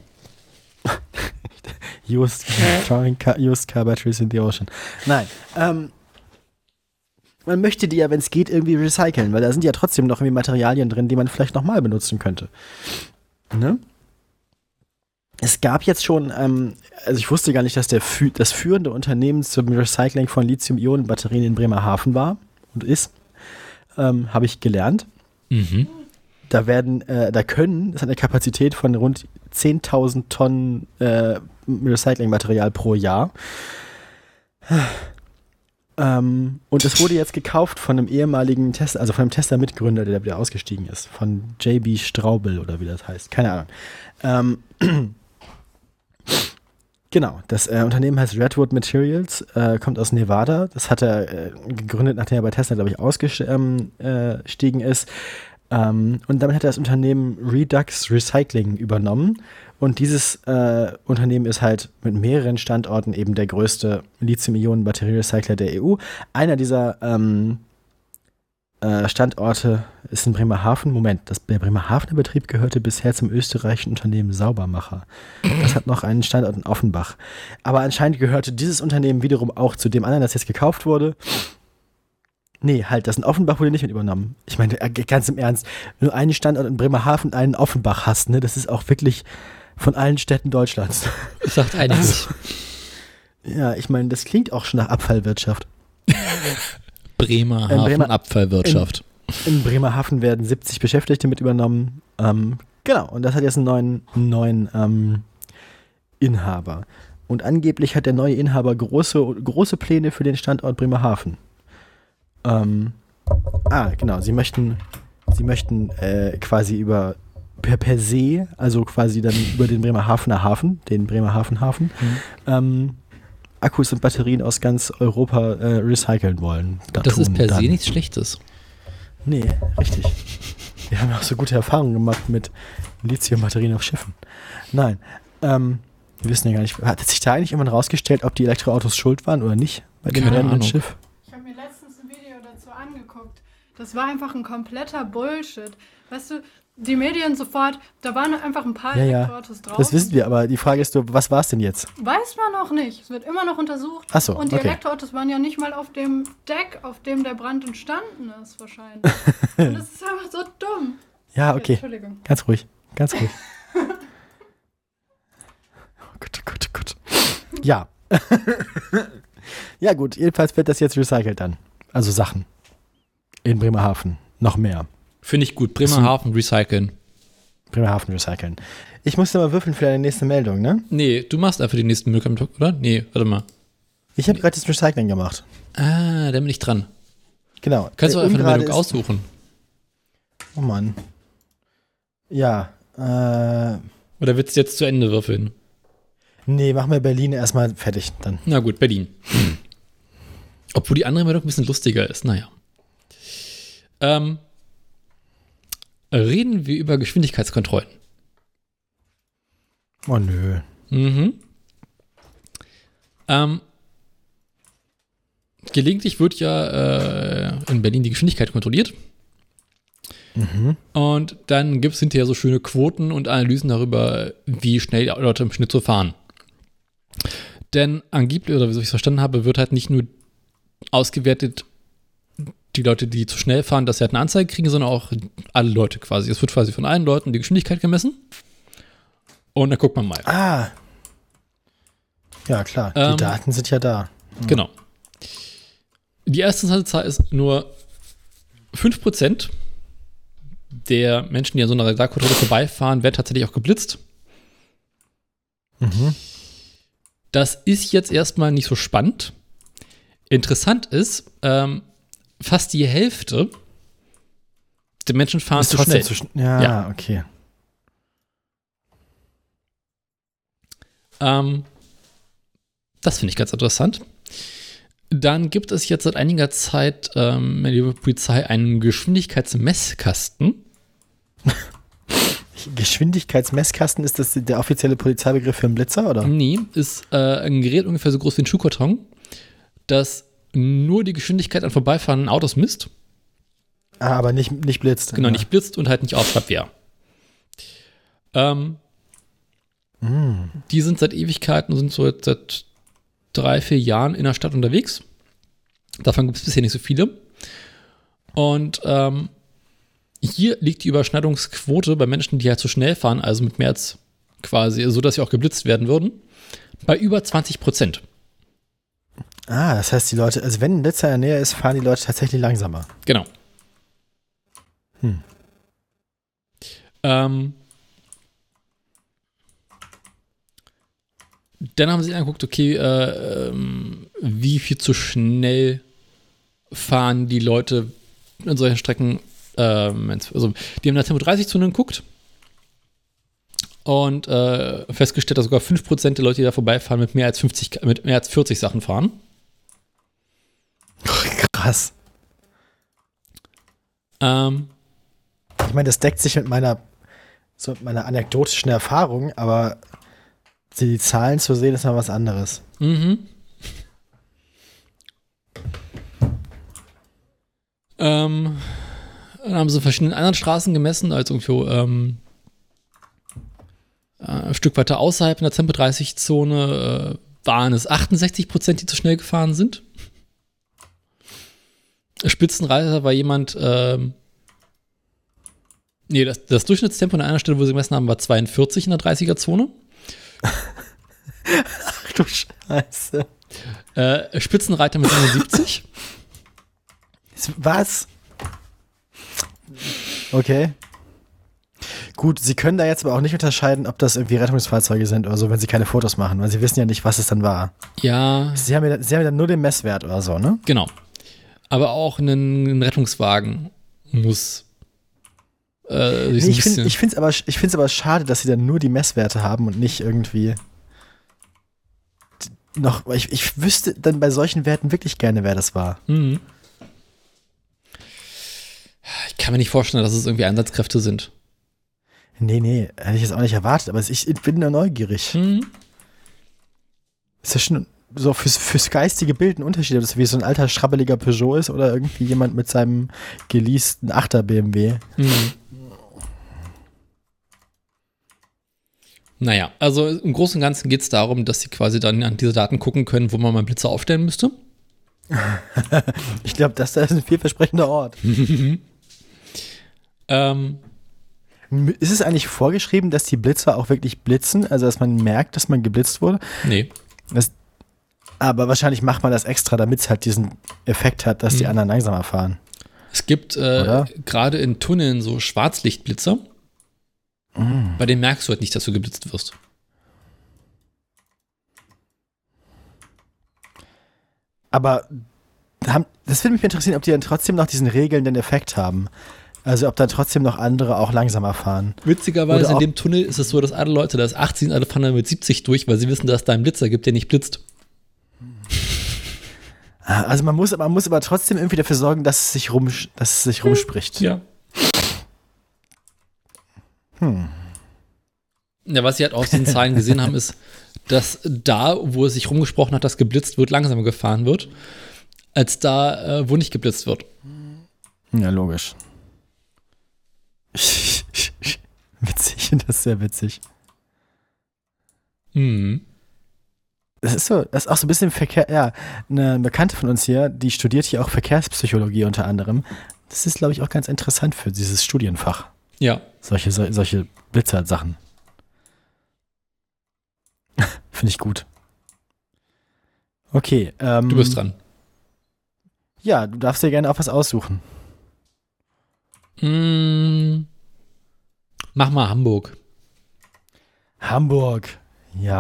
Used, throwing car, used car batteries in the ocean. Nein. Ähm, man möchte die ja, wenn es geht, irgendwie recyceln, weil da sind ja trotzdem noch irgendwie Materialien drin, die man vielleicht nochmal benutzen könnte. Ne? Es gab jetzt schon, ähm, also ich wusste gar nicht, dass der fü das führende Unternehmen zum Recycling von Lithium-Ionen-Batterien in Bremerhaven war und ist. Ähm, Habe ich gelernt. Mhm. Da werden, äh, da können, das hat eine Kapazität von rund zehntausend Tonnen äh, Recyclingmaterial pro Jahr. Ähm, und es wurde jetzt gekauft von einem ehemaligen Tesla, also von einem Tesla-Mitgründer, der wieder ausgestiegen ist, von J B Straubel oder wie das heißt, keine Ahnung. Ähm, genau, das äh, Unternehmen heißt Redwood Materials, äh, kommt aus Nevada. Das hat er äh, gegründet, nachdem er bei Tesla, glaube ich, ausgestiegen äh, ist. Ähm, und damit hat er das Unternehmen Redux Recycling übernommen. Und dieses äh, Unternehmen ist halt mit mehreren Standorten eben der größte Lithium-Ionen-Batterierecycler der E U. Einer dieser ähm, äh, Standorte ist in Bremerhaven. Moment, das, der Bremerhavener Betrieb gehörte bisher zum österreichischen Unternehmen Saubermacher. Das hat noch einen Standort in Offenbach. Aber anscheinend gehörte dieses Unternehmen wiederum auch zu dem anderen, das jetzt gekauft wurde. Nee, halt, das in Offenbach wurde nicht mit übernommen. Ich meine, äh, ganz im Ernst, wenn du einen Standort in Bremerhaven und einen in Offenbach hast, ne, das ist auch wirklich von allen Städten Deutschlands. Das sagt einiges. Ja, ich meine, das klingt auch schon nach Abfallwirtschaft. Bremerhaven In Bremer- Abfallwirtschaft. In Bremerhaven werden siebzig Beschäftigte mit übernommen. Ähm, genau, und das hat jetzt einen neuen, neuen ähm, Inhaber. Und angeblich hat der neue Inhaber große, große Pläne für den Standort Bremerhaven. Ähm, ah, genau, sie möchten, sie möchten äh, quasi über per, per se, also quasi dann über den Bremerhavener Hafen, den Bremerhaven-Hafen, Mhm. ähm, Akkus und Batterien aus ganz Europa äh, recyceln wollen. Da Das ist tun per dann. se nichts Schlechtes. Nee, richtig. Wir haben auch so gute Erfahrungen gemacht mit Lithium-Batterien auf Schiffen. Nein, ähm, wir wissen ja gar nicht, hat sich da eigentlich irgendwann rausgestellt, ob die Elektroautos schuld waren oder nicht bei dem Keine brennenden Ahnung. Schiff? Ich habe mir letztens ein Video dazu angeguckt. Das war einfach ein kompletter Bullshit. Weißt du, die Medien sofort, da waren einfach ein paar Ja, ja. Elektroautos drauf. Das wissen wir, aber die Frage ist nur, was war es denn jetzt? Weiß man noch nicht. Es wird immer noch untersucht. Ach so, Und die okay. Elektroautos waren ja nicht mal auf dem Deck, auf dem der Brand entstanden ist, wahrscheinlich. Und das ist einfach so dumm. Ja, okay. Entschuldigung. Ganz ruhig, ganz ruhig. Oh Gott, oh Gott, oh Gott. Ja. Ja gut, jedenfalls wird das jetzt recycelt dann. Also Sachen. In Bremerhaven. Noch mehr. Finde ich gut. Bremerhaven recyceln. Bremerhaven recyceln. Ich musste mal würfeln für deine nächste Meldung, ne? Nee, du machst einfach den nächsten Müllkampf, oder? Nee, warte mal. Ich habe gerade das Recycling gemacht. Ah, da bin ich dran. Genau. Kannst du Der einfach eine Ungerade Meldung ist- aussuchen? Oh Mann. Ja. Äh, Oder willst du jetzt zu Ende würfeln? nee, machen wir Berlin erstmal fertig dann. Na gut, Berlin. Obwohl die andere Meldung ein bisschen lustiger ist, naja. Ähm, reden wir über Geschwindigkeitskontrollen. Oh nö. Mhm. Ähm, gelegentlich wird ja äh, in Berlin die Geschwindigkeit kontrolliert. Mhm. Und dann gibt es hinterher so schöne Quoten und Analysen darüber, wie schnell die Leute im Schnitt so fahren. Denn angeblich, oder wie ich es verstanden habe, wird halt nicht nur ausgewertet, die Leute, die zu schnell fahren, dass sie halt eine Anzeige kriegen, sondern auch alle Leute quasi. Es wird quasi von allen Leuten die Geschwindigkeit gemessen. Und dann guckt man mal. Ah. Ja, klar. Ähm, die Daten sind ja da. Genau. Die erste Zahl ist nur fünf Prozent der Menschen, die an so einer Radarkontrolle vorbeifahren, werden tatsächlich auch geblitzt. Mhm. Das ist jetzt erstmal nicht so spannend. Interessant ist, ähm, fast die Hälfte der Menschen fahren Ist zu trotzdem schnell. zu schn- ja, Ja. okay. Ähm, das finde ich ganz interessant. Dann gibt es jetzt seit einiger Zeit ähm, in der Polizei einen Geschwindigkeitsmesskasten. Geschwindigkeitsmesskasten, ist das der offizielle Polizeibegriff für einen Blitzer, oder? Nee, ist äh, ein Gerät ungefähr so groß wie ein Schuhkarton, das nur die Geschwindigkeit an vorbeifahrenden Autos misst. Ah, aber nicht, nicht blitzt. Genau, Ja. nicht blitzt und halt nicht aufschreibt, wer. Ähm, Mm. die sind seit Ewigkeiten, sind so jetzt seit drei, vier Jahren in der Stadt unterwegs. Davon gibt es bisher nicht so viele. Und ähm, hier liegt die Überschneidungsquote bei Menschen, die halt zu schnell fahren, also mit mehr als quasi, so dass sie auch geblitzt werden würden, bei über zwanzig Prozent. Ah, das heißt, die Leute, also wenn ein Blitzer in der Nähe ist, fahren die Leute tatsächlich langsamer. Genau. Hm. Ähm, dann haben sie sich angeguckt, okay, äh, ähm, wie viel zu schnell fahren die Leute in solchen Strecken. Ähm, also, die haben nach Tempo dreißig-Zonen geguckt und äh, festgestellt, dass sogar fünf Prozent der Leute, die da vorbeifahren, mit mehr als fünfzig, mit mehr als vierzig Sachen fahren. Krass. Ähm, Ich meine, das deckt sich mit meiner, so mit meiner anekdotischen Erfahrung, aber die Zahlen zu sehen, ist mal was anderes. Mhm. Ähm, dann haben sie verschiedene anderen Straßen gemessen, also irgendwo ähm, äh, ein Stück weiter außerhalb in der Tempo dreißig-Zone äh, waren es achtundsechzig Prozent, die zu schnell gefahren sind. Spitzenreiter war jemand, ähm, nee, das, das Durchschnittstempo an einer Stelle, wo sie gemessen haben, war zweiundvierzig in der dreißiger-Zone. Ach du Scheiße. Äh, Spitzenreiter mit einundsiebzig. Was? Okay. Gut, sie können da jetzt aber auch nicht unterscheiden, ob das irgendwie Rettungsfahrzeuge sind oder so, wenn sie keine Fotos machen, weil sie wissen ja nicht, was es dann war. Ja. Sie haben ja, sie haben ja nur den Messwert oder so, ne? Genau. Aber auch ein, ein Rettungswagen muss äh, sich Nee, ein ich finde bisschen- ich find's aber, ich find's aber schade, dass sie dann nur die Messwerte haben und nicht irgendwie noch, ich, ich wüsste dann bei solchen Werten wirklich gerne, wer das war. Mhm. Ich kann mir nicht vorstellen, dass es irgendwie Einsatzkräfte sind. Nee, nee, hätte ich jetzt auch nicht erwartet, aber ich, ich bin nur neugierig. Mhm. Ist ja schon so fürs, fürs geistige Bild ein Unterschied, ob das wie so ein alter, schrabbeliger Peugeot ist oder irgendwie jemand mit seinem geleasten achter B M W. Mhm. Naja, also im Großen und Ganzen geht es darum, dass sie quasi dann an diese Daten gucken können, wo man mal Blitze aufstellen müsste. Ich glaube, das da ist ein vielversprechender Ort. Ähm, Ist es eigentlich vorgeschrieben, dass die Blitzer auch wirklich blitzen? Also, dass man merkt, dass man geblitzt wurde? nee. Das, aber wahrscheinlich macht man das extra, damit es halt diesen Effekt hat, dass die Mhm. anderen langsamer fahren. Es gibt äh, Oder? gerade in Tunneln so Schwarzlichtblitzer. Mm. Bei denen merkst du halt nicht, dass du geblitzt wirst. Aber haben, das würde mich interessieren, ob die dann trotzdem noch diesen regelnden Effekt haben. Also, ob dann trotzdem noch andere auch langsamer fahren. Witzigerweise Oder in auch- dem Tunnel ist es so, dass alle Leute, da ist achtzehn, alle fahren da mit siebzig durch, weil sie wissen, dass es da einen Blitzer gibt, der nicht blitzt. Ah, Also, man muss, man muss aber trotzdem irgendwie dafür sorgen, dass es sich, rum, dass es sich rumspricht. Ja. Hm. Ja, was sie halt aus den Zahlen gesehen haben, ist, dass da, wo es sich rumgesprochen hat, dass geblitzt wird, langsamer gefahren wird, als da, äh, wo nicht geblitzt wird. Ja, logisch. Witzig, das ist sehr witzig. Mhm. Das ist so, das ist auch so ein bisschen Verkehr, ja, eine Bekannte von uns hier, die studiert hier auch Verkehrspsychologie unter anderem. Das ist, glaube ich, auch ganz interessant für dieses Studienfach. Ja. Solche, so, solche Blitzer-Sachen. Finde ich gut. Okay. Ähm, Du bist dran. Ja, du darfst dir gerne auch was aussuchen. Mm. Mach mal Hamburg. Hamburg. Ja.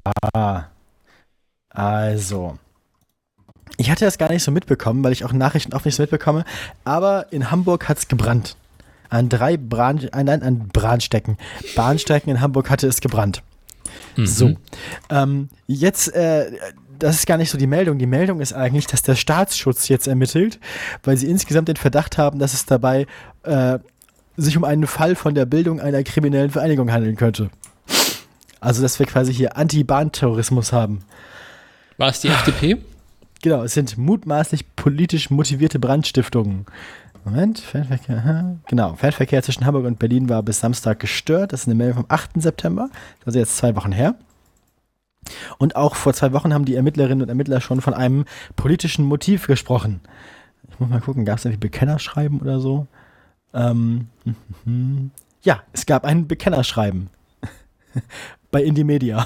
Also. Ich hatte das gar nicht so mitbekommen, weil ich auch Nachrichten oft nicht so mitbekomme. Aber in Hamburg hat es gebrannt. An drei Bran, äh, nein, an Bahnstecken. Bahnstrecken in Hamburg hatte es gebrannt. Mhm. So. Ähm, jetzt, äh, das ist gar nicht so die Meldung. Die Meldung ist eigentlich, dass der Staatsschutz jetzt ermittelt, weil sie insgesamt den Verdacht haben, dass es dabei äh, sich um einen Fall von der Bildung einer kriminellen Vereinigung handeln könnte. Also, dass wir quasi hier Anti-Bahn-Terrorismus haben. War es die F D P? Genau, es sind mutmaßlich politisch motivierte Brandstiftungen. Moment, Fernverkehr, aha. Genau, Fernverkehr zwischen Hamburg und Berlin war bis Samstag gestört. Das ist eine Meldung vom achten September, also jetzt zwei Wochen her. Und auch vor zwei Wochen haben die Ermittlerinnen und Ermittler schon von einem politischen Motiv gesprochen. Ich muss mal gucken, gab es irgendwie Bekennerschreiben oder so? Ähm, ja, es gab ein Bekennerschreiben bei Indie Media.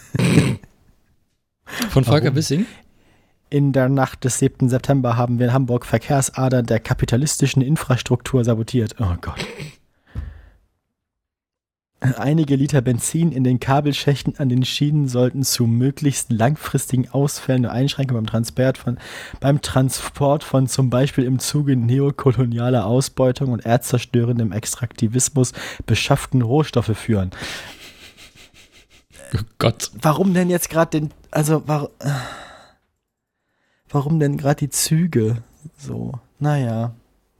Von Volker Warum? Wissing? In der Nacht des siebten September haben wir in Hamburg Verkehrsadern der kapitalistischen Infrastruktur sabotiert. Oh Gott. Einige Liter Benzin in den Kabelschächten an den Schienen sollten zu möglichst langfristigen Ausfällen und Einschränkungen beim Transport von, beim Transport von zum Beispiel im Zuge neokolonialer Ausbeutung und erdzerstörendem Extraktivismus beschafften Rohstoffe führen. Oh Gott. Warum denn jetzt gerade den, also warum, warum denn gerade die Züge so? Naja.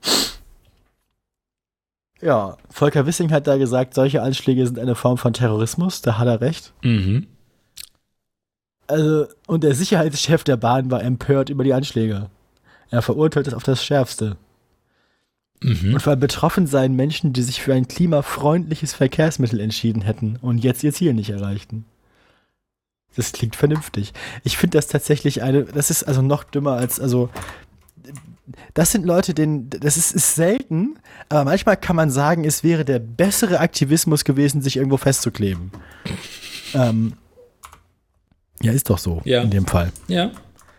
Ja, Volker Wissing hat da gesagt, solche Anschläge sind eine Form von Terrorismus, da hat er recht. Mhm. Also, und der Sicherheitschef der Bahn war empört über die Anschläge. Er verurteilt es auf das Schärfste. Mhm. Und vor allem betroffen seien Menschen, die sich für ein klimafreundliches Verkehrsmittel entschieden hätten und jetzt ihr Ziel nicht erreichten. Das klingt vernünftig. Ich finde das tatsächlich eine, das ist also noch dümmer als, also, das sind Leute, denen, das ist, ist selten, aber manchmal kann man sagen, es wäre der bessere Aktivismus gewesen, sich irgendwo festzukleben. ähm, ja, ist doch so, Ja. in dem Fall. Ja.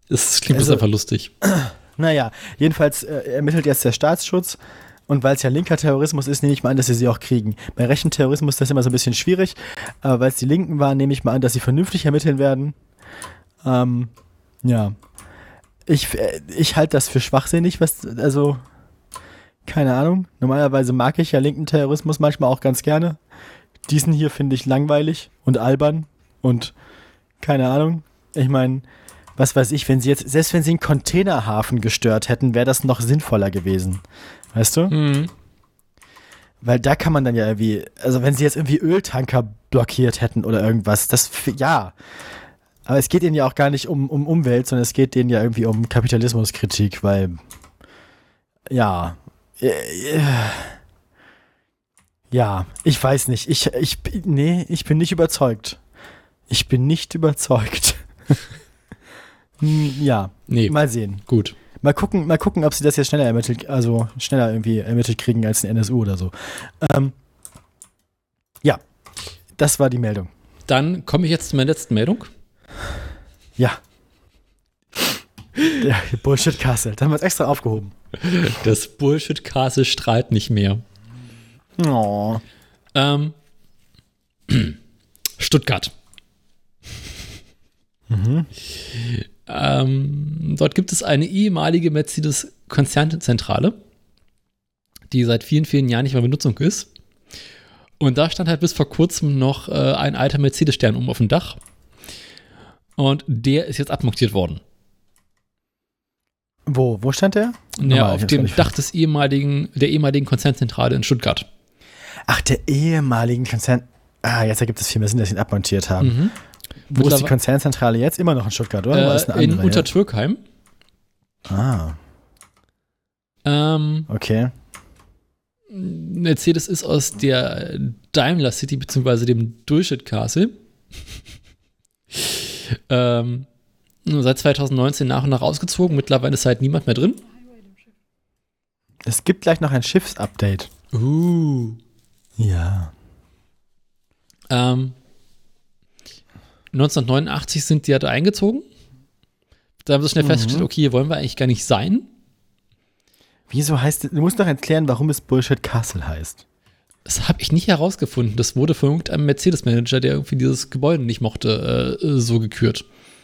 Das klingt Also- also, einfach lustig. Naja, jedenfalls äh, ermittelt jetzt der Staatsschutz und weil es ja linker Terrorismus ist, nehme ich mal an, dass sie sie auch kriegen. Bei rechten Terrorismus ist das immer so ein bisschen schwierig, aber weil es die Linken waren, nehme ich mal an, dass sie vernünftig ermitteln werden. Ähm, ja. Ich, äh, ich halte das für schwachsinnig, was, also, keine Ahnung. Normalerweise mag ich ja linken Terrorismus manchmal auch ganz gerne. Diesen hier finde ich langweilig und albern und keine Ahnung. Ich meine, was weiß ich, wenn sie jetzt, selbst wenn sie einen Containerhafen gestört hätten, wäre das noch sinnvoller gewesen. Weißt du? Mhm. Weil da kann man dann ja irgendwie, also wenn sie jetzt irgendwie Öltanker blockiert hätten oder irgendwas, das, ja. Aber es geht ihnen ja auch gar nicht um, um Umwelt, sondern es geht denen ja irgendwie um Kapitalismuskritik, weil, ja, äh, äh, ja, ich weiß nicht. Ich, ich, nee, ich bin nicht überzeugt. Ich bin nicht überzeugt. Hm, ja, Nee, mal sehen. gut. Mal gucken, mal gucken, ob sie das jetzt schneller ermittelt, also schneller irgendwie ermittelt kriegen als ein N S U oder so. Ähm, ja, das war die Meldung. Dann komme ich jetzt zu meiner letzten Meldung. Ja. Der Bullshit Castle. Da haben wir es extra aufgehoben. Das Bullshit-Castle strahlt nicht mehr. Oh. Ähm, Stuttgart. Mhm. Ähm, dort gibt es eine ehemalige Mercedes-Konzernzentrale, die seit vielen, vielen Jahren nicht mehr in Benutzung ist. Und da stand halt bis vor kurzem noch äh, ein alter Mercedes-Stern oben auf dem Dach. Und der ist jetzt abmontiert worden. Wo, wo stand der? Ja, Nochmal, auf ich hab's dem nicht Dach des ehemaligen, der ehemaligen Konzernzentrale in Stuttgart. Ach, der ehemaligen Konzern. Ah, jetzt ergibt es viel mehr Sinn, dass sie ihn abmontiert haben. Mhm. Wo ist die Mittlerwe- Konzernzentrale jetzt? Immer noch in Stuttgart, oder? Oder ist eine Äh, in andere Untertürkheim. jetzt? Ah, Ähm, okay. Mercedes ist aus der Daimler City beziehungsweise dem Durchschnitt Castle ähm, seit zwanzig neunzehn nach und nach ausgezogen. Mittlerweile ist halt niemand mehr drin. Es gibt gleich noch ein Schiffsupdate. Uh. Ja. Ähm, neunzehnhundertneunundachtzig sind die halt eingezogen. Da haben sie schnell Mhm. festgestellt, okay, hier wollen wir eigentlich gar nicht sein. Wieso heißt es, du musst doch erklären, warum es Bullshit Castle heißt. Das habe ich nicht herausgefunden. Das wurde von irgendeinem Mercedes-Manager, der irgendwie dieses Gebäude nicht mochte, äh, so gekürt.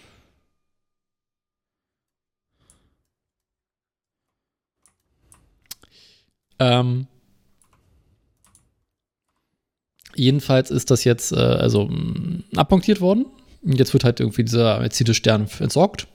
Ähm, jedenfalls ist das jetzt äh, also mh, abmontiert worden. Und jetzt wird halt irgendwie dieser Mercedes-Stern entsorgt.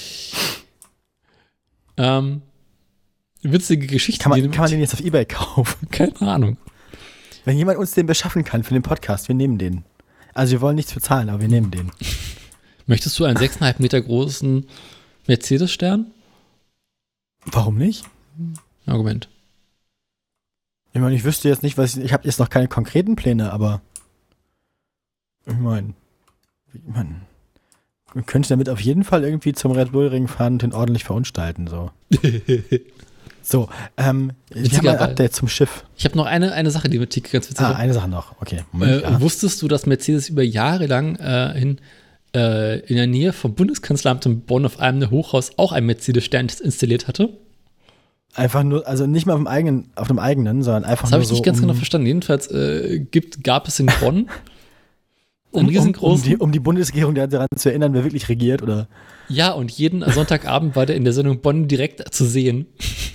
Ähm, witzige Geschichte. Kann man, die- kann man den jetzt auf Ebay kaufen? Keine Ahnung. Wenn jemand uns den beschaffen kann für den Podcast, wir nehmen den. Also wir wollen nichts bezahlen, aber wir nehmen den. Möchtest du einen sechs Komma fünf Meter großen Mercedes-Stern? Warum nicht? Argument. Ich meine, ich wüsste jetzt nicht, was ich, ich habe jetzt noch keine konkreten Pläne, aber ich meine, ich mein, man könnte damit auf jeden Fall irgendwie zum Red Bull Ring fahren und den ordentlich verunstalten, so. So, ähm, ich habe Witziger ein Fall. Update zum Schiff. Ich habe noch eine, eine Sache, die mit Tiki ganz witzig Ah, ist. eine Sache noch. Okay, Moment. Äh, ja. Wusstest du, dass Mercedes über Jahre lang äh, in, äh, in der Nähe vom Bundeskanzleramt in Bonn auf einem Hochhaus auch einen Mercedes-Stern installiert hatte? Einfach nur, also nicht mal auf dem eigenen, auf dem eigenen, sondern einfach Das nur habe ich so nicht ganz um, genau verstanden. Jedenfalls äh, gibt, gab es in Bonn um, einen um, um, riesengroßen. die, um die Bundesregierung daran zu erinnern, wer wirklich regiert, oder? Ja, und jeden Sonntagabend war der in der Sendung Bonn direkt zu sehen.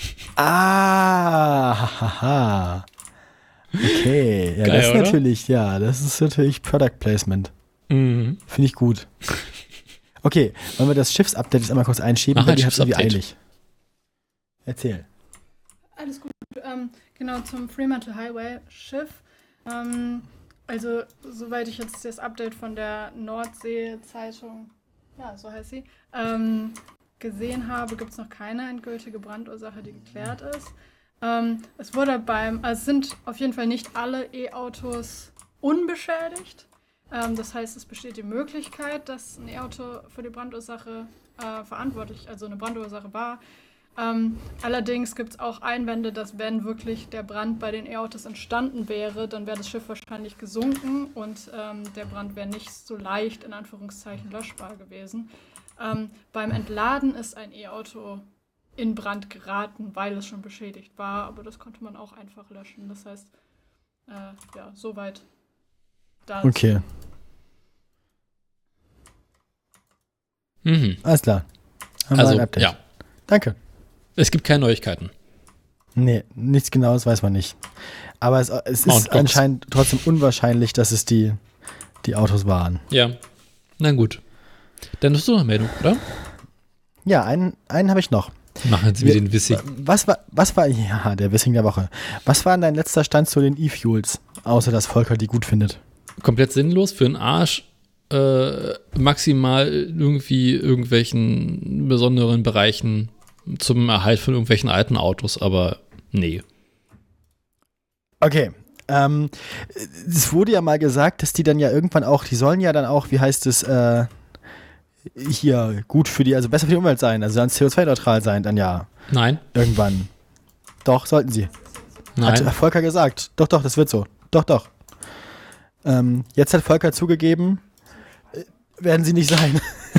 Ah, haha. Okay, ja, Geil, das ist oder? natürlich, ja, das ist natürlich Product Placement. Mhm. Finde ich gut. Okay, wollen wir das Schiffsupdate jetzt einmal kurz einschieben? Mach Weil ein die hat's irgendwie Schiffsupdate. eilig. Erzähl. Alles gut. Ähm, genau, zum Fremantle Highway Schiff. Ähm, also, soweit ich jetzt das Update von der Nordsee-Zeitung, ja, so heißt sie, ähm, gesehen habe, gibt es noch keine endgültige Brandursache, die geklärt ist. Ähm, es wurde beim, also es sind auf jeden Fall nicht alle E-Autos unbeschädigt. Ähm, das heißt, es besteht die Möglichkeit, dass ein E-Auto für die Brandursache äh, verantwortlich, also eine Brandursache war. Ähm, allerdings gibt es auch Einwände, dass wenn wirklich der Brand bei den E-Autos entstanden wäre, dann wäre das Schiff wahrscheinlich gesunken und ähm, der Brand wäre nicht so leicht, in Anführungszeichen, löschbar gewesen. Ähm, beim Entladen ist ein E-Auto in Brand geraten, weil es schon beschädigt war, aber das konnte man auch einfach löschen. Das heißt, äh, ja, soweit dazu. Okay, Mhm. alles klar. Haben wir Also, ein Update. ja. Danke. Es gibt keine Neuigkeiten. Nee, nichts Genaues weiß man nicht. Aber es, es Mount ist Gox. anscheinend trotzdem unwahrscheinlich, dass es die, die Autos waren. Ja. Na gut. Dann hast du noch eine Meldung, oder? Ja, einen, einen habe ich noch. Machen Sie mir den Wissig. Was war, was war, ja, der Wissing der Woche. Was war denn dein letzter Stand zu den E-Fuels? Außer, dass Volker die gut findet. Komplett sinnlos für einen Arsch. Äh, maximal irgendwie irgendwelchen besonderen Bereichen zum Erhalt von irgendwelchen alten Autos, aber nee. Okay. Ähm, es wurde ja mal gesagt, dass die dann ja irgendwann auch, die sollen ja dann auch, wie heißt es, äh, hier gut für die, also besser für die Umwelt sein, also dann C O zwei neutral sein, dann ja, Nein, irgendwann. Doch, sollten sie. nein. Hat Volker gesagt. Doch, doch, das wird so. Doch, doch. Ähm, jetzt hat Volker zugegeben, äh, werden sie nicht sein.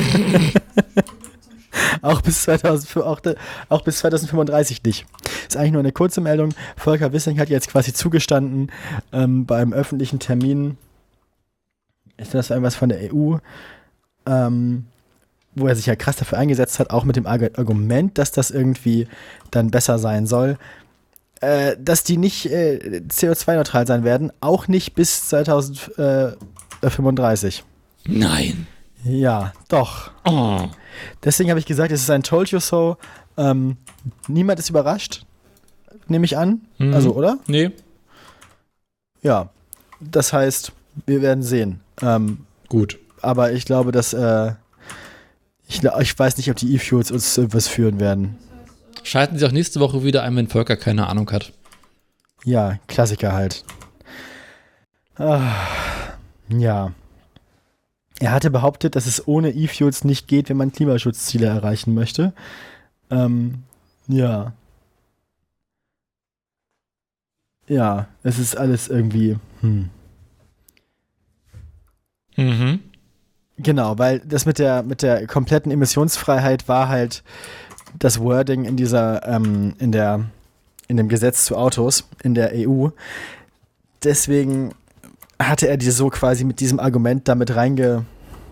auch, bis zweitausend, auch, auch bis zweitausendfünfunddreißig nicht. Ist eigentlich nur eine kurze Meldung. Volker Wissing hat jetzt quasi zugestanden ähm, beim öffentlichen Termin, ich finde, das war irgendwas von der E U, ähm, wo er sich ja krass dafür eingesetzt hat, auch mit dem Arg- Argument, dass das irgendwie dann besser sein soll, äh, dass die nicht äh, C O zwei neutral sein werden, auch nicht bis zweitausendfünfunddreißig. Nein. Ja, doch. Oh. Deswegen habe ich gesagt, es ist ein Told You So. Ähm, niemand ist überrascht, nehme ich an. Mhm. Also, oder? Nee. Ja. Das heißt, wir werden sehen. Ähm, Gut. aber ich glaube, dass äh, ich, gla- ich weiß nicht, ob die E-Fuels uns irgendwas führen werden. Schalten Sie auch nächste Woche wieder ein, wenn Volker keine Ahnung hat. Ja, Klassiker halt. Ah, ja. Er hatte behauptet, dass es ohne E-Fuels nicht geht, wenn man Klimaschutzziele erreichen möchte. Ähm, ja. Ja, es ist alles irgendwie, hm. Mhm. Genau, weil das mit der, mit der kompletten Emissionsfreiheit war halt das Wording in dieser, ähm, in der, in dem Gesetz zu Autos in der E U. Deswegen hatte er die so quasi mit diesem Argument damit reinge,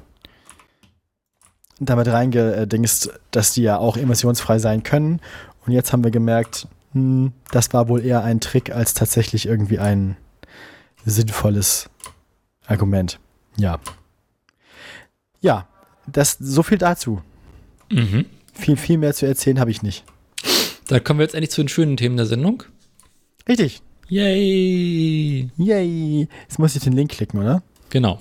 damit reingedingst, dass die ja auch emissionsfrei sein können. Und jetzt haben wir gemerkt, hm, das war wohl eher ein Trick als tatsächlich irgendwie ein sinnvolles Argument. Ja. Ja, das, so viel dazu. Mhm. Viel, viel mehr zu erzählen habe ich nicht. Dann kommen wir jetzt endlich zu den schönen Themen der Sendung. Richtig. Yay! Yay. Jetzt muss ich den Link klicken, oder? Genau.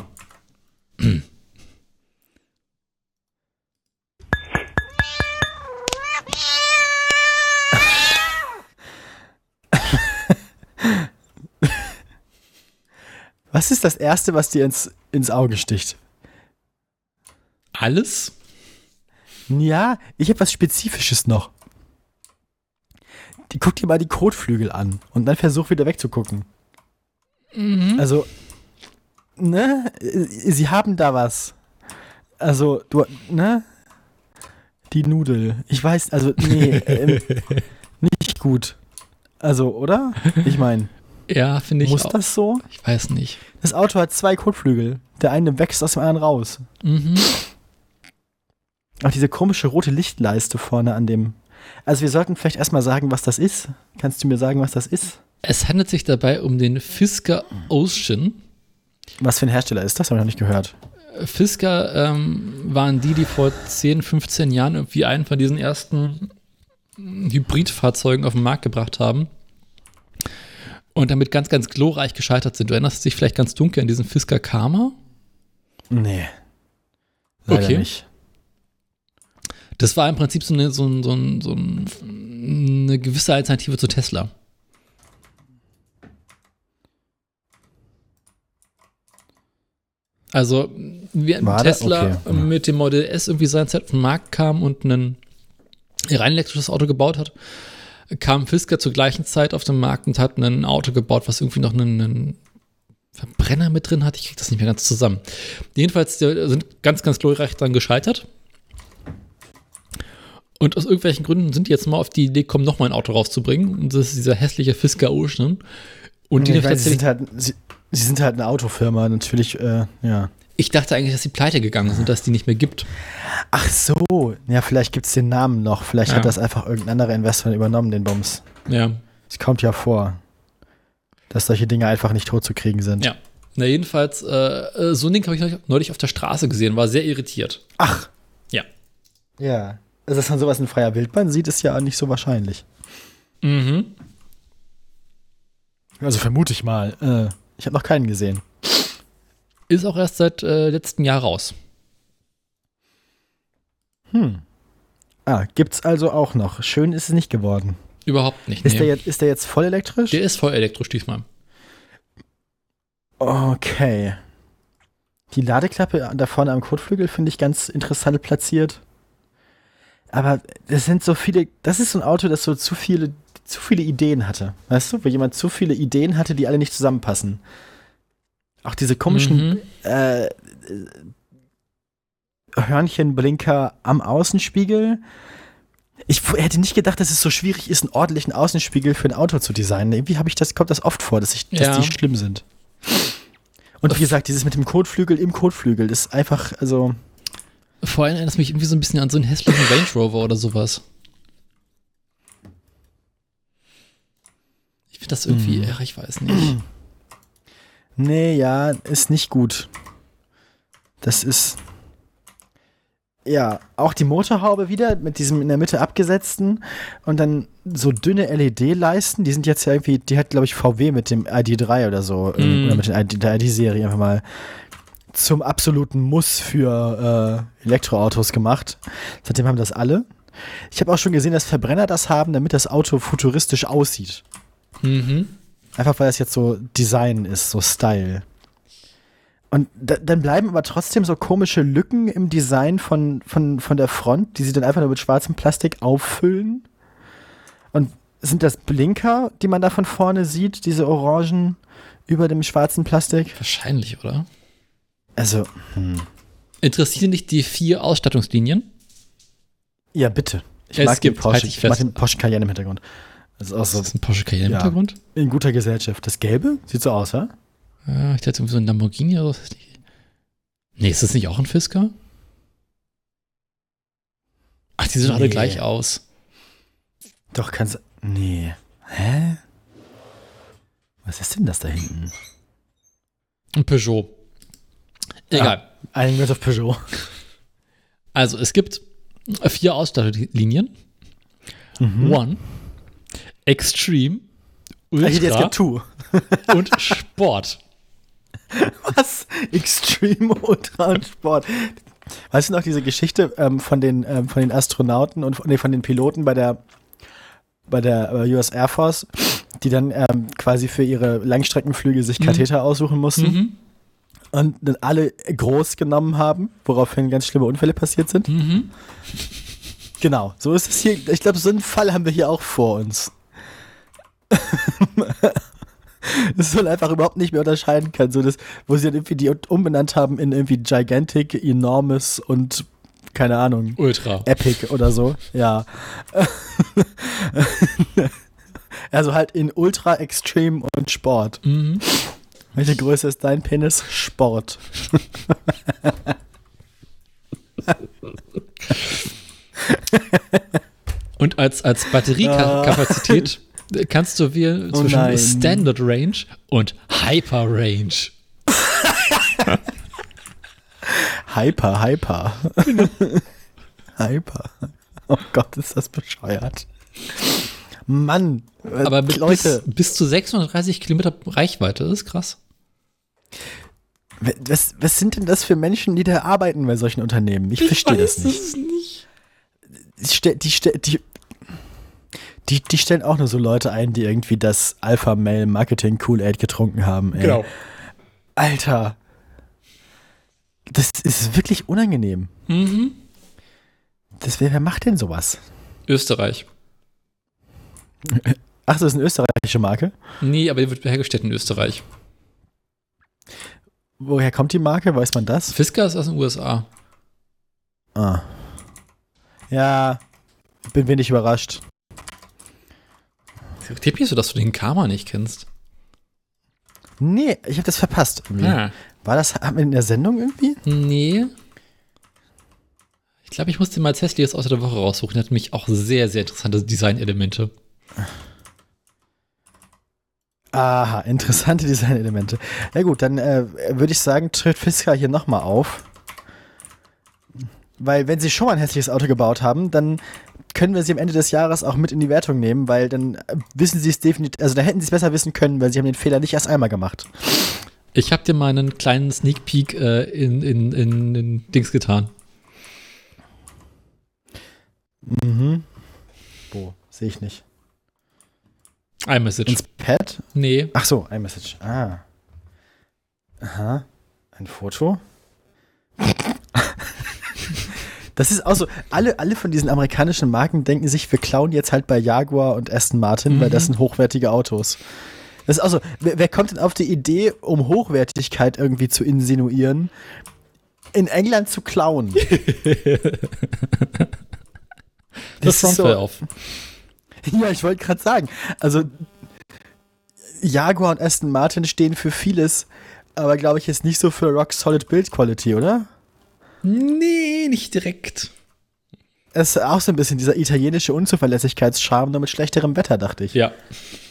Was ist das Erste, was dir ins, ins Auge sticht? Alles? Ja, ich habe was Spezifisches noch. Die, guck dir mal die Kotflügel an und dann versuch wieder wegzugucken. Mhm. Also, ne? Sie haben da was. Also, du, ne? Die Nudel. Ich weiß, also, nee, ähm, nicht gut. Also, oder? Ich meine, Ja, finde ich muss auch. das so? Ich weiß nicht. Das Auto hat zwei Kotflügel. Der eine wächst aus dem anderen raus. Mhm. Auch diese komische rote Lichtleiste vorne an dem. Also, wir sollten vielleicht erstmal sagen, was das ist. Kannst du mir sagen, was das ist? Es handelt sich dabei um den Fisker Ocean. Was für ein Hersteller ist das? Habe ich noch nicht gehört. Fisker ähm, waren die, die vor zehn, fünfzehn Jahren irgendwie einen von diesen ersten Hybridfahrzeugen auf den Markt gebracht haben und damit ganz, ganz glorreich gescheitert sind. Du erinnerst dich vielleicht ganz dunkel an diesen Fisker Karma? Nee. Leider Okay. nicht. Das war im Prinzip so eine, so, ein, so, ein, so ein, eine gewisse Alternative zu Tesla. Also, wie War das? Tesla Okay. mit dem Model S irgendwie seinerzeit auf den Markt kam und einen ihr rein elektrisches Auto gebaut hat, kam Fisker zur gleichen Zeit auf den Markt und hat ein Auto gebaut, was irgendwie noch einen, einen Verbrenner mit drin hat. Ich krieg das nicht mehr ganz zusammen. Jedenfalls die sind ganz, ganz glorreich dran gescheitert. Und aus irgendwelchen Gründen sind die jetzt mal auf die Idee gekommen, nochmal ein Auto rauszubringen. Und das ist dieser hässliche Fisker Ocean. Und die ich meine, sie, tatsächlich. sind halt, sie, sie sind halt eine Autofirma, natürlich, äh, ja. Ich dachte eigentlich, dass die pleite gegangen sind, dass es die nicht mehr gibt. Ach so, ja, vielleicht gibt es den Namen noch. Vielleicht Ja. hat das einfach irgendein anderer Investor übernommen, den Bums. Ja. Es kommt ja vor, dass solche Dinge einfach nicht tot zu kriegen sind. Ja. Na, jedenfalls, äh, so ein Ding habe ich neulich auf der Straße gesehen, war sehr irritiert. Ach. Ja. Ja. Also, dass man sowas in freier Wildbahn sieht, ist ja nicht so wahrscheinlich. Mhm. Also vermute ich mal. Äh, ich habe noch keinen gesehen. Ist auch erst seit äh, letztem Jahr raus. Hm. Ah, gibt's also auch noch. Schön ist es nicht geworden. Überhaupt nicht. Ist, nee. der, jetzt, ist der jetzt voll elektrisch? Der ist voll elektrisch diesmal. Okay. Die Ladeklappe da vorne am Kotflügel finde ich ganz interessant platziert. Aber es sind so viele, das ist so ein Auto, das so zu viele, zu viele Ideen hatte. Weißt du, wo jemand zu viele Ideen hatte, die alle nicht zusammenpassen. Auch diese komischen Mhm. äh, Hörnchenblinker am Außenspiegel. Ich w- hätte nicht gedacht, dass es so schwierig ist, einen ordentlichen Außenspiegel für ein Auto zu designen. Irgendwie habe ich das, kommt das oft vor, dass, ich, dass Ja. die schlimm sind. Und wie gesagt, dieses mit dem Kotflügel im Kotflügel ist einfach, also. Vor allem erinnert es mich irgendwie so ein bisschen an so einen hässlichen Range Rover oder sowas. Ich finde das irgendwie, Mhm. ach, ich weiß nicht. Nee, ja, ist nicht gut. Das ist. Ja, auch die Motorhaube wieder mit diesem in der Mitte abgesetzten und dann so dünne L E D-Leisten, die sind jetzt ja irgendwie, die hat, glaube ich, V W mit dem I D drei oder so, Mm. oder mit der I D der I D-Serie einfach mal zum absoluten Muss für äh, Elektroautos gemacht. Seitdem haben das alle. Ich habe auch schon gesehen, dass Verbrenner das haben, damit das Auto futuristisch aussieht. Mhm. Einfach weil das jetzt so Design ist, so Style. Und da, dann bleiben aber trotzdem so komische Lücken im Design von, von, von der Front, die sie dann einfach nur mit schwarzem Plastik auffüllen. Und sind das Blinker, die man da von vorne sieht, diese Orangen über dem schwarzen Plastik? Wahrscheinlich, oder? Also, hm. Interessieren dich die vier Ausstattungslinien? ja, bitte. Ich Es mag den gibt- Porsche, halt dich ich mag fest. den Porsche Cayenne im Hintergrund. Das ist auch Das so ist ein Porsche Cayenne im Ja. Hintergrund. in guter Gesellschaft. Das Gelbe sieht so aus, ja? Ja, ich dachte irgendwie so ein Lamborghini oder so. Nee, ist das nicht auch ein Fisker? Ach, die sehen alle Nee. gleich aus. Doch, kannst nee. Hä? Was ist denn das da hinten? Ein Peugeot. Egal. Ein Wert auf Peugeot. Also, es gibt vier Ausstattungslinien. Mhm. One, Extreme, Ah, hier, jetzt Ultra gibt Two. und Sport. Was? Extreme Ultra und Sport. Weißt du noch diese Geschichte ähm, von, den, ähm, von den Astronauten und von, nee, von den Piloten bei der, bei der äh, U S Air Force, die dann ähm, quasi für ihre Langstreckenflüge sich Mhm. Katheter aussuchen mussten Mhm. und dann alle groß genommen haben, woraufhin ganz schlimme Unfälle passiert sind? Mhm. Genau, so ist es hier. Ich glaube, so einen Fall haben wir hier auch vor uns. Das man einfach überhaupt nicht mehr unterscheiden kann. So das, wo sie dann irgendwie die umbenannt haben in irgendwie Gigantic, Enormous und keine Ahnung, Ultra. Epic oder so. Ja. Also halt in Ultra, Extreme und Sport. Mhm. Welche Größe ist dein Penis? Sport. Und als, als Batteriekapazität kannst du wählen Oh zwischen nein. Standard Range und Hyper Range. Hyper, hyper. Hyper. Oh Gott, ist das bescheuert. Mann, äh, Aber mit Leute, bis, bis zu sechshundertdreißig Kilometer Reichweite, das ist krass. was, was sind denn das für Menschen, die da arbeiten bei solchen Unternehmen? Ich verstehe das nicht. Das nicht. Die, ste- die, ste- die, die, die stellen auch nur so Leute ein, die irgendwie das Alpha-Mail-Marketing Kool-Aid getrunken haben. Ey. Genau. Alter. Das ist wirklich unangenehm. Mhm. Das, wer, wer macht denn sowas? Österreich. Ach, das ist eine österreichische Marke? Nee, aber die wird hergestellt in Österreich. Woher kommt die Marke? Weiß man das? Fisker ist aus den U S A. Ah. Ja, bin wenig überrascht. Tipp so, dass du den Karma nicht kennst. Nee, ich habe das verpasst. Irgendwie. Ah. War das, haben wir in der Sendung irgendwie? Nee. Ich glaube, ich musste mal als hässliches Auto der Woche raussuchen. Der hat nämlich auch sehr, sehr interessante Designelemente. Aha, interessante Designelemente. Ja gut, dann äh, würde ich sagen, tritt Fisker hier nochmal auf. Weil wenn sie schon mal ein hässliches Auto gebaut haben, dann können wir sie am Ende des Jahres auch mit in die Wertung nehmen, weil dann wissen sie es definitiv, also da hätten sie es besser wissen können, weil sie haben den Fehler nicht erst einmal gemacht. Ich habe dir mal einen kleinen Sneak Peek äh, in, in, in, in Dings getan. Mhm. Wo? Sehe ich nicht. iMessage. Ins Pad? Nee. Ach so, iMessage. Ah. Aha. Ein Foto. Das ist auch so, alle, alle von diesen amerikanischen Marken denken sich, wir klauen jetzt halt bei Jaguar und Aston Martin, mhm. weil das sind hochwertige Autos. Das ist auch so, wer, wer kommt denn auf die Idee, um Hochwertigkeit irgendwie zu insinuieren, in England zu klauen? Das, das ist so auf. Ja, ich wollte gerade sagen, also Jaguar und Aston Martin stehen für vieles, aber glaube ich jetzt nicht so für Rock Solid Build Quality, oder? Nee, nicht direkt. Es ist auch so ein bisschen dieser italienische Unzuverlässigkeitscharme, nur mit schlechterem Wetter, dachte ich. Ja.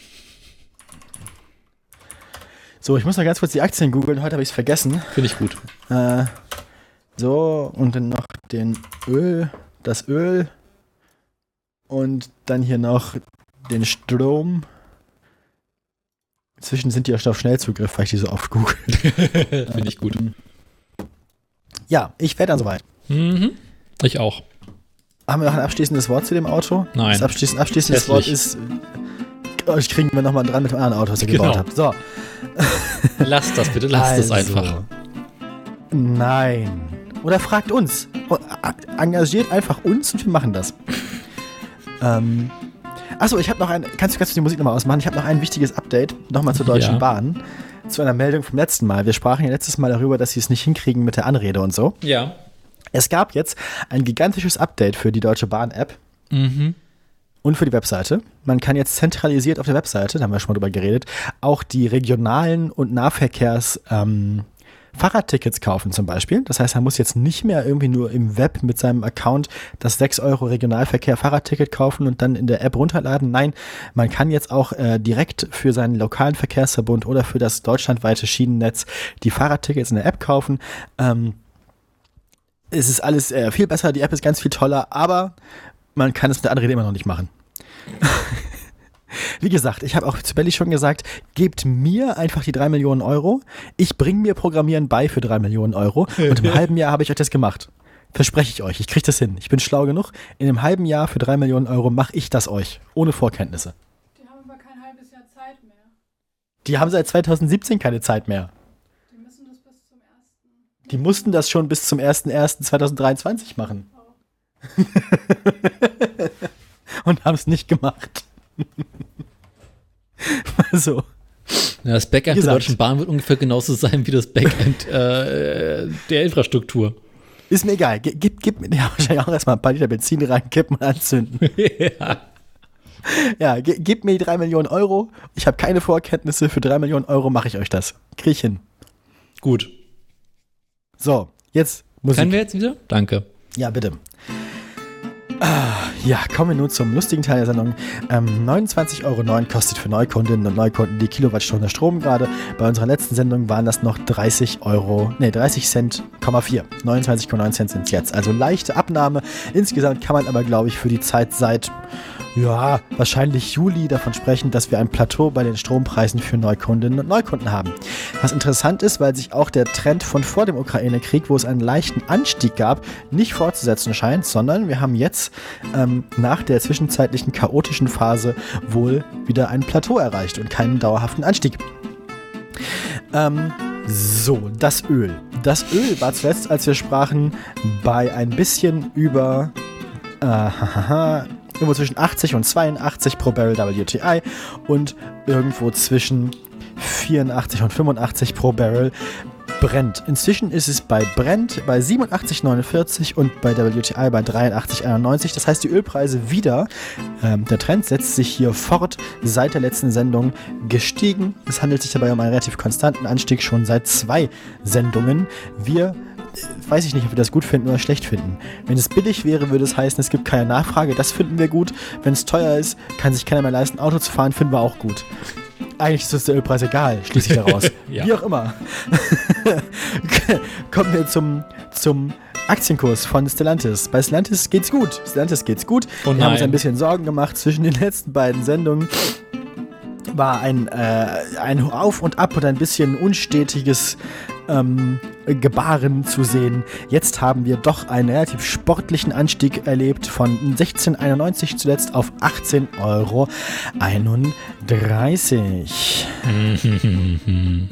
So, ich muss noch ganz kurz die Aktien googeln, heute habe ich es vergessen. Finde ich gut. Äh, so, und dann noch den Öl, das Öl und dann hier noch den Strom. Inzwischen sind die ja schon auf Schnellzugriff, weil ich die so oft google. Finde ich gut. Ja, ich wäre dann soweit. Mhm. Ich auch. Haben wir noch ein abschließendes Wort zu dem Auto? Nein. Das abschließend, abschließendes Hässlich. Wort ist, oh, ich kriegen wir nochmal dran mit dem anderen Auto, was ihr Genau. gebaut habt. So. Lasst das bitte, lasst also, es einfach. Nein. Oder fragt uns. Engagiert einfach uns und wir machen das. ähm. Achso, ich habe noch ein, kannst du, kannst du die Musik nochmal ausmachen? Ich habe noch ein wichtiges Update, nochmal zur Deutschen Ja. Bahn. Zu einer Meldung vom letzten Mal. Wir sprachen ja letztes Mal darüber, dass sie es nicht hinkriegen mit der Anrede und so. Ja. Es gab jetzt ein gigantisches Update für die Deutsche Bahn-App Mhm. und für die Webseite. Man kann jetzt zentralisiert auf der Webseite, da haben wir schon mal drüber geredet, auch die regionalen und Nahverkehrs ähm, Fahrradtickets kaufen zum Beispiel. Das heißt, er muss jetzt nicht mehr irgendwie nur im Web mit seinem Account das sechs Euro Regionalverkehr Fahrradticket kaufen und dann in der App runterladen. Nein, man kann jetzt auch äh, direkt für seinen lokalen Verkehrsverbund oder für das deutschlandweite Schienennetz die Fahrradtickets in der App kaufen. Ähm, es ist alles äh, viel besser, die App ist ganz viel toller, aber man kann es mit der Anrede immer noch nicht machen. Wie gesagt, ich habe auch zu Belly schon gesagt, gebt mir einfach die drei Millionen Euro. Ich bringe mir Programmieren bei für drei Millionen Euro. Und im halben Jahr habe ich euch das gemacht. Verspreche ich euch. Ich kriege das hin. Ich bin schlau genug. In einem halben Jahr für drei Millionen Euro mache ich das euch. Ohne Vorkenntnisse. Die haben aber kein halbes Jahr Zeit mehr. Die haben seit zweitausendsiebzehn keine Zeit mehr. Die müssen das bis zum ersten. Die mussten das schon bis zum ersten ersten zweitausenddreiundzwanzig machen. Oh. Und haben es nicht gemacht. Also. Ja, das Backend Wie der gesagt. Deutschen Bahn wird ungefähr genauso sein wie das Backend äh, der Infrastruktur. Ist mir egal. Ge- Gib, gib mir ja, wahrscheinlich auch erstmal ein paar Liter Benzin reinkippen und anzünden. Ja. Ja, ge- gib mir die drei Millionen Euro. Ich habe keine Vorkenntnisse. Für drei Millionen Euro mache ich euch das. Krieg ich hin. Gut. So, jetzt Musik. Können wir jetzt wieder? Danke. Ja, bitte. Ah, ja, kommen wir nun zum lustigen Teil der Sendung. Ähm, neunundzwanzig Euro neun kostet für Neukundinnen und Neukunden die Kilowattstunde Strom gerade. Bei unserer letzten Sendung waren das noch dreißig Euro, nee, dreißig Cent, vier. neunundzwanzig Komma neun Cent sind es jetzt. Also leichte Abnahme. Insgesamt kann man aber, glaube ich, für die Zeit seit, ja, wahrscheinlich Juli davon sprechen, dass wir ein Plateau bei den Strompreisen für Neukundinnen und Neukunden haben. Was interessant ist, weil sich auch der Trend von vor dem Ukraine-Krieg, wo es einen leichten Anstieg gab, nicht fortzusetzen scheint, sondern wir haben jetzt ähm, nach der zwischenzeitlichen chaotischen Phase wohl wieder ein Plateau erreicht und keinen dauerhaften Anstieg. Ähm, so, das Öl. Das Öl war zuletzt, als wir sprachen, bei ein bisschen über äh, hahaha, irgendwo zwischen achtzig und zweiundachtzig pro Barrel W T I und irgendwo zwischen vierundachtzig und fünfundachtzig pro Barrel Brent. Inzwischen ist es bei Brent bei siebenundachtzig Komma neunundvierzig und bei W T I bei dreiundachtzig Komma einundneunzig. Das heißt, die Ölpreise wieder, ähm, der Trend setzt sich hier fort, seit der letzten Sendung gestiegen. Es handelt sich dabei um einen relativ konstanten Anstieg schon seit zwei Sendungen. Wir weiß ich nicht, ob wir das gut finden oder schlecht finden. Wenn es billig wäre, würde es heißen, es gibt keine Nachfrage. Das finden wir gut. Wenn es teuer ist, kann sich keiner mehr leisten, Auto zu fahren, finden wir auch gut. Eigentlich ist uns der Ölpreis egal, schließe ich daraus. Ja. Wie auch immer. Kommen wir zum, zum Aktienkurs von Stellantis. Bei Stellantis geht's gut. Stellantis geht's gut. Oh wir haben uns nein. ein bisschen Sorgen gemacht zwischen den letzten beiden Sendungen. War ein, äh, ein Auf und Ab und ein bisschen unstetiges ähm, Gebaren zu sehen. Jetzt haben wir doch einen relativ sportlichen Anstieg erlebt von sechzehn Komma einundneunzig zuletzt auf achtzehn Komma einunddreißig Euro.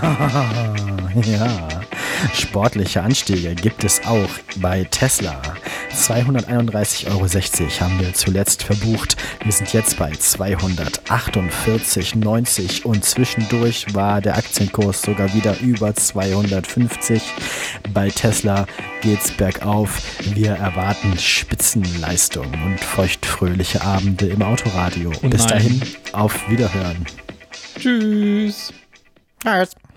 Ja, sportliche Anstiege gibt es auch bei Tesla. zweihunderteinunddreißig Komma sechzig Euro haben wir zuletzt verbucht. Wir sind jetzt bei zweihundertachtundvierzig Komma neunzig und zwischendurch war der Aktienkurs sogar wieder über zweihundertfünfzig. Bei Tesla geht's bergauf. Wir erwarten Spitzenleistung und feuchtfröhliche Abende im Autoradio. Oh Bis nein. dahin, auf Wiederhören. Tschüss. Tschüss.